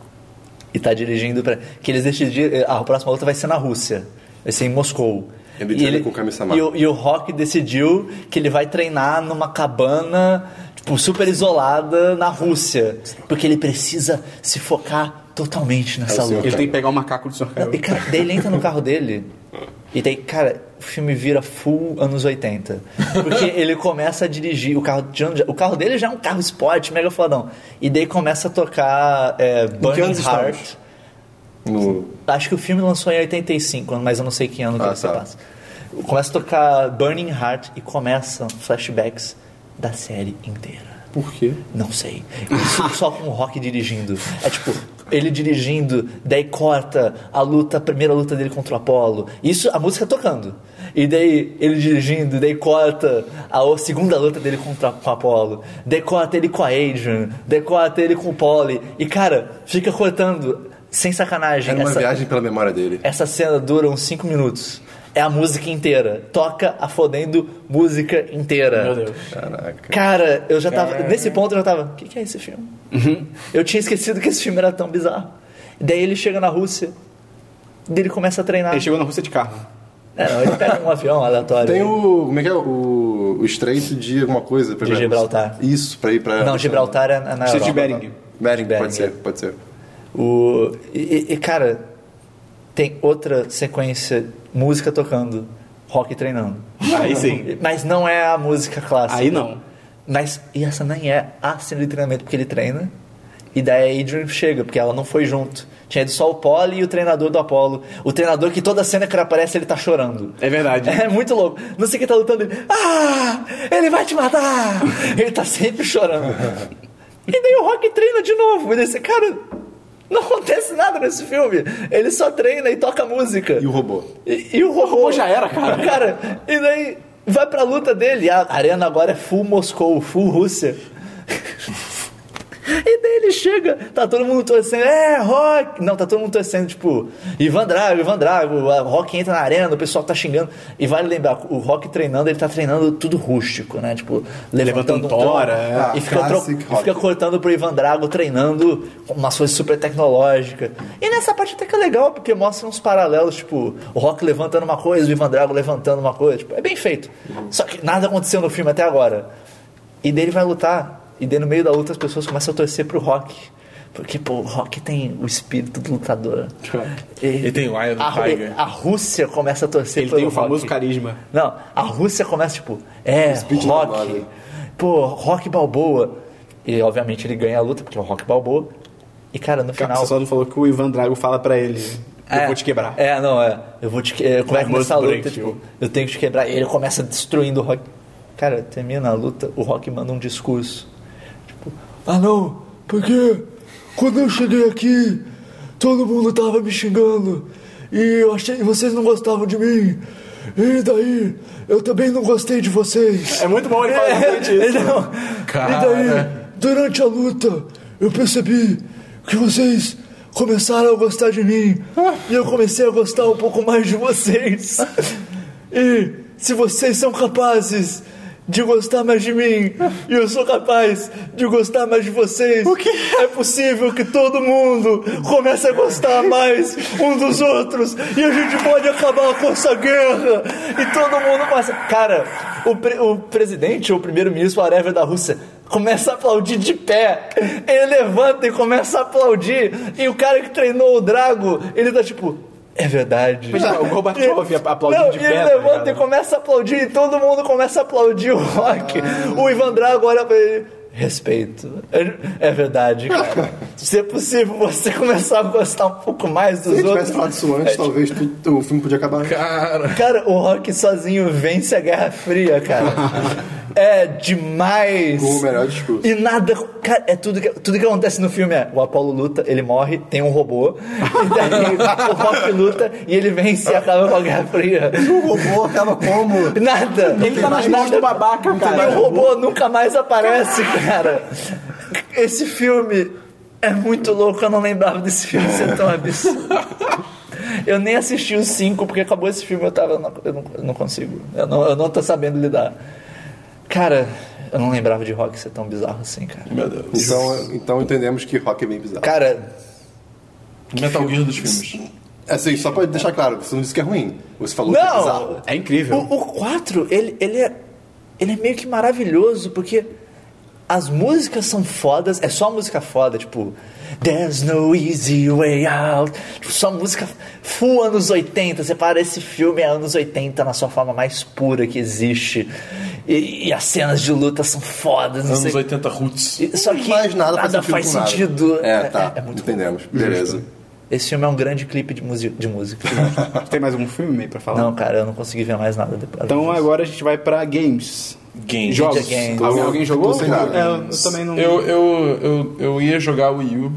e tá dirigindo pra. Que eles decidiram. A próxima luta vai ser na Rússia. Vai ser em Moscou. Ele E, treina com o Kami-sama. e, o, e o Rock decidiu que ele vai treinar numa cabana, tipo, super isolada na Rússia. Porque ele precisa se focar totalmente nessa É o senhor luta. Ele tem que pegar o macaco do senhor Não, e, cara, daí ele entra no carro dele e daí, cara, o filme vira full anos oitenta. Porque ele começa a dirigir o carro de, o carro dele já é um carro esporte, mega fodão. E daí começa a tocar é, Burning anos Heart. estamos? No... Acho que o filme lançou em oitenta e cinco, mas eu não sei que ano que Ah, você tá. passa. Começa a tocar Burning Heart e começam flashbacks da série inteira. Por quê? Não sei. Isso só com o Rock dirigindo. É tipo, ele dirigindo, daí corta a luta, a primeira luta dele contra o Apollo. Isso, a música tocando. E daí ele dirigindo, daí corta a o- segunda luta dele contra com o Apollo. Daí corta ele com a Adrian, daí corta ele com o Polly. E cara, fica cortando, sem sacanagem. Era uma essa, viagem pela memória dele. essa cena dura uns cinco minutos. É a música inteira. Toca a fodendo música inteira. Meu Deus. Caraca. Cara, eu já tava. Nesse ponto eu já tava. O que, que é esse filme? Eu tinha esquecido que esse filme era tão bizarro. Daí ele chega na Rússia. Daí ele começa a treinar. Ele chegou na Rússia de carro. É, não, ele pega um avião aleatório. Tem o. Como é que é? O, o estreito de alguma coisa. Pra De Gibraltar. Isso, pra ir pra. Não, Gibraltar é na Estreito de Europa. Bering. Bering, Bering, pode ser, é. pode ser. O, e, e, cara, tem outra sequência, música tocando, rock treinando. Aí sim. Mas não é a música clássica. Aí não. Mas, e essa nem é a cena de treinamento, porque ele treina, e daí a Adrian chega, porque ela não foi junto. Tinha ido só o Polly e o treinador do Apollo. O treinador que toda cena que ele aparece, ele tá chorando. É verdade. É muito louco. Não sei quem tá lutando, ele... Ah! Ele vai te matar! Ele tá sempre chorando. E daí o Rock treina de novo. E daí você, cara... Não acontece nada nesse filme. Ele só treina e toca música. E o robô? E, e o robô... O robô já era, cara. Cara, e daí vai pra luta dele. A arena agora é full Moscou, full Rússia. E daí ele chega, tá todo mundo torcendo, é, Rock! Não, tá todo mundo torcendo, tipo, Ivan Drago, Ivan Drago, o Rock entra na arena, o pessoal tá xingando. E vale lembrar, o Rock treinando, ele tá treinando tudo rústico, né? Tipo, levantando um tora, tronco, é. e fica, tro- Classic e fica Rock. cortando pro Ivan Drago, treinando umas coisas super tecnológicas. E nessa parte até que é legal, porque mostra uns paralelos, tipo, o Rock levantando uma coisa, o Ivan Drago levantando uma coisa. Tipo, é bem feito. Só que nada aconteceu no filme até agora. E daí ele vai lutar. E daí no meio da luta as pessoas começam a torcer pro Rock. Porque, pô, o Rock tem o espírito do lutador. E, Ele tem o Eye of the a, Tiger. a Rússia começa a torcer Ele pelo tem o famoso Rock. carisma. Não, a Rússia começa tipo, é, Speech Rock. normal. Pô, Rock Balboa. E obviamente ele ganha a luta, porque é o Rock Balboa. E cara, no Cara, final... você só não falou que o Ivan Drago fala pra ele: eu É, vou te quebrar. É, não, é. Eu vou te quebrar. Como é que I começa a must luta? break Tipo, you. eu tenho que te quebrar. E ele começa destruindo o Rock. Cara, termina a luta, o Rock manda um discurso. Tipo, ah não, porque quando eu cheguei aqui, todo mundo tava me xingando. E eu achei que vocês não gostavam de mim. E daí, eu também não gostei de vocês. É muito bom ele falar exatamente É, isso. não. Cara. E daí, durante a luta, eu percebi que vocês começaram a gostar de mim. E eu comecei a gostar um pouco mais de vocês. E se vocês são capazes de gostar mais de mim, e eu sou capaz de gostar mais de vocês, o quê? É possível que todo mundo comece a gostar mais um dos outros, e a gente pode acabar com essa guerra, e todo mundo começa... Cara, o, pre- o presidente, ou o primeiro-ministro, whatever, da Rússia, começa a aplaudir de pé. Ele levanta e começa a aplaudir, e o cara que treinou o Drago, ele tá tipo... É verdade. Mas já, o Gorbachev E- aplaudindo não, de e pé, ele tá levanta ligado? e começa a aplaudir, e todo mundo começa a aplaudir o Rock. O Ivan Drago olha pra ele. Respeito. É, é verdade, cara. Se é possível você começar a gostar um pouco mais dos Se ele outros. tivesse falado isso antes, talvez tu- o filme podia acabar. Cara. Cara, o Rock sozinho vence a Guerra Fria, cara. É demais. Com o melhor discurso. E nada. Cara, é tudo que, tudo que acontece no filme é: o Apollo luta, ele morre, tem um robô. E daí o Rock luta e ele vence e acaba com a Guerra Fria. O robô acaba como? Nada. Ele tá nas mãos do babaca, E cara. o robô nunca mais aparece, cara. Esse filme é muito louco. Eu não lembrava desse filme ser tão absurdo. Eu nem assisti os cinco, porque acabou esse filme, eu tava. Eu não, eu não, eu não consigo. Eu não, eu não tô sabendo lidar. Cara, eu não lembrava de Rock ser tão bizarro assim, cara. Meu Deus. Então, então entendemos que rock é bem bizarro. Cara, Metal Gear dos filmes. Assim, só pra deixar claro, você não disse que é ruim. Você falou que é bizarro. não! É incrível. O, o quatro, ele, ele, é, ele é meio que maravilhoso, porque as músicas são fodas, é só música foda, tipo There's no easy way out, tipo, só música full anos oitenta. Você para, esse filme é anos oitenta na sua forma mais pura que existe, e, e as cenas de luta são fodas, não Anos sei- oitenta Roots. e- só que Mas nada, nada faz faz sentido. sentido. Com nada. É, tá. é, é muito entendemos. Beleza. Esse filme é um grande clipe de, musi- de música. Tem mais algum filme aí pra falar? Não, cara, eu não consegui ver mais nada depois. Então agora a gente vai pra games. Game. Jogos. Games. Alguém, alguém jogou? Tô sem nada. É, eu, eu também não. Eu, eu, eu, eu ia jogar o Wii U,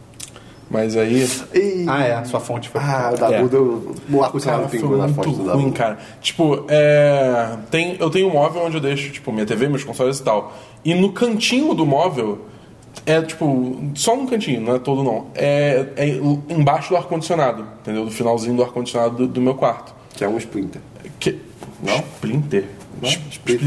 mas aí. Ah, é, sua fonte foi. Ah, o Dabu É. deu o ar-condicionado Cara, foi pingou na muito fonte do ruim, Dabu. cara. Tipo, é, tem, eu tenho um móvel onde eu deixo, tipo, minha T V, meus consoles e tal. E no cantinho do móvel, é tipo, só um cantinho, não é todo não. É, é embaixo do ar-condicionado, entendeu? Do finalzinho do ar-condicionado do, do meu quarto. Que é um Splinter. Que, Não? Splinter? Não? Split.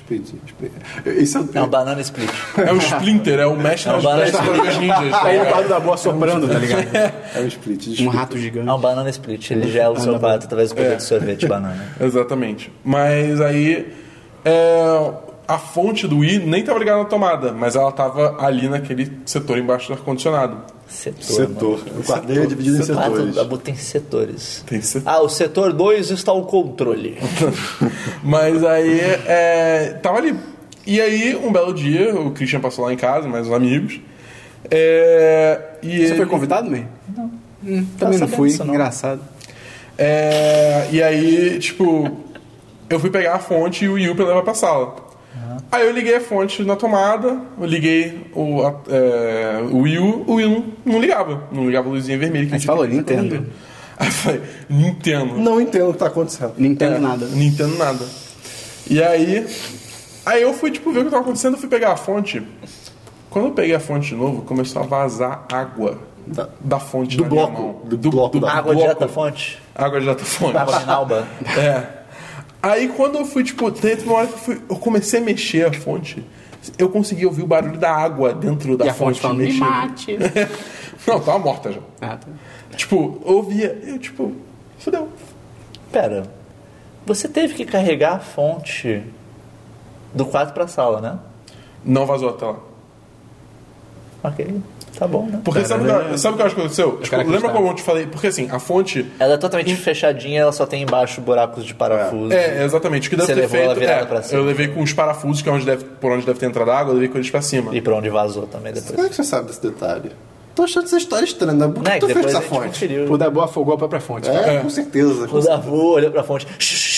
Split, split. Isso é, É um banana split. É o Splinter, é o mestre É um das banana das tartarugas ninjas. tá Aí no ligado? quadro da boa soprando, tá ligado? é um split. Um desculpa. rato gigante. É um banana split. Ele gela o seu prato através do poder de sorvete de banana. Exatamente. Mas aí, é, a fonte do Wii nem estava ligada na tomada, mas ela estava ali naquele setor embaixo do ar-condicionado. Setor. Setor. Mano. O quadro é dividido em Ah, setores. tu- a Bu tem setores. Tem setor. Ah, o setor dois está o controle. Mas aí, é, tava ali. E aí, um belo dia, o Christian passou lá em casa, mais os amigos. É, e Você ele, foi convidado, meio? Não. Hum, também não sabendo fui, disso, não. engraçado. É, e aí, tipo, eu fui pegar a fonte e o Wii U pra levar pra sala. Aí eu liguei a fonte na tomada, eu liguei o, a- é, o Wii U, o Wii U não, não ligava. Não ligava a luzinha vermelha. Que Mas tinha falou, que- Nintendo. Aí eu falei, Nintendo. Não entendo o que tá acontecendo. Nintendo nada. Não entendo nada. E aí. Aí eu fui, tipo, ver o que tava acontecendo, eu fui pegar a fonte. Quando eu peguei a fonte de novo, começou a vazar água Da- da fonte do na minha bloco, mão. do bloco da- Água bloco. direto da fonte. Água direto da fonte. Água de Nauba. É. Aí quando eu fui, tipo, teve uma hora que eu, fui, eu comecei a mexer a fonte, eu consegui ouvir o barulho da água dentro da E a fonte falando, me mexendo. mate. Não, tava morta já. Ah, tá. Tipo, eu ouvia, eu tipo, fudeu. Pera, você teve que carregar a fonte do quarto pra sala, né? Não vazou até lá. Ok, tá bom, né? Porque sabe, o que- sabe o que eu acho que aconteceu? Tipo, caras lembra acreditaram. como eu te falei? Porque assim, a fonte. Ela é totalmente fechadinha, ela só tem embaixo buracos de parafuso. É, exatamente. O que deve Você ter levou feito. ela virada é, pra cima. eu levei com os parafusos, que é onde deve, por onde deve ter entrado a água, eu levei com eles pra cima. E pra onde vazou também depois. Como é que você sabe desse detalhe? Tô achando essa história estranha, né? Por que Né? tu Que fez depois a essa gente fonte? conferiu. O Dabu afogou a própria fonte. cara. É, com certeza. O Davu olhou pra fonte.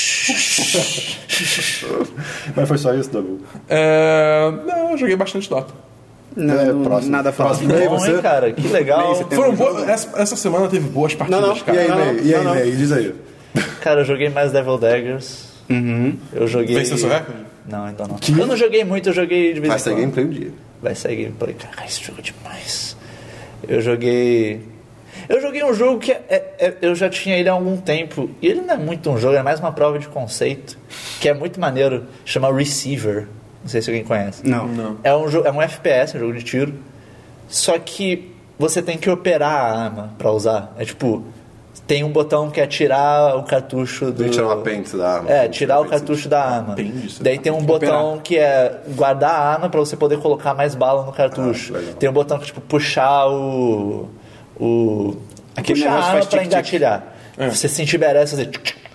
Mas foi só isso, Dabu. É, não, eu joguei bastante Dota. Não, É, não- próximo. nada a falar. Próximo. E aí, Bom, você? hein, cara? Que legal. Você tem- Foram um boas. Essa, essa semana teve boas partidas, Não, não. cara. E aí, Não, Ney? E aí, não, não. Ney? Diz aí. Cara, eu joguei mais Devil Daggers. Eu joguei. Venceu seu recorde? Não, ainda não. Eu não joguei muito, eu joguei de vez Vai em sair quando. gameplay um dia. Vai sair gameplay. Cara, esse jogo é demais. Eu joguei. Eu joguei um jogo que é- é- é- eu já tinha ele há algum tempo. E ele não é muito um jogo, é mais uma prova de conceito. Que é muito maneiro. Chama Receiver. Não sei se alguém conhece. Não. Não. É um, jo- é um F P S, um jogo de tiro. Só que você tem que operar a arma pra usar. É tipo, tem um botão que é tirar o cartucho do. Tem que tirar o apêndice da arma. É, tirar o cartucho da arma. Apêndice. Daí tem um botão que é guardar a arma pra você poder colocar mais bala no cartucho. Ah, legal. Tem um botão que tipo puxar o. o Aquele puxar a negócio arma faz pra tic-tic. engatilhar. Você se sentir merece fazer. tchuc, tchuc.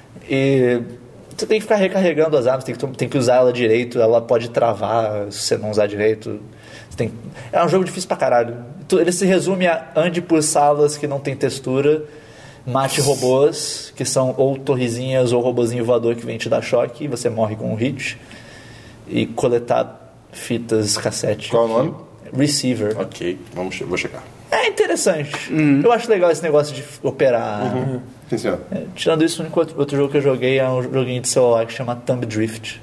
E você tem que ficar recarregando as armas, tem que, tem que usar ela direito, ela pode travar se você não usar direito. Você tem- é um jogo difícil pra caralho. Tu- Ele se resume a ande por salas que não tem textura, mate robôs, que são ou torrezinhas ou robozinho voador que vem te dar choque, e você morre com um hit. E coletar fitas cassete. Qual é o nome? Receiver. Ok, vamos, vou checar. É interessante. Eu acho legal esse negócio de operar a arma. Sim, senhor. É, tirando isso, o único outro, outro jogo que eu joguei é um joguinho de celular que chama Thumb Drift.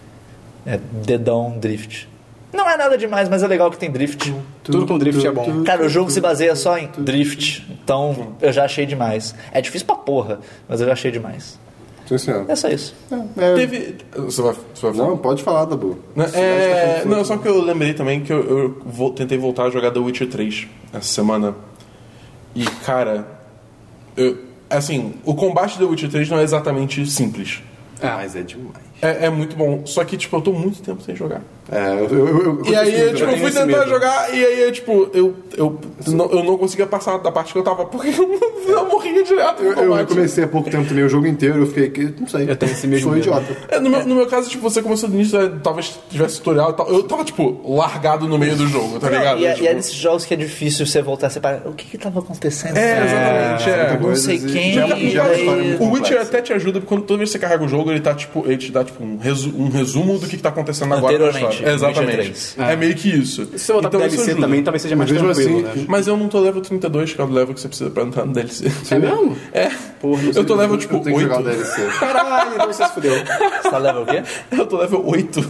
É dedão drift. Não é nada demais, mas é legal que tem drift. Tudo com drift é bom. Cara, o jogo se baseia só em drift, então eu já achei demais. É difícil pra porra, mas eu já achei demais. Sim, senhor. É só isso. É, Teve. Você vai, você vai falar? Não, pode falar, Dabu. Né, é, não, só que eu lembrei também que eu, eu vou- tentei voltar a jogar The Witcher três essa semana. E, cara, eu, assim, o combate do The Witcher três não é exatamente simples. Ah. Mas é demais. É, é muito bom. Só que, tipo, eu tô muito tempo sem jogar. É, eu, eu, eu, eu E aí, eu, tipo, eu tenho fui esse tentar medo. jogar e aí, eu, tipo, eu, eu, não, eu não conseguia passar da parte que eu tava, porque eu, eu morria direto no eu, eu combate. comecei há pouco tempo também o jogo inteiro, eu fiquei aqui, não sei. Eu tenho esse mesmo Sou medo. idiota. É, no, meu, no meu caso, tipo, você começou do início, é, talvez tivesse tutorial e tal. Eu tava, tipo, largado no meio do jogo, tá ligado? E, é, Tipo, e é desses jogos que é difícil você voltar a separar. O que que tava acontecendo? É, exatamente, é. Não sei Coisas e- quem. já é uma- e já é uma daí- história muito O Witcher complexa. até te ajuda, porque quando toda vez que você carrega o jogo, ele tá, tipo, ele te dá, tipo, um, resu- um resumo do que, que tá acontecendo agora na Anteriormente, história. Exatamente. Witcher três. É. meio que isso. Se você voltar Então pro isso D L C ajuda. também, talvez seja mais Mas mesmo tranquilo, assim, né? Mas eu não tô level trinta e dois, que é o level que você precisa pra entrar no D L C. É mesmo? É. Porra, não sei Eu tô level, tipo, Eu tenho que jogar o D oito. L C. Caralho, então você se fudeu. Você tá level o quê? Eu tô level oito.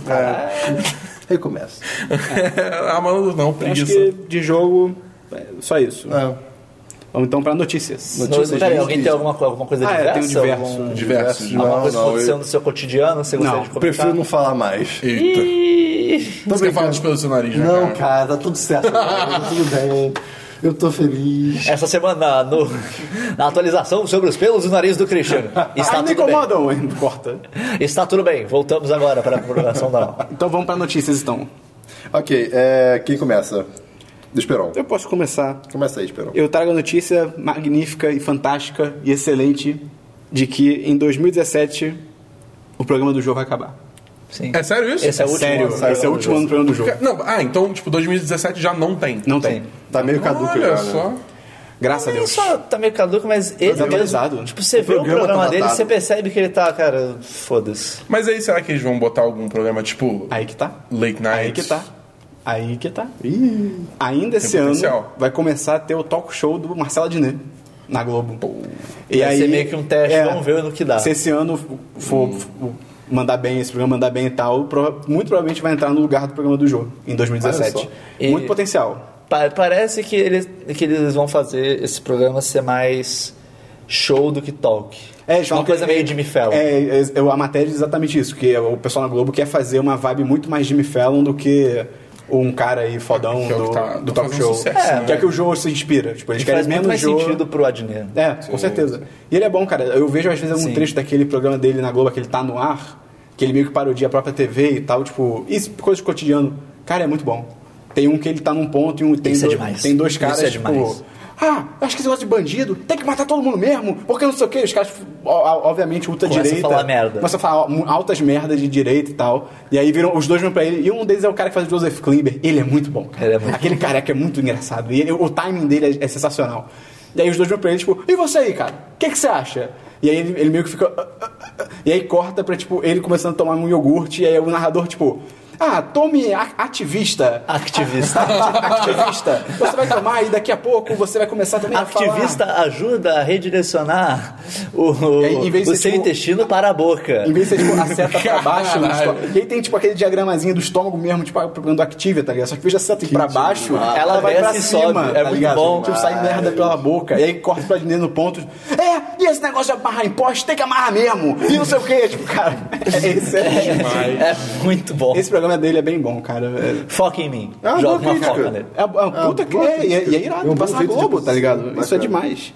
Recomeça. ah, mano, não, Acho preguiça. que de jogo, é só isso. É. Vamos então pra notícias. Notícias. No- Peraí, alguém tem alguma, co- alguma coisa Ah, é, diversa? tem um diverso. Algum- Diversos. Alguma Não, coisa não, acontecendo eu- no seu cotidiano? Você gostaria Não, de Eu comentar? prefiro não falar mais. Eita. Ih, Você quer falar dos pelos do seu nariz, né, Não, cara? cara, tá tudo certo. Tá tudo bem. Eu tô feliz. Essa semana, no, na atualização sobre os pelos do nariz do Christian. Está Ah, me tudo bem. incomodam, hein? Corta. Está tudo bem. Voltamos agora para a programação da... Então vamos pra notícias, então. Ok, é, quem começa? Do Esperon. Eu posso começar. Começa aí, Esperon. Eu trago a notícia magnífica e fantástica e excelente de que em dois mil e dezessete o programa do jogo vai acabar. Sim. É sério isso? Esse é o último Sério, ano. esse é o último ano do programa do jogo. Não, ah, então, tipo, dois mil e dezessete já não tem. Não tem. Tá meio caduco Olha já, né? só. Graças a Não Deus. só tá meio caduco, mas ele Desatualizado. mesmo, tipo, você O vê o programa programa tá dele, datado. você percebe que ele tá, cara, foda-se. Mas aí, será que eles vão botar algum programa, tipo, Aí que tá. Late Night? Aí que tá. Aí que tá. Ainda esse potencial. ano vai começar a ter o talk show do Marcelo Adnet na Globo. E Vai ser meio que um teste, vamos ver no que dá. Se esse ano for Hum. for mandar bem, esse programa mandar bem e tal, pro- muito provavelmente vai entrar no lugar do programa do jogo em dois mil e dezessete. Olha só. E- Muito potencial. Pa- Parece que eles, que eles vão fazer esse programa ser mais show do que talk. É, eles uma falam coisa que- meio Jimmy Fallon. É, é, é, a matéria diz exatamente isso, que o pessoal na Globo quer fazer uma vibe muito mais Jimmy Fallon do que um cara aí fodão Que é o do, que tá- do tá talk fazendo show. sucesso, é, né? que é que o Joe se inspira. Tipo, eles E querem faz muito menos mais Joe. sentido pro Adnet. É, com certeza. E ele é bom, cara. Eu vejo às vezes algum Sim. trecho daquele programa dele na Globo que ele tá no ar, que ele meio que parodia a própria T V e tal, tipo, isso, coisa de cotidiano. Cara, é muito bom. Tem um que ele tá num ponto e um tem, Isso é dois, demais. tem dois Isso caras, é tipo. demais. Ah, acho que esse negócio de bandido tem que matar todo mundo mesmo, porque não sei o quê. Os caras, ó, ó, obviamente, ultra-direita. Começa a falar merda. Começa a falar ó, altas merdas de direita e tal. E aí viram os dois vão pra ele. E um deles é o cara que faz o Joseph Klimber. Ele é muito bom, cara. Ele é muito Aquele careca é muito engraçado. E ele- o timing dele é, é sensacional. E aí os dois vão pra ele, tipo, e você aí, cara? O que, que você acha? E aí ele, ele meio que fica. "Ah, ah, ah", e aí corta pra, tipo, ele começando a tomar um iogurte. E aí o narrador, tipo. Ah, tome a- ativista. Ativista. Ativista. Você vai tomar e daqui a pouco você vai começar também a falar. Ativista ajuda a redirecionar o, o, E aí, em vez de o ser, seu tipo, intestino para a boca. Em vez de ser, tipo, a seta pra baixo do Caralho. estômago. E aí tem, tipo, aquele diagramazinho do estômago mesmo, tipo, propaganda Activia, tá ligado? Só que em vez de a seta ir pra baixo, demais. ela, Ela vai pra desce e cima, sobe. É tá muito ligado? bom. Tipo, sai merda pela boca. E aí corta pra dentro no ponto. É, e esse negócio de amarrar imposto, tem que amarrar mesmo. E não sei o quê. Tipo, cara, esse, é, É muito bom. esse programa dele é bem bom, cara. É, Foca em mim. É uma Joga boa uma crítica. foca nele. é, é uma puta que boa é, e é, crítica. e é irado, É um passa bom na jeito de Globo, tá ligado? bacana. Isso é demais.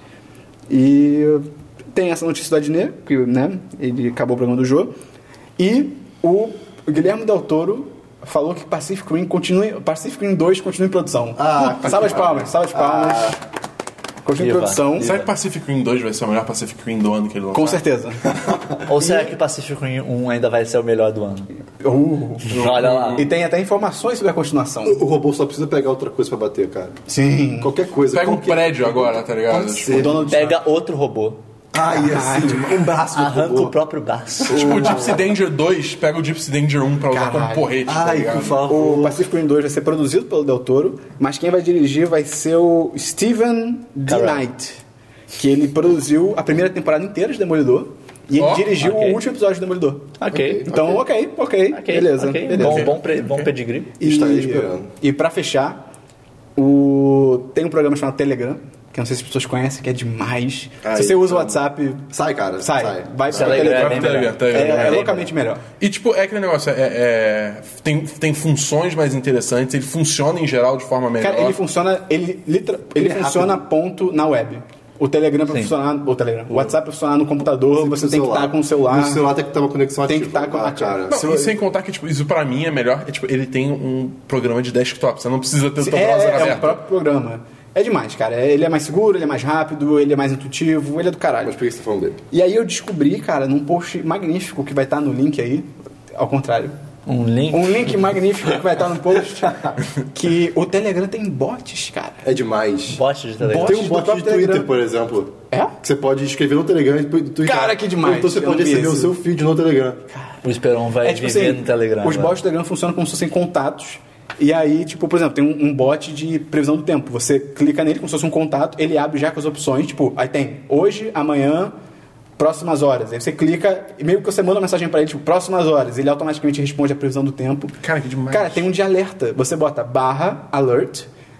E tem essa notícia do Adnet, que, né, ele acabou o programa do jogo. E o Guilherme Del Toro falou que Pacific Rim continue, Pacific Rim dois continua em produção. Ah, Puta, salva de palmas, salva de palmas. Continua em Viva. produção. Será que Pacific Rim dois vai ser o melhor Pacific Rim do ano que ele lançar? Com certeza. Ou será que Pacific Rim um ainda vai ser o melhor do ano? Uh, Olha lá. e tem até informações sobre a continuação. O robô só precisa pegar outra coisa pra bater, cara. Sim. Qualquer coisa. Pega um qualquer... prédio agora, tá ligado? Pode Tipo, O Donald Pega outro robô, Ah, ia ser demais. Um braço do arranca robô. o próprio braço. tipo o Gypsy Danger dois, pega o Gypsy Danger um pra usar como Caralho. porrete, tá Ai, ligado? por favor. O Pacific Rim dois vai ser produzido pelo Del Toro, mas quem vai dirigir vai ser o Steven D. Caralho. Knight, que ele produziu a primeira temporada inteira de Demolidor e ele Ó, dirigiu ok. o último episódio de Demolidor. Ok. Então, ok, ok, Ok, beleza, ok. beleza. Bom, bom, pre- bom pedigree. E, Estarei esperando. e pra fechar, o... tem um programa chamado Telegram, que eu não sei se as pessoas conhecem, que é demais. Ai, se você usa o então. WhatsApp, Sai, cara. sai, vai pro Telegram Telegram. é bem Telegram, melhor. Telegram. É, é bem loucamente melhor. E tipo, é aquele negócio, é, é- tem, tem funções mais interessantes, ele funciona em geral de forma melhor. Cara, ele funciona, ele, litra, ele, Ele é funciona ponto na web. O Telegram para Sim. funcionar, o Telegram, o WhatsApp para funcionar no computador, você tem que estar com o celular. No celular tem que ter uma conexão Tem que ativa. estar com ah, a- cara. Não, e sem contar que, tipo, isso pra mim é melhor, é, tipo, ele tem um programa de desktop, você não precisa ter o teu É, browser é, é o aberto. próprio programa. É demais, cara. Ele é mais seguro, ele é mais rápido, ele é mais intuitivo, ele é do caralho. Mas por que você tá falando dele? E aí eu descobri, cara, num post magnífico que vai estar no link aí, ao contrário. Um link. Um link magnífico que vai estar no post, que o Telegram tem bots, cara. É demais. Bot de Telegram. Tem um do bot de próprio Twitter, Telegram. por exemplo. É? Que você pode escrever no Telegram e twittar. Cara, que demais. Então você Eu pode não vi receber o esse. seu feed no Telegram. O Esperon vai É tipo viver assim, no Telegram. os né? bots do Telegram funcionam como se fossem contatos. E aí, tipo, por exemplo, tem um, um bot de previsão do tempo. Você clica nele como se fosse um contato, ele abre já com as opções, tipo, aí tem hoje, amanhã, próximas horas. Aí você clica, e meio que você manda uma mensagem pra ele, tipo, próximas horas. Ele automaticamente responde a previsão do tempo. Cara, que demais. Cara, tem um de alerta. Você bota barra alert,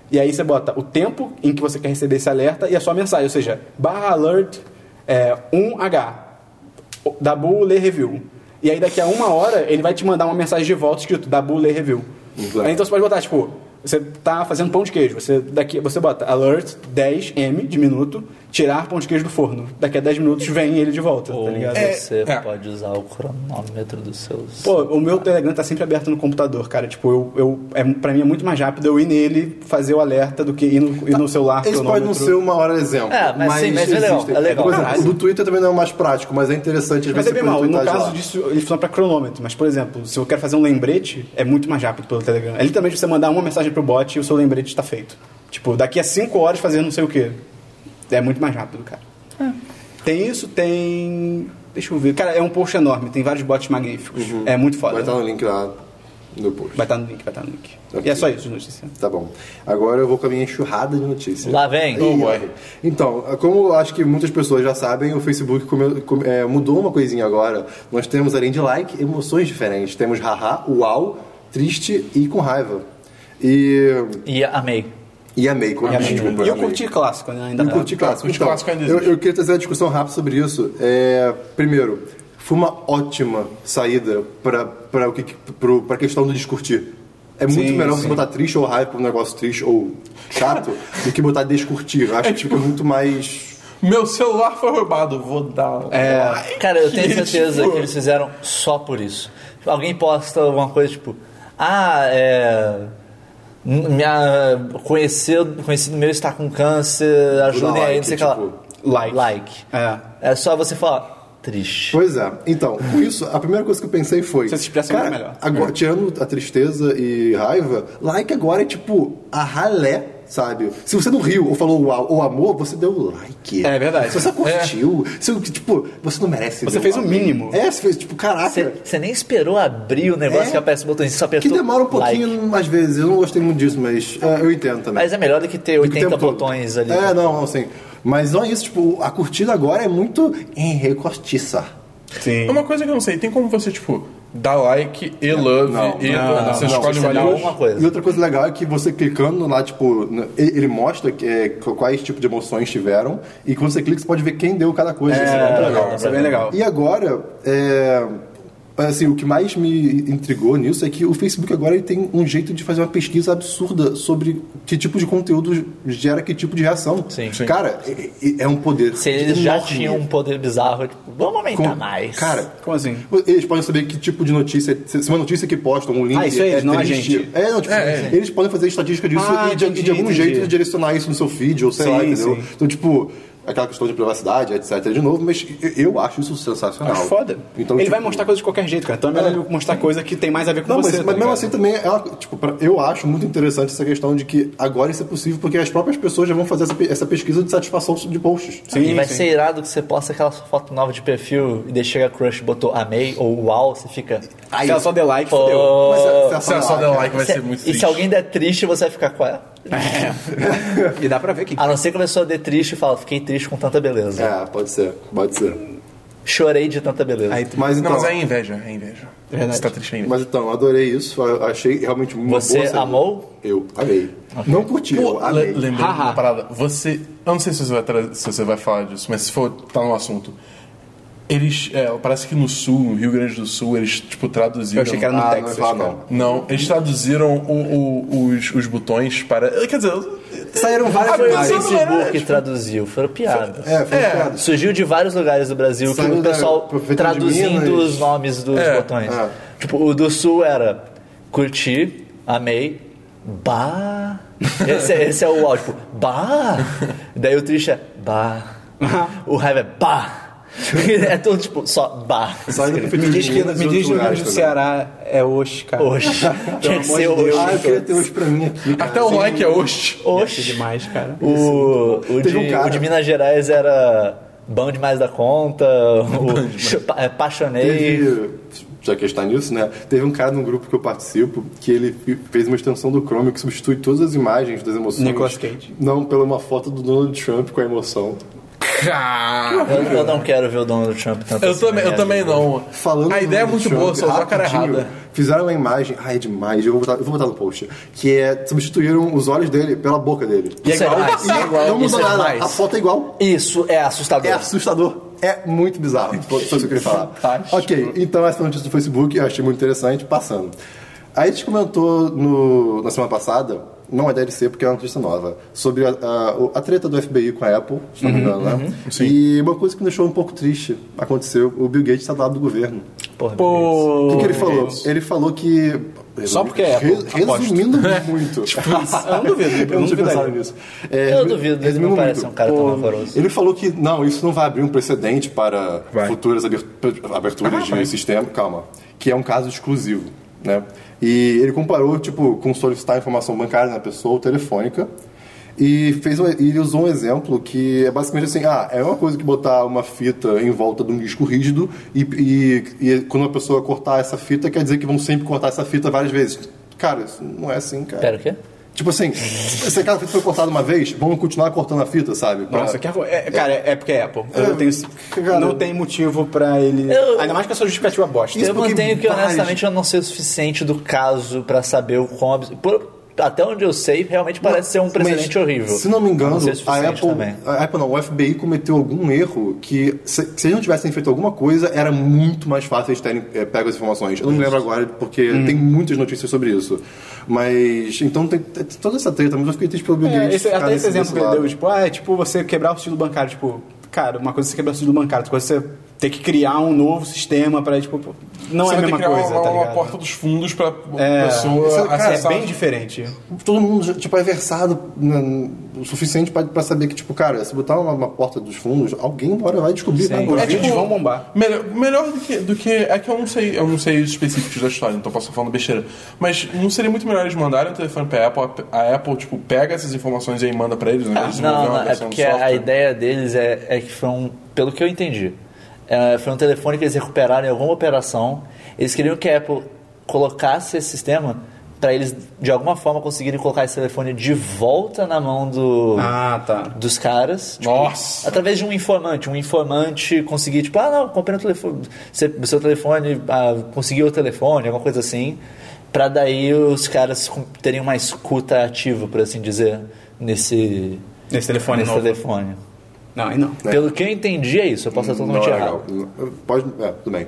E aí você bota o tempo em que você quer receber esse alerta e a sua mensagem, ou seja, barra alert é, um H, Dabu lê review. E aí daqui a uma hora ele vai te mandar uma mensagem de volta escrito Dabu lê review. Aí, então você pode botar, tipo, você tá fazendo pão de queijo, você, daqui, você bota alert dez M de minuto, tirar pão de queijo do forno. Daqui a dez minutos vem ele de volta, Ou tá ligado? você É. pode usar o cronômetro dos seus... Pô, o meu Telegram tá sempre aberto no computador, cara. Tipo, eu, eu, é, pra mim é muito mais rápido eu ir nele, fazer o alerta do que ir no, ir no celular. Esse pode não ser uma hora exemplo. É, mas sim, mas é legal, existem. é legal. Por exemplo, Caralho. o do Twitter também não é o mais prático, mas é interessante às Mas vezes é bem você mal, põe no tweetagem caso lá. disso, ele funciona pra cronômetro. Mas, por exemplo, se eu quero fazer um lembrete, é muito mais rápido pelo Telegram. É literalmente você mandar uma mensagem pro bot e o seu lembrete está feito. Tipo, daqui a cinco horas fazer não sei o quê. É muito mais rápido, cara. Tem isso, tem... Deixa eu ver. Cara, é um post enorme, tem vários bots magníficos. É muito foda. Vai estar no link lá no post. Vai estar no link, vai estar no link. Ok. E é só isso de notícia. Tá bom. Agora eu vou com a minha enxurrada de notícias. Lá vem. Ih, Oh, boy. lá vem. Então, como eu acho que muitas pessoas já sabem, o Facebook come- come- é, mudou uma coisinha agora. Nós temos, além de like, emoções diferentes. Temos haha, uau, triste e com raiva. E, E amei. e amei. Com, E, desculpa, e eu amei. curti clássico, né? Ainda Eu tá. curti clássico. Curti Então, clássico ainda eu, existe. eu queria trazer uma discussão rápida sobre isso. É, primeiro, foi uma ótima saída para a questão do descurtir. É muito Sim, melhor sim. você botar triste ou raiva para um negócio triste ou chato do que botar descurtir. Eu acho É que tipo- fica muito mais... Meu celular foi roubado, vou dar. É. Cara, eu tenho Que, certeza tipo- que eles fizeram só por isso. Tipo, alguém posta alguma coisa tipo, ah, é. Minha conhecido, conhecido meu está com câncer, ajudem aí, like, não sei o que lá. tipo, like. Like. É. É só você falar, triste. Pois é. Então, com isso, a primeira coisa que eu pensei foi... Você se expressa cara, muito melhor. Agora, tirando a tristeza e raiva, like agora é tipo a ralé, sabe? Se você não riu ou falou uau ou amor, você deu like. É verdade. Se você curtiu, se, tipo, você não merece Você ver fez um o amém. mínimo. É, você fez, tipo, caraca... Você, você nem esperou abrir o negócio É. que aparece o botãozinho, só Que apertou demora um pouquinho, like. às vezes. Eu não gostei muito disso, mas é, eu entendo também. Mas é melhor do que ter Do que o oitenta tempo todo. botões ali. É, não, não, assim. Mas não é isso, tipo, a curtida agora é muito enrecostiça. Sim. Uma coisa que eu não sei, tem como você, tipo, dar like e love Não, e não, não, você não, escolhe você um escolhe deles. uma coisa. E outra coisa legal é que você clicando lá, tipo, n- ele ele mostra que, é, quais tipos de emoções tiveram, e quando você clica, você pode ver quem deu cada coisa. Isso é muito legal. Isso é bem legal. E agora, é, assim, o que mais me intrigou nisso é que o Facebook agora ele tem um jeito de fazer uma pesquisa absurda sobre que tipo de conteúdo gera que tipo de reação. Sim. Sim. Cara, é, é- é um poder Se eles já enorme. tinham um poder bizarro, tipo, vamos aumentar Com- mais. Cara, Como assim? eles podem saber que tipo de notícia, se se uma notícia que postam, um link Ah, isso é é eles, não a triste. gente. É, não, tipo, É, é. eles podem fazer estatística disso Ah, e de, entendi, e de algum entendi. jeito direcionar isso no seu feed, ou sei Sim, lá, entendeu? sim. Então, tipo, aquela questão de privacidade, etcétera de novo, mas eu, eu acho isso sensacional. Acho foda. Então, ele tipo, vai mostrar coisas de qualquer jeito, cara. Então é melhor É. ele mostrar coisa que tem mais a ver com Não, você. mas, tá mas mesmo ligado? assim também, ela, tipo, pra- eu acho muito interessante essa questão de que agora isso é possível porque as próprias pessoas já vão fazer essa, pe- essa pesquisa de satisfação de posts. Sim, e vai sim. ser irado que você posta aquela foto nova de perfil e daí chega a crush, botou amei ou uau, você fica. Se ela só der like, Pô. fodeu. Mas se- se Se ela só der like, vai Se- ser muito e triste. se alguém der triste, você vai ficar com ela. E dá pra ver que... A não ser que a pessoa dê triste e fala, fiquei triste com tanta beleza. É, pode ser, pode ser. Chorei de tanta beleza. Aí tu- Mas então, Não, mas é inveja, é inveja. É verdade. Você tá triste ainda. mas então, eu adorei isso, eu achei realmente uma Você boa saída. amou? Eu amei. Não curti, eu Pô, amei. le- lembrei Haha. uma parada. Você. Eu não sei se você vai, tra- se você vai falar disso, mas se for, tá no assunto. Eles. É, parece que no sul, no Rio Grande do Sul, eles, tipo, traduziram. Eu achei que era no Ah, não Texas. vai falar cara. não. Não, eles traduziram o- o- os, os botões para. Quer dizer. Saíram várias Ah, Foi o mas imagens. isso não era, Facebook que tipo- traduziu, foram piadas. É, foi É. piada. Surgiu de vários lugares do Brasil que Saiu o da pessoal Prefeitura de traduzindo Minas. os nomes dos É, botões. é. Tipo, o do sul era curti, amei, bah. Esse, é- esse é o áudio, tipo, bah. Daí o triste é bah. O raiva é bah. É tudo tipo, só bah. Saiu da Me Prefeitura diz de que, Minas e me outros diz que o Rio lugares Grande do também. Ceará é hoje, cara. Oxe. Tinha que amor ser de Deus. hoje. Ah, eu queria ter hoje pra mim aqui, cara. Até o like é hoje. Oxe Oxe. demais, cara. O, o, de, Teve um cara- o de Minas Gerais era bom demais da conta. O chupa- é, apaixonei. Teve, já que está nisso, né? Teve um cara no grupo que eu participo que ele fi- fez uma extensão do Chrome que substitui todas as imagens das emoções. Nicolas Cage. Não, pela uma foto do Donald Trump com a emoção. Cara, Eu, eu não quero ver o Donald Trump tanto eu assim também, na eu minha também vida. não. Falando a ideia é do muito Trump, boa, só usou a cara rapidinho, errada. Fizeram uma imagem, ai, é demais, eu vou botar, eu vou botar no post, que é, substituíram os olhos dele pela boca dele. E é igual, demais, isso é igual, Não isso mudou é nada, demais. a foto é igual. Isso é assustador. É assustador. É muito bizarro. Foi isso que eu queria falar. Fantástico. Ok, então essa notícia do Facebook eu achei muito interessante, passando. Aí a gente comentou no, na semana passada, não é D L C porque é uma notícia nova, sobre a, a, a treta do F B I com a Apple, se não me engano, né? sim. E uma coisa que me deixou um pouco triste aconteceu, o Bill Gates está do lado do governo. Porra, Pô, O que, que ele falou? Ele falou que... Só porque é Apple, Re- Resumindo muito. eu não duvido, eu Eu não tinha duvidaria. pensado nisso. É, eu resu- duvido, ele resumindo não parece muito. um cara tão rancoroso. Ele falou que não, isso não vai abrir um precedente para Vai. futuras aber- aberturas de sistema. Calma. Que é um caso exclusivo, né? E ele comparou, tipo, com solicitar informação bancária na pessoa ou telefônica. E fez um, e ele usou um exemplo que é basicamente assim: ah, é uma coisa que botar uma fita em volta de um disco rígido e, e, e quando uma pessoa cortar essa fita, quer dizer que vão sempre cortar essa fita várias vezes. Cara, isso não é assim, cara. Pera, o quê? Tipo assim, se aquela fita foi cortada uma vez, vamos continuar cortando a fita, sabe? Pra- Nossa, que arro- é, cara, é porque é Apple. Eu não tenho, cara, não tem motivo pra ele. Eu- Ainda mais que a sua justificativa bosta. Eu porque mantenho que, vários- honestamente, eu não sei o suficiente do caso pra saber o quão... abs- por- Até onde eu sei, realmente parece ser um precedente Mas, horrível. Se não me engano, Eu sei o a suficiente Apple, também. a Apple não, o F B I cometeu algum erro que, se, se eles não tivessem feito alguma coisa, era muito mais fácil eles terem é, pego as informações. Eu não me lembro agora, porque tem muitas notícias sobre isso. Mas, então tem, tem toda essa treta, mas eu fiquei triste pelo Bill É, Gates. esse, ficar até esse nesse- exemplo desse que ele lado. deu, tipo, ah, é tipo você quebrar o sigilo bancário. Tipo, cara, uma coisa é você quebrar o sigilo bancário, outra coisa é você ter que criar um novo sistema pra, tipo, pô, não Você é a vai ter mesma que criar coisa, uma, tá uma ligado? porta dos fundos pra É, pessoa isso é- cara, É acessar. bem diferente. Todo mundo, tipo, é versado né, o suficiente pra, pra saber que, tipo, cara, se botar uma, uma porta dos fundos, alguém uma hora vai descobrir. Né? Os É vídeos tipo- vão bombar. Melhor, melhor do que, do que. É que eu não sei, eu não sei os específicos da história, então posso estar falando besteira. Mas não seria muito melhor eles mandarem um telefone pra Apple, a Apple, tipo, pega essas informações e aí manda pra eles, né? Eles desenvolver Não, uma não, é versão do porque a software. ideia deles é, é que foi um... Pelo que eu entendi, é, foi um telefone que eles recuperaram em alguma operação. Eles queriam que a Apple colocasse esse sistema para eles, de alguma forma, conseguirem colocar esse telefone de volta na mão do, Ah, tá. dos caras. Tipo, Nossa! através de um informante. Um informante conseguir, tipo, ah, não, comprei um telefone. Você, seu telefone, ah, conseguiu o telefone, alguma coisa assim. Pra daí os caras com- terem uma escuta ativa, por assim dizer, nesse, Nesse telefone nesse novo. telefone. Não, aí não. Pelo que eu entendi é isso, eu posso estar Não totalmente é errado. legal. Pode, é, tudo bem.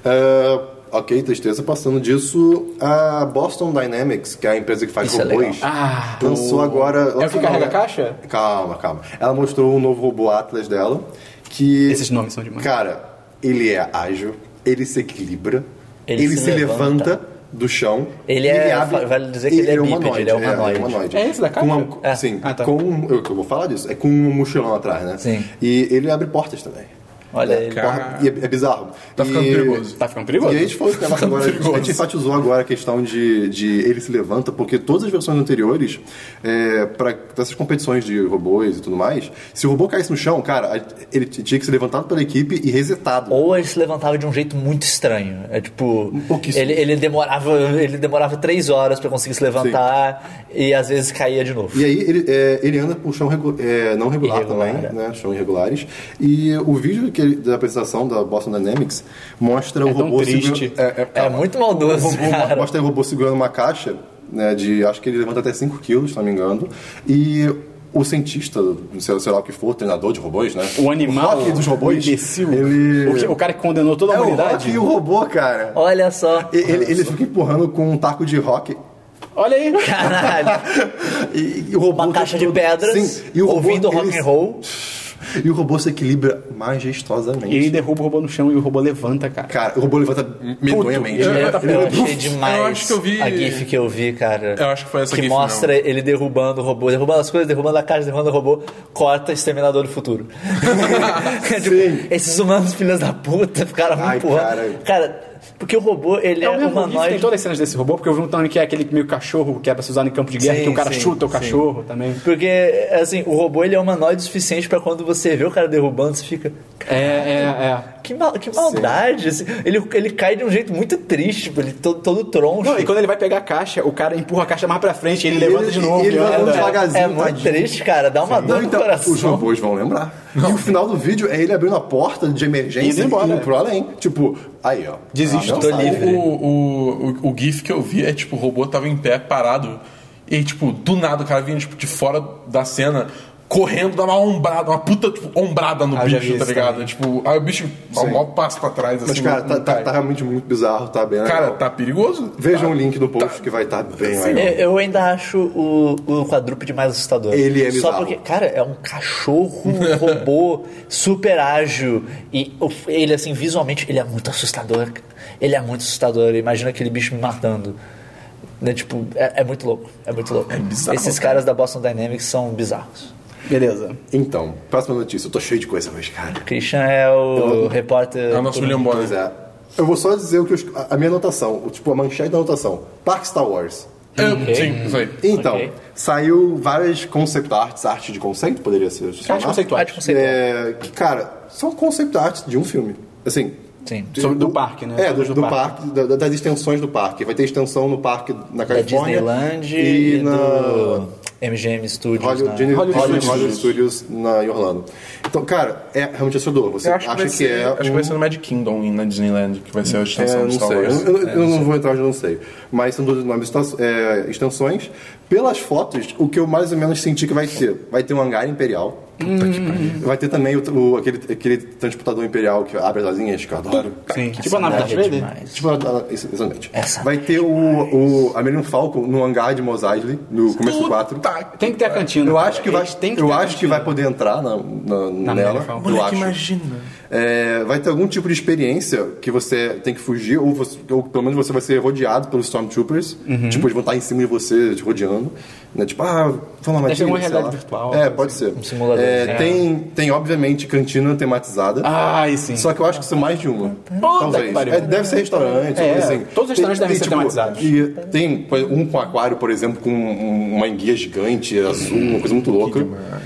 É, ok, tristeza. Passando disso, a Boston Dynamics, que é a empresa que faz Isso é robôs, legal. Ah, lançou agora... É o que carrega a caixa? Calma, calma. Ela mostrou um novo robô Atlas dela, que... Esses nomes são demais. Cara, ele é ágil, ele se equilibra, Ele ele, se se, levanta. levanta do chão. Ele é- vale dizer que ele é bípede, ele é humanoide. É esse da caixa? Com uma- É. Sim, Ah, tá. com, eu, eu vou falar disso. É com um mochilão atrás, né? Sim. E ele abre portas também. Olha ele. Cara. E é, é bizarro. Tá ficando E- perigoso. Tá ficando perigoso. E a gente falou esse negócio agora, perigoso. a gente enfatizou agora a questão de, de ele se levanta, porque todas as versões anteriores, é, para essas competições de robôs e tudo mais, se o robô caísse no chão, cara, a- ele t- tinha que ser levantado pela equipe e resetado. Ou ele se levantava de um jeito muito estranho. É tipo. pouquíssimo. Ele, ele, demorava, ele demorava três horas pra conseguir se levantar e às vezes caía de novo. E aí ele, é, ele anda por chão regu- é, não regular Irregular, também, é. né? Chão irregulares. E o vídeo que ele- da apresentação da Boston Dynamics mostra o É tão robô triste. segura- é, é, É calma. muito maldoso, O robô, cara. mostra o robô segurando uma caixa, né? De acho que ele levanta até cinco quilos, se não me engano. E o cientista, sei, sei lá o que for, treinador de robôs, né? O animal, rock dos robôs. o imbecil, Ele... o, que- o cara que condenou toda a é o humanidade. rock e o robô, cara. Olha só. Ele, ele fica empurrando com um taco de rock. Olha aí. Caralho. E, e o robô Uma caixa de todo- pedras, Sim, e o robô, ouvindo rock ele- and roll. E o robô se equilibra majestosamente. E ele derruba o robô no chão e o robô levanta, cara. Cara, o robô levanta medonhamente. eu- Ele- eu- ele- Eu achei demais Eu acho que eu vi- a gif que eu vi, cara. Eu acho que foi essa Que gif mostra ele derrubando o robô, derrubando as coisas, derrubando a caixa, derrubando o robô, corta Exterminador do Futuro. Tipo, esses humanos filhos da puta ficaram Ai, muito porra. cara. Cara, porque o robô, ele é, É o mesmo GIF, tem humanoide. todas as cenas desse robô, porque eu vi um também que é aquele meio cachorro que é pra se usar em campo de guerra, Sim, que o cara sim, chuta o sim. cachorro também. Porque, assim, o robô ele é humanoide o suficiente pra quando você vê o cara derrubando, você fica. É, é, é. Que, mal, que maldade. Assim. Ele, ele cai de um jeito muito triste, tipo, ele todo, todo troncho. Não, e quando ele vai pegar a caixa, o cara empurra a caixa mais pra frente e ele, ele levanta de novo. Ele vai anda. devagarzinho, É muito tadinho. triste, cara. Dá uma dor Não, no então, coração. os robôs vão lembrar. E o final do vídeo é ele abrindo a porta de emergência Indo embora, e indo é. pro além. Tipo, aí, ó. Desisto, Ah, não tô sai. livre. O, o, o, o GIF que eu vi é tipo, o robô tava em pé, parado, e aí, tipo, do nada o cara vinha tipo, de fora da cena, correndo, dá uma ombrada, uma puta tipo, ombrada no Ah, eu já vi bicho, tá isso ligado? também. Tipo, aí o bicho dá um maior passo pra trás, assim. Mas, cara, não- tá, não tá, cai. tá realmente muito bizarro, tá bem Cara, legal. tá perigoso. Vejam tá. o link do post que vai estar bem legal. Eu, eu ainda acho o, o quadrúpede mais assustador. Ele é Só bizarro. porque, cara, é um cachorro robô super ágil. E o- ele, assim, visualmente, ele é muito assustador. Ele é muito assustador. Imagina aquele bicho me matando. Né, tipo, é, é muito louco. É muito louco. É bizarro, Esses cara. caras da Boston Dynamics são bizarros. Beleza. Então, próxima notícia. Eu tô cheio de coisa hoje, cara. Christian é o repórter. É o nosso William Bonner. Pois é. Eu vou só dizer o que eu, a a minha anotação, o- tipo, a manchete da anotação. Parque Star Wars. É, Ok. Sim, isso aí. Então, Ok. saiu várias concept arts, arte de conceito, poderia ser chamado. Arte conceitual. Arte conceitual. É, que, cara, são concept arts de um filme. Assim. Sim. Sobre- do parque, né? É, do, Do do parque. parque, da- das extensões do parque. Vai ter extensão no parque na Da Califórnia. Disneyland e, e na do M G M Studios. Hollywood, na- Disney- Hollywood Hollywood, Studios. Hollywood Studios na, em Orlando. Então, cara, é realmente assustador. Você Eu acho que, acha vai que, ser, é acho que um- vai ser no Magic Kingdom e na Disneyland, que vai ser a É, extensão eu do não Star sei. Wars. Eu, eu- eu não vou entrar onde eu não sei. Mas são duas nomes é, extensões. Pelas fotos, o que eu mais ou menos senti que vai ter? Vai ter um hangar imperial. Vai ter também o, o- aquele, aquele transportador imperial que abre as asinhas, que eu adoro. Sim. Tipo a nave da Essa Darth é Vader. demais. Tipo, a- a- isso, exatamente. Essa Vai ter o, o a Millennium Falcon no hangar de Mos Eisley, no começo do quatro. Puta Tem que ter a cantina. Eu cara. acho que vai, Eles têm que eu ter a acho que cantina. vai poder entrar na, na- nela. Millennium Falcon. Eu Moleque, acho. imagina. É, vai ter algum tipo de experiência que você tem que fugir, ou, você- ou pelo menos você vai ser rodeado pelos Stormtroopers. Uhum. Tipo, eles vão estar em cima de você, te rodeando. Né? Tipo, ah, vamos lá, Deve ser Matilda, uma sei realidade lá. virtual, É, coisa pode ser. Um simulador. É, É. tem, tem, obviamente, cantina tematizada. Ah, e sim. Só que eu acho que são mais de uma. que Talvez. pariu. É, deve ser restaurante, É, coisa assim. todos os restaurantes devem ser tematizados. E tem por exemplo, um com aquário, por exemplo, com um- uma enguia gigante, azul, uma coisa muito louca.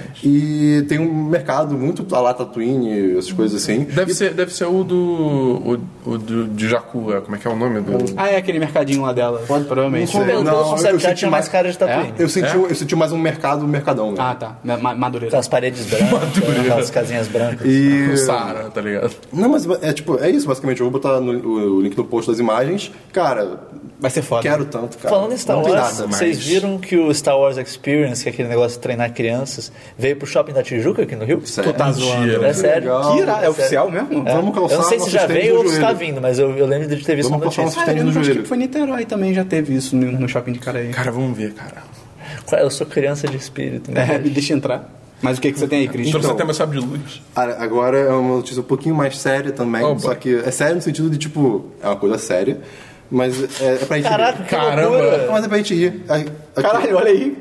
E tem um mercado muito a lá Tatooine, essas coisas assim. Deve ser, deve ser o do. O, o do, de Jakku, é, como é que é o nome do. Ah, é aquele mercadinho lá dela. Provavelmente. Não sei. Pelo Não, pelo eu concept já senti tinha mais mais- cara de Tatooine. Eu senti, eu senti mais um mercado, um mercadão mesmo. Ah, tá. Ma- ma- Madureira. Aquelas paredes brancas, aquelas casinhas brancas. E... O Saara, tá ligado? Não, mas é tipo, é isso basicamente. Eu vou botar no, o, o link no post das imagens. Cara, Vai ser foda. quero tanto, cara. Falando em Star Não tem Wars, nada. vocês mais. viram que o Star Wars Experience, que é aquele negócio de treinar crianças, veio pro shopping da Tijuca aqui no Rio? Sério? Tu tá zoando. É sério. legal. Que irado. É sério. oficial mesmo? É. Vamos calçar Eu não sei se nossos já tênis veio no ou se tá joelho. vindo, mas eu, eu lembro de ter visto uma Vamos calçar notícia. nossos Ah, eu tênis no acho joelho. que foi Niterói também, já teve isso no, no shopping de Caraí. Cara, vamos ver, cara. Eu sou criança de espírito. Né? É, me deixa entrar. Mas o que, que você tem aí, Cris? Então, Então- você tem mais sabre de luz. Ah, agora é uma notícia um pouquinho mais séria também. Oh, só boy. que é sério no sentido de, tipo, é uma coisa séria. Mas é, é pra gente Caraca, rir. que Caramba. loucura. Mas é pra gente rir. Aqui- Caralho, olha aí.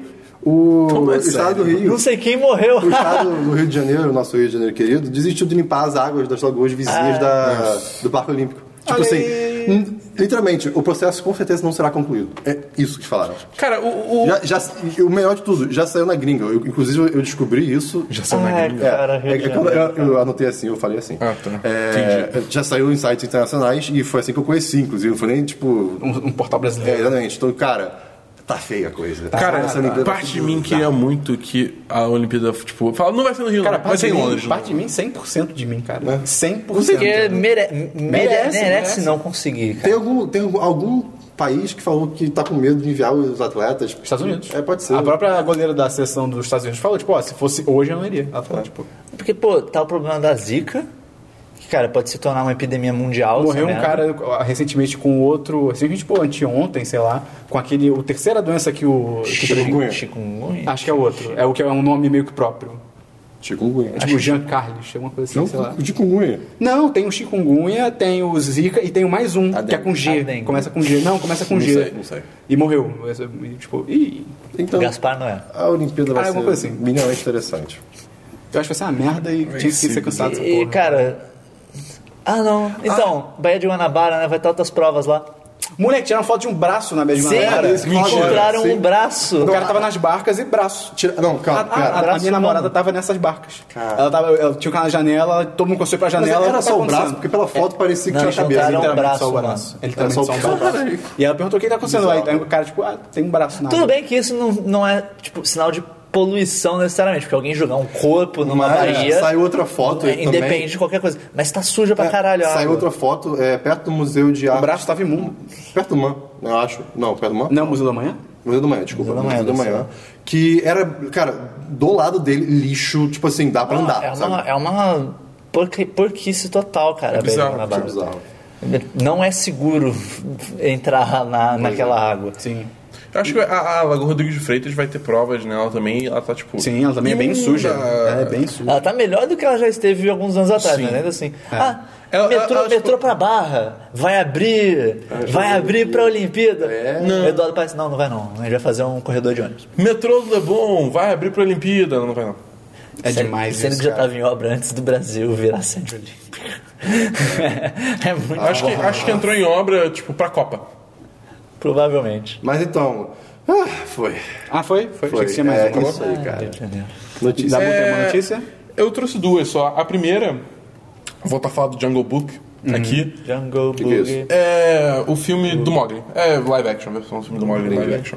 O Como é estado do sério? Rio. Não sei quem morreu. O estado do Rio de Janeiro, o nosso Rio de Janeiro querido, desistiu de limpar as águas das lagoas vizinhas Ah. da, do Parque Olímpico. Tipo Olha assim, aí. hum, literalmente, o processo com certeza não será concluído. É isso que falaram. Cara, o. o... Já, já, e o melhor de tudo, já saiu na gringa. Eu, inclusive, eu descobri isso. Já saiu na Ai, gringa. É, Cara, Rio é, de é quando Janeiro. eu, eu anotei assim, eu falei assim. Ah, tá. É, já saiu em sites internacionais e foi assim que eu conheci, inclusive. Não foi nem tipo. Um, um portal É, brasileiro. exatamente. Então, cara, tá feia a coisa. Cara, Essa Olimpíada parte tá de mim tudo queria bizarro. muito que a Olimpíada, tipo, fala, não vai ser no Rio, Cara, não, vai parte ser de, em mim, Londres. parte de mim, cem por cento de mim, cara. É. cem por cento. Porque mere, mere, merece, merece. não conseguir. Tem algum, tem algum, algum país que falou que tá com medo de enviar os atletas? Estados Unidos. É, pode ser. A própria goleira da seleção dos Estados Unidos falou, tipo, ó, se fosse hoje eu não iria. Ela É. falou, tipo, Porque, pô, tá o problema da Zika, que, cara, pode se tornar uma epidemia mundial. morreu um essa merda. cara recentemente com outro, recentemente, pô, anteontem, sei lá, com aquele, o terceira doença que o... Que Chikungunya. Chikungunya. acho que é outro. É o que é um nome meio que próprio. Chikungunya. É tipo Jean Carlos, alguma coisa assim, Não, sei lá. o chikungunya. Não, tem o chikungunya, tem o Zika e tem o mais um, A que é com A G. dengue. Começa com G. Não, começa com Não G. sei, não sei. E morreu. E, tipo, ih, Então, Gaspar não é. a Olimpíada vai Ah, ser alguma coisa assim. minimamente interessante. eu acho que vai ser uma merda e tinha que ser cansado dessa E, porra. cara... Ah, não. Então, Baía de Guanabara, né? Vai ter outras provas lá. Moleque, tiraram foto de um braço na mesma Sim, hora. isso que eu falo agora. encontraram Sim. um braço. O cara tava nas barcas e braço. Tira- Não, A, calma, a- pera. a- a braço minha namorada humano. tava nessas barcas. Cara. Ela tava, ela tinha o canal na janela, todo mundo conseguiu pra Mas janela. era tá só o braço, acontecendo? porque pela foto parecia que Não, tinha a cabeça. encontraram um Literalmente braço, só o mano. braço. Ele Era também só o só um braço. Caralho. E ela perguntou o que tá acontecendo lá. Bizarro. Aí o cara, tipo, ah, tem um braço na Tudo água. bem que isso não, não é, tipo, sinal de poluição necessariamente, porque alguém jogar um corpo numa Mas baía... saiu outra foto é, também. independe de qualquer coisa. Mas tá suja pra caralho a Saiu água. outra foto é, perto do Museu de O Arte. braço tava imundo. Perto do Man, eu acho. Não, perto do Man? Não é o Museu da Manhã? Museu do Manhã, desculpa. Museu da Museu Manhã, do Manhã. deve Que era, cara, do lado dele, lixo, tipo assim, dá pra andar, É uma, sabe? é uma porqui- porquice total, cara. a beira bizarro, da é É barra. bizarro. Não é seguro entrar na, naquela água. Sim. Eu acho que a, a Lagoa Rodrigues de Freitas vai ter provas nela também. E ela tá tipo. Sim, ela também é bem imunda. suja. É bem suja. Ela tá melhor do que ela já esteve alguns anos atrás, Sim. mas ainda assim. Ah, Ela- metrô, ela- metrô pra Barra, vai abrir, vai abrir pra Olimpíada. É. O Eduardo parece, não, não vai não, a gente vai fazer um corredor de ônibus. Metrô do Leblon vai abrir pra Olimpíada. Não, não vai não. É Sendo- demais Sendo isso, que já cara. tava em obra antes do Brasil virar centro olímpico. é, é muito Acho que, bom. acho que entrou em obra, tipo, pra Copa. Provavelmente. Mas então, ah, foi. Ah, foi? Foi. Achei que tinha mais é, uma. isso aí, cara. Rio de Janeiro. Notícia. Dá É, uma notícia? Eu trouxe duas só. A primeira, vou estar falando do Jungle Book aqui. Jungle Que que é Boogie. isso? É o filme do Mogli. É live action, a versão do filme do Mogli live action.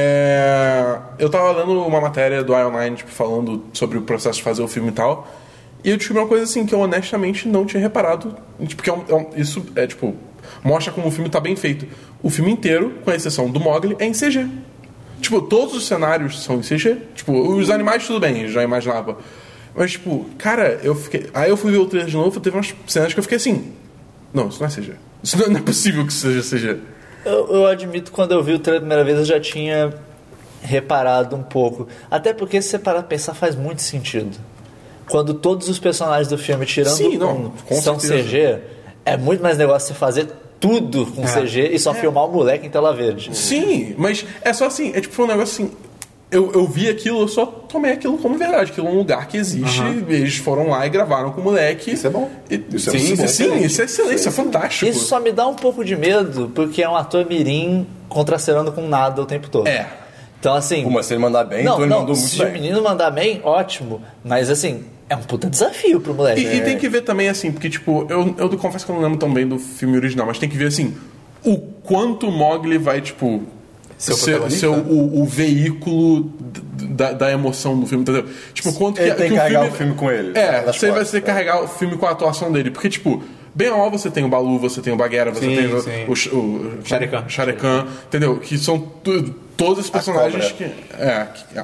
É, eu tava lendo uma matéria do I O nine, tipo, falando sobre o processo de fazer o filme e tal. E eu descobri uma coisa assim que eu honestamente não tinha reparado. Tipo, que é um- é um- isso é tipo. Mostra como o filme tá bem feito. O filme inteiro, com exceção do Mogli, é em C G. Tipo, todos os cenários são em C G. Tipo, os animais tudo bem, já imaginava. Mas, tipo, cara, eu fiquei. Aí eu fui ver o trailer de novo, teve umas cenas que eu fiquei assim. Não, isso não é C G. Isso não é possível que isso seja C G. Eu, eu admito, quando eu vi o trailer a primeira vez, eu já tinha reparado um pouco. Até porque, se você parar pra pensar, faz muito sentido. Quando todos os personagens do filme, tirando Sim, não, um, com são certeza. C G, é muito mais negócio você fazer tudo com C G e só filmar o moleque em tela verde. Sim, mas é só assim, é tipo foi um negócio assim. Eu, eu vi aquilo, eu só tomei aquilo como verdade. Aquilo é um lugar que existe, eles foram lá e gravaram com o moleque. Isso é bom. E- Isso é sim, muito bom. sim, isso é excelente, isso é fantástico. Isso só me dá um pouco de medo, porque é um ator mirim contracenando com nada o tempo todo. É. Então, assim... Pô, mas se ele mandar bem, não, então ele não, mandou muito se o bem. menino mandar bem, ótimo. Mas, assim, é um puta desafio pro moleque. E, e tem que ver também, assim, porque, tipo, eu, eu confesso que eu não lembro tão bem do filme original, mas tem que ver, assim, o quanto o Mogli vai, tipo, Ser o ser, protagonista? ser o, o veículo d- da, da emoção do filme, entendeu? Tipo, quanto Ele que, tem que que carregar o filme com ele, É, nas você vai costas, ter que carregar o filme com a atuação dele, porque, tipo, bem ao você tem o Balu, você tem o Baguera, você Sim, tem o, sim. o, Sh- o Shere Khan. Shere Khan, entendeu? Que são tu- todos os personagens que... É, que,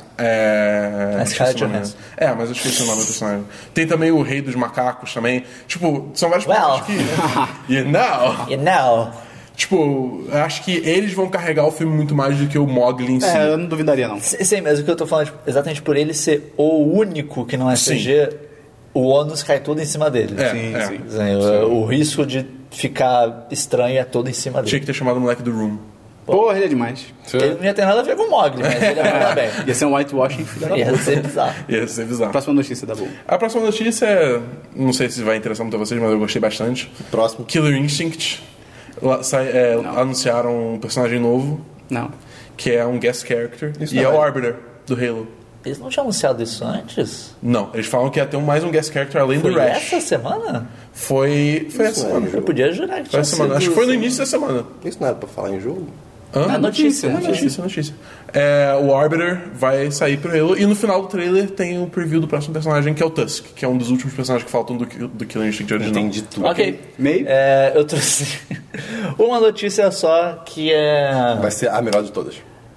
é... A esqueci Scarlett o nome. Johansson. É, mas eu esqueci o nome do personagem. Tem também o Rei dos Macacos também. Tipo, são vários Well. personagens que... You know... You know... Tipo, eu acho que eles vão carregar o filme muito mais do que o Mogli em si. É, eu não duvidaria, não. Sim, mas o que eu tô falando, tipo, exatamente por ele ser o único que não é C G, o ônus cai todo em cima dele. É, Sim, é. sim. Assim, o, o risco de ficar estranho é todo em cima Tinha dele. que ter chamado o moleque do Room. Porra, ele é demais. Ele não ia ter nada a ver com o Mogli, mas ele ia mandar bem. Ia ser um whitewashing filho da Ia puta. ser bizarro. Ia ser bizarro. Próxima notícia da boa. A próxima notícia é... Não sei se vai interessar muito a vocês, mas eu gostei bastante. Próximo. Killer Instinct. Lá, sai- é, anunciaram um personagem novo, Não. que é um guest character. Isso e não é é. o Arbiter, do Halo. Eles não tinham anunciado isso antes? Não, eles falam que ia ter um- mais um guest character além Foi do Rash. essa semana? Foi, foi essa Isso é, semana. Eu podia jurar que Foi tinha essa semana. sido Acho que foi no isso. início da semana. Isso não era pra falar em jogo? Hã? Ah, notícia, É notícia, notícia. É, o Arbiter vai sair pro Halo e no final do trailer tem o preview do próximo personagem, que é o Tusk, que é um dos últimos personagens que faltam do, do Killer Instinct original. Entendi tudo. Ok. Meio? É, eu trouxe uma notícia só que é... Vai ser a melhor de todas.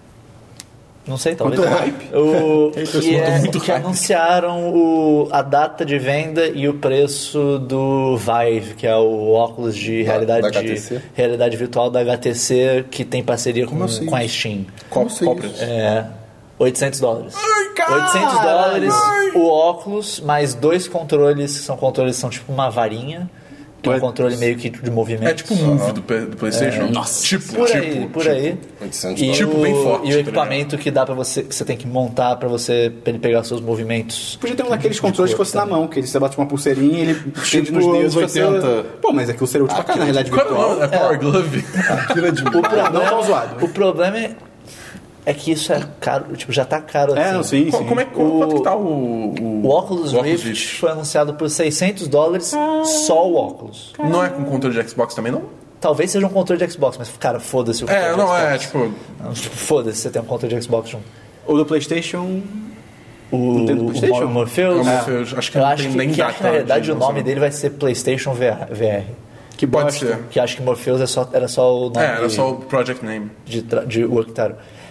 Não sei, talvez. Quanto hype? O, Eita, que eu tô é, muito que hype. anunciaram o, a data de venda e o preço do Vive, que é o óculos de Da- realidade, da H T C? realidade virtual da H T C, que tem parceria com, eu sei com a isso? Steam. Qual, sei qual isso? preço? É, oitocentos dólares. caralho! oitocentos dólares o óculos, mais dois controles, que são controles que são tipo uma varinha, que é um controle meio que de movimento. É tipo o Move do, P- do PlayStation. É, nossa, tipo, por tipo, aí, por tipo. aí. oitocentos E, Tipo, o, bem forte, e o tá equipamento que dá para você, que você tem que montar para você pra ele pegar os seus movimentos. Podia ter um daqueles controles que fosse na mão, que você bate uma pulseirinha e ele prende nos anos dedos. você- oitenta. Pô, mas aquilo seria útil pra cá, na realidade Qual é o virtual. nome? É Power Glove? Aquilo é de O problema, não tão zoado. O problema é, é que isso é caro, tipo, já tá caro É, assim. não, sim, Co- sim. Como é, quanto quanto que tá o... O, O Oculus Rift foi anunciado por seiscentos dólares só o óculos. Não é com controle de Xbox também, não? Talvez seja um controle de Xbox, mas cara, foda-se o É, controle não, de é, Xbox. tipo... Não, tipo, foda-se, você tem um controle de Xbox junto. O do PlayStation. O, Não tem do o PlayStation? Mor- Morpheus, É, o Morpheus, acho que eu não acho tem que, nem que, acho que data na verdade de o nome lançamento. dele vai ser PlayStation V R. Que Pode bosta. ser. Que acho que Morpheus é só, era só o nome É, era só o Project Name. de, tra- de work title.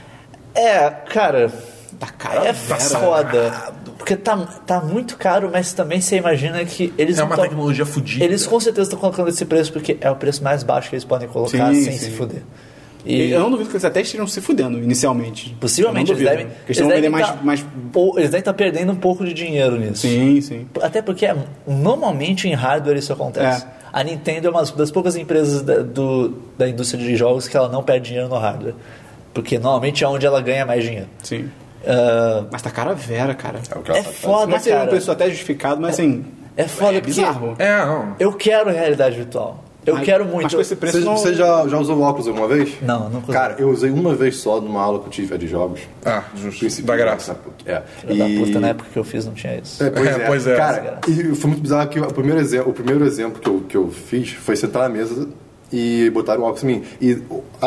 É, cara, Tá caro. é Vera. foda. Porque tá, tá muito caro, mas também você imagina que eles É não uma tão- tecnologia fodida. Eles com certeza estão colocando esse preço porque é o preço mais baixo que eles podem colocar Sim, sem sim. se fuder. E E eu não duvido que eles até estejam se fudendo inicialmente. possivelmente Eu não eles duvido. devem. Porque eles vão devem vender mais, tá- mais. ou eles devem estar perdendo um pouco de dinheiro nisso. Sim, sim. Até porque é- normalmente em hardware isso acontece. É. A Nintendo é uma das poucas empresas da, do, da indústria de jogos que ela não perde dinheiro no hardware. Porque normalmente é onde ela ganha mais dinheiro. Sim. Ah, Mas tá cara vera, cara. É o que ela é faz. foda, Não seria um cara. preço até justificado, mas assim. É foda é porque bizarro. É, não. eu quero realidade virtual. Eu Mas- quero muito. Mas com esse preço Você, não. você já, já usou óculos alguma vez? Não, nunca usei. Cara, eu usei uma vez só numa aula que eu tive de jogos. Ah, justo. Princípio Dá de graça. jogos, sabe? É. Filha da puta, na época que eu fiz não tinha isso. É, pois É, é. pois é. Cara, e foi muito bizarro que o primeiro exemplo, o primeiro exemplo que eu, que eu fiz foi sentar na mesa e botar um óculos em mim. E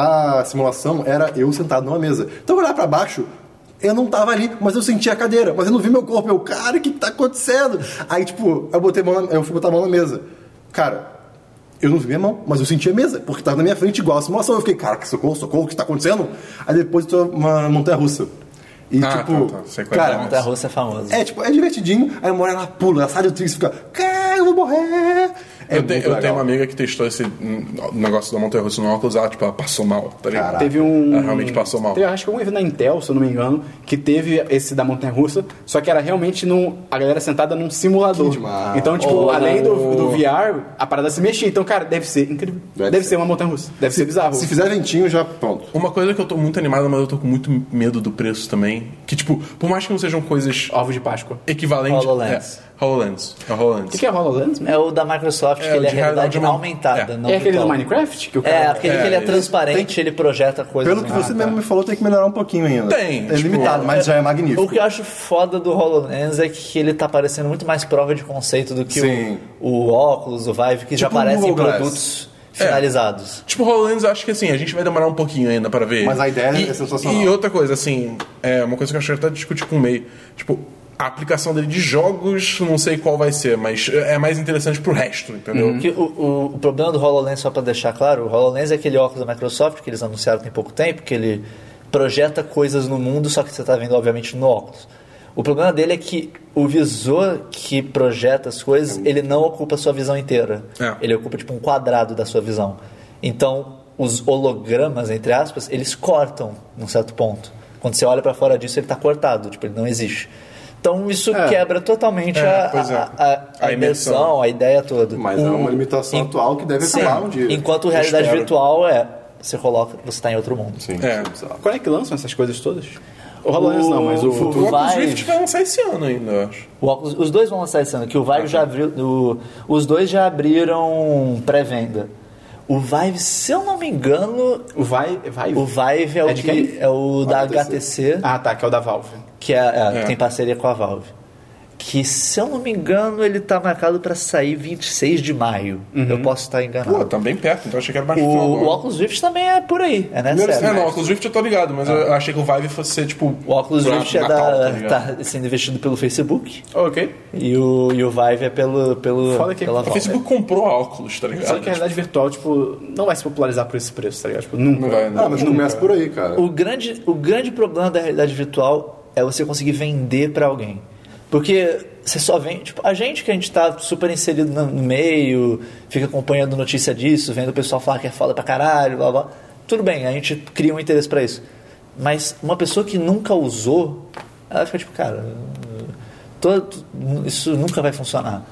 a simulação era eu sentado numa mesa. Então eu olhar pra baixo, eu não tava ali, mas eu sentia a cadeira, mas eu não vi meu corpo. Eu, cara, o que, que tá acontecendo? Aí, tipo, eu botei a mão na, eu fui botar a mão na mesa. Cara, eu não vi minha mão, mas eu senti a mesa, porque tava na minha frente igual a simulação. Eu fiquei, cara, que socorro, socorro, o que tá acontecendo? Aí depois eu tô uma montanha-russa. E Ah, tipo, tá, tá. Sei qual é cara, a Montanha Russa é famoso. é, tipo, é divertidinho, aí uma hora ela pula, ela sai do trio e fica, cara, eu vou morrer. É eu, te- muito eu legal. tenho uma amiga que testou esse hum, negócio da montanha russa no óculos, ela, tipo, ela passou mal, tá ligado? Caraca. Teve um. Ela realmente passou mal. Teve, acho que um evento na Intel, se eu não me engano, que teve esse da Montanha Russa, só que era realmente num, a galera sentada num simulador. Que demais. Então, tipo, Oh, além do, do V R, a parada se mexia. Então, cara, deve ser incrível. Deve Deve, ser. ser uma montanha russa. Deve ser bizarro. Se fizer ventinho, já pronto. Uma coisa que eu tô muito animado, mas eu tô com muito medo do preço também. Que, tipo, por mais que não sejam coisas Ovos de Páscoa. equivalentes. HoloLens. É, HoloLens. É o HoloLens. O que, que é HoloLens? É o da Microsoft, É, que o ele é de realidade realidade aumentada. é. não É aquele do virtual. Minecraft? Que o É, cara... aquele É, que ele é esse. transparente, ele projeta coisas. Pelo que no- você mesmo me falou, tem que melhorar um pouquinho ainda. Tem, É tipo, limitado, mas já é magnífico. O que eu acho foda do HoloLens é que ele tá parecendo muito mais prova de conceito do que Sim. o, o óculos, o Vive, que já Tipo o parecem Google Glass. produtos finalizados. Tipo, HoloLens, eu acho que assim, a gente vai demorar um pouquinho ainda para ver. Mas a ideia e, é sensacional. E outra coisa, assim, é uma coisa que eu acho que até discutir com o May. Tipo, a aplicação dele de jogos, não sei qual vai ser, mas é mais interessante pro resto, entendeu? Que o, o, o problema do HoloLens, só para deixar claro, o HoloLens é aquele óculos da Microsoft que eles anunciaram tem pouco tempo, que ele projeta coisas no mundo, só que você está vendo, obviamente, no óculos. O problema dele é que o visor que projeta as coisas, ele não ocupa a sua visão inteira. É. Ele ocupa, tipo, um quadrado da sua visão. Então, os hologramas, entre aspas, eles cortam num certo ponto. Quando você olha para fora disso, ele está cortado, tipo, ele não existe. Então, isso É. quebra totalmente É, a, pois é. a, a, a A imersão. imersão, a ideia toda. Mas é uma limitação Em- atual que deve Sim, acabar um dia. enquanto realidade espero. virtual é você coloca, você está em outro mundo. Sim, É. sim, bizarro. Quando é que lançam essas coisas todas? O HoloLens não, mas o... o- O Oculus Vai- Rift vai lançar esse ano ainda, eu acho. O óculos- os dois vão lançar esse ano, que o Vive já abriu, o- os dois já abriram pré-venda. O Vive, se eu não me engano, O Vai... vai o Vive é o É de que quem? é o da H T C. H T C, Ah, tá, que é o da Valve. que é, é, É. tem parceria com a Valve. Que, se eu não me engano, ele tá marcado para sair vinte e seis de maio. Eu posso estar enganado. Pô, tá bem perto, então eu achei que era mais o, pro final do o ano. Oculus Rift também é por aí, é nessa Primeiro época. É, não, o Oculus Rift eu tô ligado, mas eu, eu achei que o Vive fosse ser, tipo... O Oculus pra Rift é Natal, da, tá ligado? tá sendo investido pelo Facebook Ok. e o, e o Vive é pelo, pelo, Foda que- pela o O Valve. Facebook comprou a Oculus, tá ligado? Só que a realidade virtual, tipo, não vai se popularizar por esse preço, tá ligado? Tipo, nunca. Não vai, não. Ah, mas começa por aí, cara. O grande, o grande problema da realidade virtual é você conseguir vender para alguém. Porque você só vende... Tipo, a gente que a gente tá super inserido no no meio, fica acompanhando notícia disso, vendo o pessoal falar que é foda pra caralho, blá blá. Tudo bem, a gente cria um interesse para isso. Mas uma pessoa que nunca usou, ela fica tipo, cara, todo, isso nunca vai funcionar.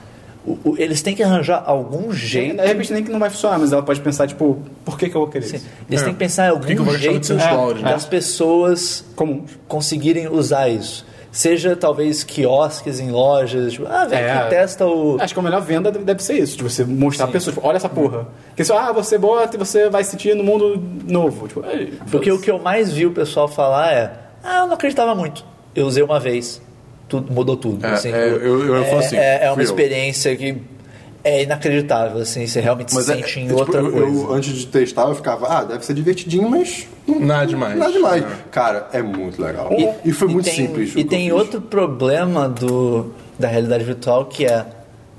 o, o, eles têm que arranjar algum jeito. De repente nem que não vai funcionar, mas ela pode pensar, tipo, por que, que eu vou querer Sim, isso? eles É. têm que pensar em algum que que eu vou gastar jeito oitocentos dólares, né? das pessoas Comuns. conseguirem usar isso. Seja talvez quiosques em lojas, tipo, ah, vem É. aqui, testa o. Acho que a melhor venda deve- deve ser isso, de você mostrar a pessoa, tipo, olha essa porra. Que só, ah, você bota e você vai se sentir no mundo novo. Tipo, ei, Porque o que eu mais vi o pessoal falar é: ah, eu não acreditava muito. Eu usei uma vez, tudo, mudou tudo. É, assim, é, eu- eu é, falo assim, é, é uma fui eu. experiência que é inacreditável, assim, você realmente Mas se é, sente é, em tipo, outra eu, coisa. eu, antes de testar, eu ficava, ah, deve ser divertidinho, mas. não- Nada demais. Nada demais. É. Cara, é muito legal. E, foi E muito tem- simples. o E que tem eu fiz. outro problema do, da realidade virtual que é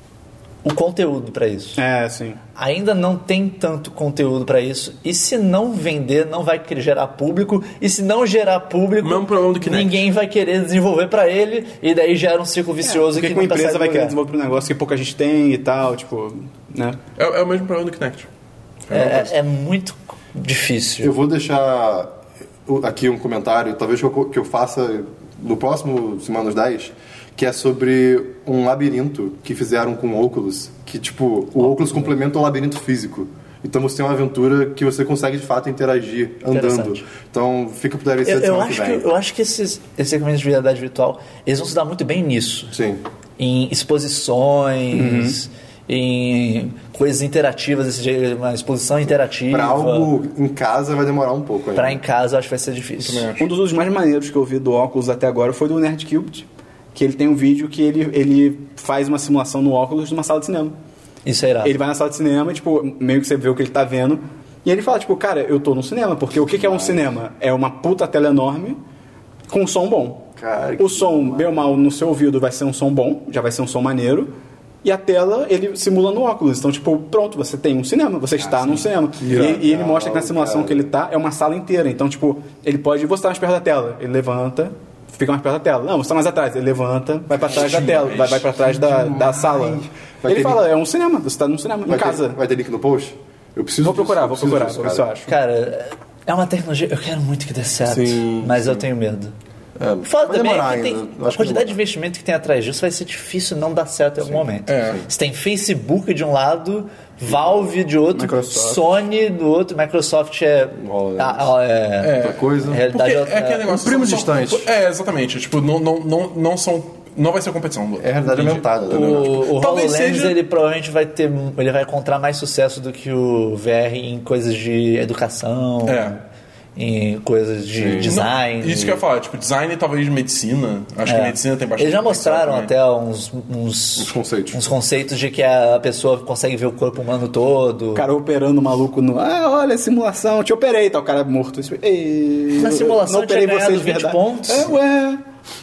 o conteúdo para isso. É, sim. Ainda não tem tanto conteúdo para isso. E se não vender, não vai querer gerar público. E se não gerar público, O mesmo problema do Kinect. ninguém vai querer desenvolver para ele. E daí gera um ciclo vicioso Porque que que uma nunca sai empresa do vai querer lugar. desenvolver um negócio que pouca gente tem e tal, tipo, né? É, é o mesmo problema do Kinect. É, é- é muito difícil. Eu vou deixar o- aqui um comentário, talvez que eu, que eu faça no próximo Semanas dez, que é sobre um labirinto que fizeram com o Oculus, que tipo, o Oculus complementa o labirinto físico. Então você tem uma aventura que você consegue de fato interagir andando. Interessante. Então fica pro D L C Eu, de eu semana acho que que, vem. eu acho que esses, esses equipamentos de realidade virtual, eles vão se dar muito bem nisso. Sim. Em exposições, em coisas interativas, desse jeito, uma exposição interativa. Pra algo em casa vai demorar um pouco ainda. Pra em casa, acho que vai ser difícil. Também acho. Um dos usos mais maneiros que eu vi do óculos até agora foi do Nerdcubed, que ele tem um vídeo que ele, ele faz uma simulação no óculos numa sala de cinema. Isso é irado. Ele vai na sala de cinema, tipo, meio que você vê o que ele tá vendo, e ele fala, tipo, cara, eu tô no cinema, porque o que, que é um cinema? É uma puta tela enorme com um som bom. Cara, que o som, bem ou mal, no seu ouvido vai ser um som bom, já vai ser um som maneiro, e a tela, ele simula no óculos. Então, tipo, pronto, você tem um cinema, você está num cinema. E, e ele mostra que na simulação cara. que ele tá, é uma sala inteira. Então, tipo, ele pode, você tá mais perto da tela, ele levanta, fica mais perto da tela. Não, você tá mais atrás, ele levanta, vai pra trás da tela, vai, vai pra trás da, da sala. Vai Ele ter fala, é um cinema, você tá num cinema, em Vai casa. ter, vai ter link no post? Eu preciso Vou procurar, disso, vou eu preciso procurar, disso, vou ver se eu cara. acho. Cara, é uma tecnologia. Eu quero muito que dê certo. Sim, mas eu sim. tenho medo. É, O foda vai também demorar é que tem, ainda. Eu a acho que vai quantidade de demorar. investimento que tem atrás disso vai ser difícil não dar certo em algum momento. É. Você tem Facebook de um lado, Valve de outro, Microsoft. Sony do outro, Microsoft é. HoloLens. Ah, é, Outra coisa. realidade Porque é aquele negócio. um primo são- distante. são- É, exatamente. Tipo, não, não, não, não são. Não vai ser competição. É a realidade Entendi. aumentada, né? O, o Talvez HoloLens seja- ele provavelmente vai ter, ele vai encontrar mais sucesso do que o V R em coisas de educação, É. em coisas de Sim. design. Não, isso que eu ia falar, tipo, design e talvez medicina. Acho que É. medicina tem bastante. Eles já potencial mostraram também. até uns, uns, Uns conceitos. uns conceitos de que a pessoa consegue ver o corpo humano todo. O cara operando o maluco no. Ah, olha, simulação, te operei, tá o cara morto. Ei, Na simulação não operei tinha ganhado vocês de vinte verdade. pontos. É, ué.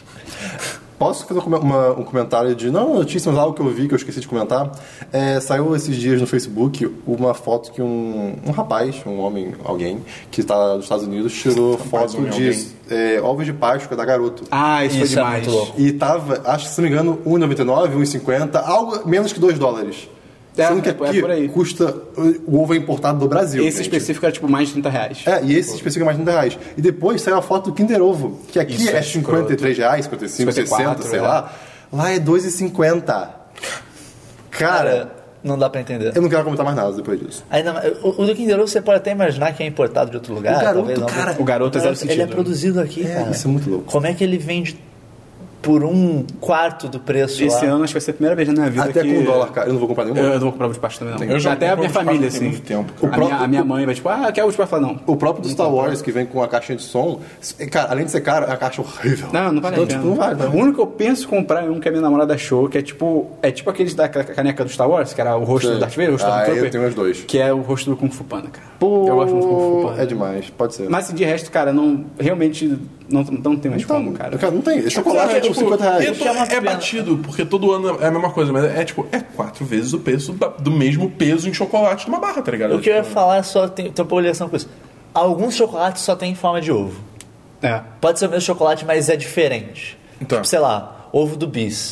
Posso fazer uma- uma- um comentário de, não notícia, mas algo que eu vi que eu esqueci de comentar? É, saiu esses dias no Facebook uma foto que um, um rapaz, um homem, alguém, que está nos Estados Unidos, tirou foto homem, de alguém. é, ovos de Páscoa da garoto. Ah, isso, Isso foi é demais. muito louco. E tava, acho que se não me engano, um e noventa e nove, um e cinquenta, algo menos que dois dólares. É, Sendo que é, aqui é por aí. custa, o ovo é importado do Brasil. Esse gente. específico era tipo mais de trinta reais. É, e esse específico é mais de trinta reais. E depois saiu a foto do Kinder Ovo, que aqui Isso é é cinquenta e três reais, cinquenta e cinco, cinquenta e quatro, sessenta, sei é. lá. Lá é dois e cinquenta. Cara, Cara, não dá pra entender. eu não quero comentar mais nada depois disso. Ainda, mais- o, o do Kinder Ovo você pode até imaginar que é importado de outro lugar. O garoto, talvez não. cara, o garoto é zero Ele sentido, é produzido aqui, É, cara. isso é muito louco. Como é que ele vende por um quarto do preço Esse lá? ano acho que vai ser a primeira vez na minha vida Até que... com o dólar, cara, eu não vou comprar nenhum. Eu, eu não vou comprar ovo de Páscoa também, não. Eu já Até a compro minha ovo de família, Páscoa tem assim. muito tempo, a, cara. minha, próprio- a minha mãe vai tipo, ah, quer ovo de Páscoa? Não. O próprio do Star Wars, que vem com a caixinha de som, cara, além de ser caro, é a caixa horrível. Não, não vale a Então, pena. tipo, não vale, O não. único que eu penso em comprar é um que a minha namorada achou, que é tipo... É tipo aqueles da ca- caneca do Star Wars, que era o rosto Sei. do Darth Vader, o rosto Ah, do Stormtrooper. eu tenho os dois. Que é o rosto do Kung Fu Panda, cara. Pô, Eu gosto muito do Kung Fu Panda. É demais, pode ser. Mas assim, de resto, cara, não, realmente não, não tem mais Então, como, cara. cara, não tem. É chocolate É, é tipo cinquenta reais. e é, uma é pena. batido, porque todo ano é a mesma coisa, mas é tipo, é quatro vezes o peso da- do mesmo peso em chocolate de uma barra, tá ligado? O que eu ia Tipo, falar só tem, tem uma poliação com isso. Alguns chocolates só tem forma de ovo. É. Pode ser o mesmo chocolate, mas é diferente. Então. Tipo, sei lá, ovo do bis.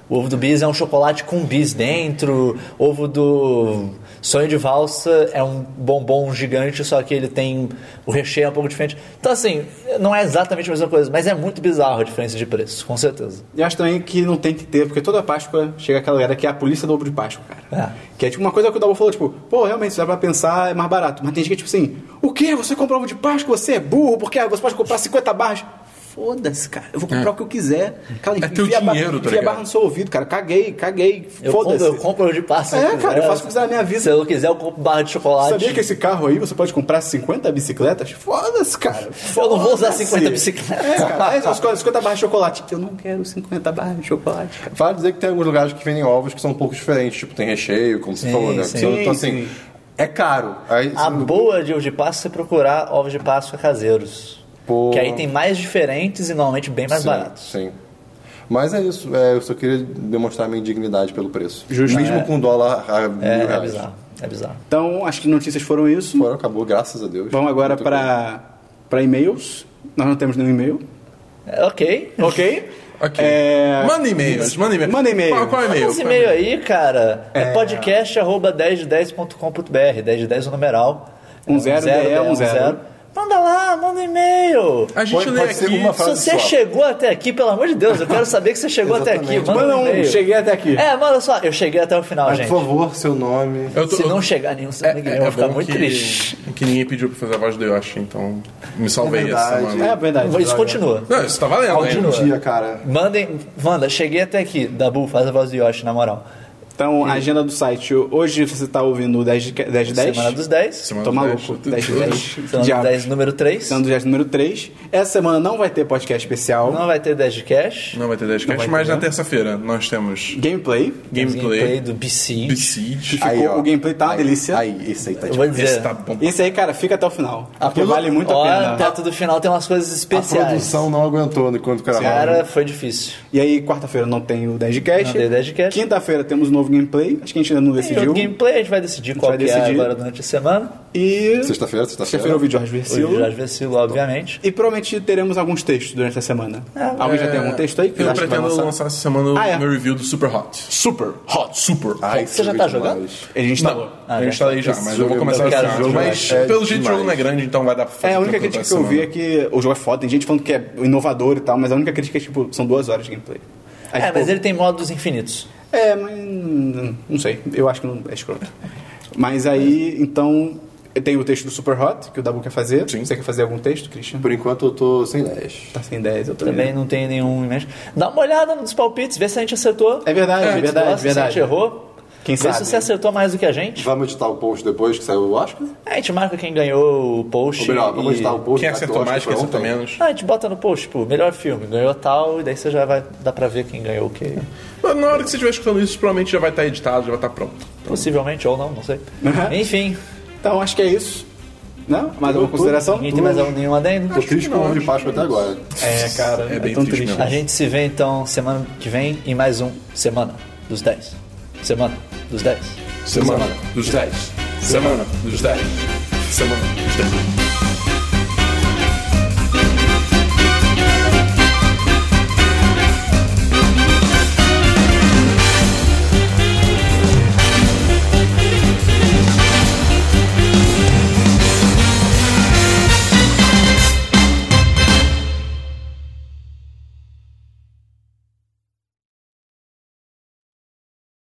O ovo do bis é um chocolate com bis dentro. Ovo do sonho de valsa é um bombom gigante, só que ele tem o recheio é um pouco diferente. Então, assim, não é exatamente a mesma coisa, mas é muito bizarro a diferença de preço, com certeza. E acho também que não tem que ter, porque toda Páscoa chega aquela galera que é a polícia do ovo de Páscoa, cara. É. Que é tipo uma coisa que o Dabu falou, tipo, pô, realmente, se dá pra pensar, é mais barato. Mas tem gente que é tipo assim, o quê? Você compra ovo de Páscoa? Você é burro? Porque você pode comprar cinquenta barras. Foda-se, cara. Eu vou comprar é. o que eu quiser. Cara, é teu dinheiro, barra, tá enfia a barra no seu ouvido, cara. Caguei, caguei. Foda-se. Eu compro ovo de Páscoa. É, cara, eu faço o que quiser na minha vida. Se eu quiser, eu compro barra de chocolate. Sabia que esse carro aí você pode comprar cinquenta bicicletas? Foda-se, cara. Foda-se. Eu não vou usar cinquenta bicicletas. É, cara. É, cinquenta barras de chocolate. Eu não quero cinquenta barras de chocolate, cara. Vale dizer que tem alguns lugares que vendem ovos que são um pouco diferentes. Tipo, tem recheio, como sim, você falou, né? Sim, então, assim, sim. é caro. Aí, a boa de ovo de Páscoa é você procurar ovos de Páscoa caseiros. Pô. Que aí tem mais diferentes e normalmente bem mais sim, baratos. Sim. Mas é isso. É, eu só queria demonstrar minha indignidade pelo preço. Justo. Mesmo é. com dólar a mil é, reais. É bizarro. É bizarro. Então, acho que notícias foram isso. Foram, acabou, graças a Deus. Vamos agora para para e-mails. Nós não temos nenhum e-mail. É, ok. Ok. Ok. É... Manda e-mails, manda e-mail. Manda e-mail. Qual, qual e-mail? Manda e-mail aí, cara. É, é podcast arroba dez de dez ponto com ponto b r. dez de dez o numeral. Um zero, é um zero. Manda lá, manda um e-mail. A gente pode, lê pode aqui. uma Se você só. chegou até aqui, pelo amor de Deus, eu quero saber que você chegou até aqui. Manda, manda um, e-mail. cheguei até aqui. É, manda só, eu cheguei até o final, Mas, gente. por favor, seu nome. Eu tô, Se eu... não chegar nenhum, você é, ninguém, é, eu vou é ficar bom muito que, triste. que ninguém pediu pra fazer a voz do Yoshi, então me salvei É essa verdade. semana. É verdade. Isso continua. Não, isso tá valendo, Continua. hein? Um dia, cara. Mandem, manda, cheguei até aqui. Dabu, faz a voz do Yoshi, na moral. Então, a agenda do site. Hoje você tá ouvindo o dez de dez. Semana dos dez. Semana Tô dos maluco. dez. dez de dez. Semana dos dez, número três. Semana dos dez, número três. Essa semana não vai ter podcast especial. Não vai ter dez de cash. Não vai ter dez cast, mas na terça-feira nós temos Gameplay. gameplay, Gameplay do Besiege. Besiege. Ficou, Aí, ó. o gameplay tá uma Aí, delícia. Aí, esse aí tá Eu de vou Esse dizer. tá bom. Esse aí, cara, fica até o final. Porque produ- vale muito a Ó, pena. perto do final tem umas coisas A especiais. produção não aguentou enquanto gravava. Cara, foi difícil. E aí, quarta-feira não tem o dez de cast. Não tem o dez de cast. Quinta-feira temos um novo gameplay. Acho que a gente ainda não Tem decidiu. outro gameplay, a gente vai decidir qual vai que é decidir. agora durante a semana. E Sexta-feira, sexta-feira sexta-feira. o vídeo Jorge Hoje Versilo. já Versilo, obviamente. E provavelmente teremos alguns textos durante a semana. Alguém já tem algum texto aí? Que Eu acha que vai pretendo lançar? lançar essa semana o Ah, é. meu review do Super Hot. Super Hot. Super Ai, Você já isso tá é jogando? demais. A gente instalou. Não, Ah, eu já. instalei já, Esse mas eu vou jogo começar eu a quero jogar. jogar. Mas É pelo jeito o jogo demais. não é grande, então vai dar pra fazer É, a única tudo crítica essa que eu vi semana. é que o jogo é foda. Tem gente falando que é inovador e tal, mas a única crítica é tipo, são duas horas de gameplay. Aí, É, tipo, mas ele tem modos infinitos. É, mas hum, não sei. Eu acho que não é escroto. Mas aí, então, tem o texto do Super Hot, que o Dabu quer fazer. Sim. Você quer fazer algum texto, Christian? Por enquanto eu tô sem ideias. Tá sem ideias, eu Também não tem nenhum em mente. Dá uma olhada nos palpites, vê se a gente acertou. É verdade, é Se verdade, gosta, verdade. Se a gente errou. Quem vê sabe? se você acertou mais do que a gente. Vamos editar o post depois que saiu o Oscar? A gente marca quem ganhou o post. Ou melhor, vamos e... editar o post. Quem tá? Que o acertou Oscar mais, quem foi acertou ontem. menos. Ah, a gente bota no post, tipo, melhor filme, ganhou tal, e daí você já vai dar pra ver quem ganhou o quê. Mas na hora que você estiver escutando isso, provavelmente já vai estar editado, já vai estar pronto. Possivelmente ou não, não sei. Uhum. Enfim, Então, acho que é isso. Não? Mais alguma consideração? ninguém tem mais nenhum adendo. Tô triste com o ovo de Páscoa até agora. É, cara, É é, bem tão triste triste. mesmo. A gente se vê então semana que vem em mais um Semana dos dez. Semana dos dez. Semana dos dez. Semana dos dez. Semana dos dez.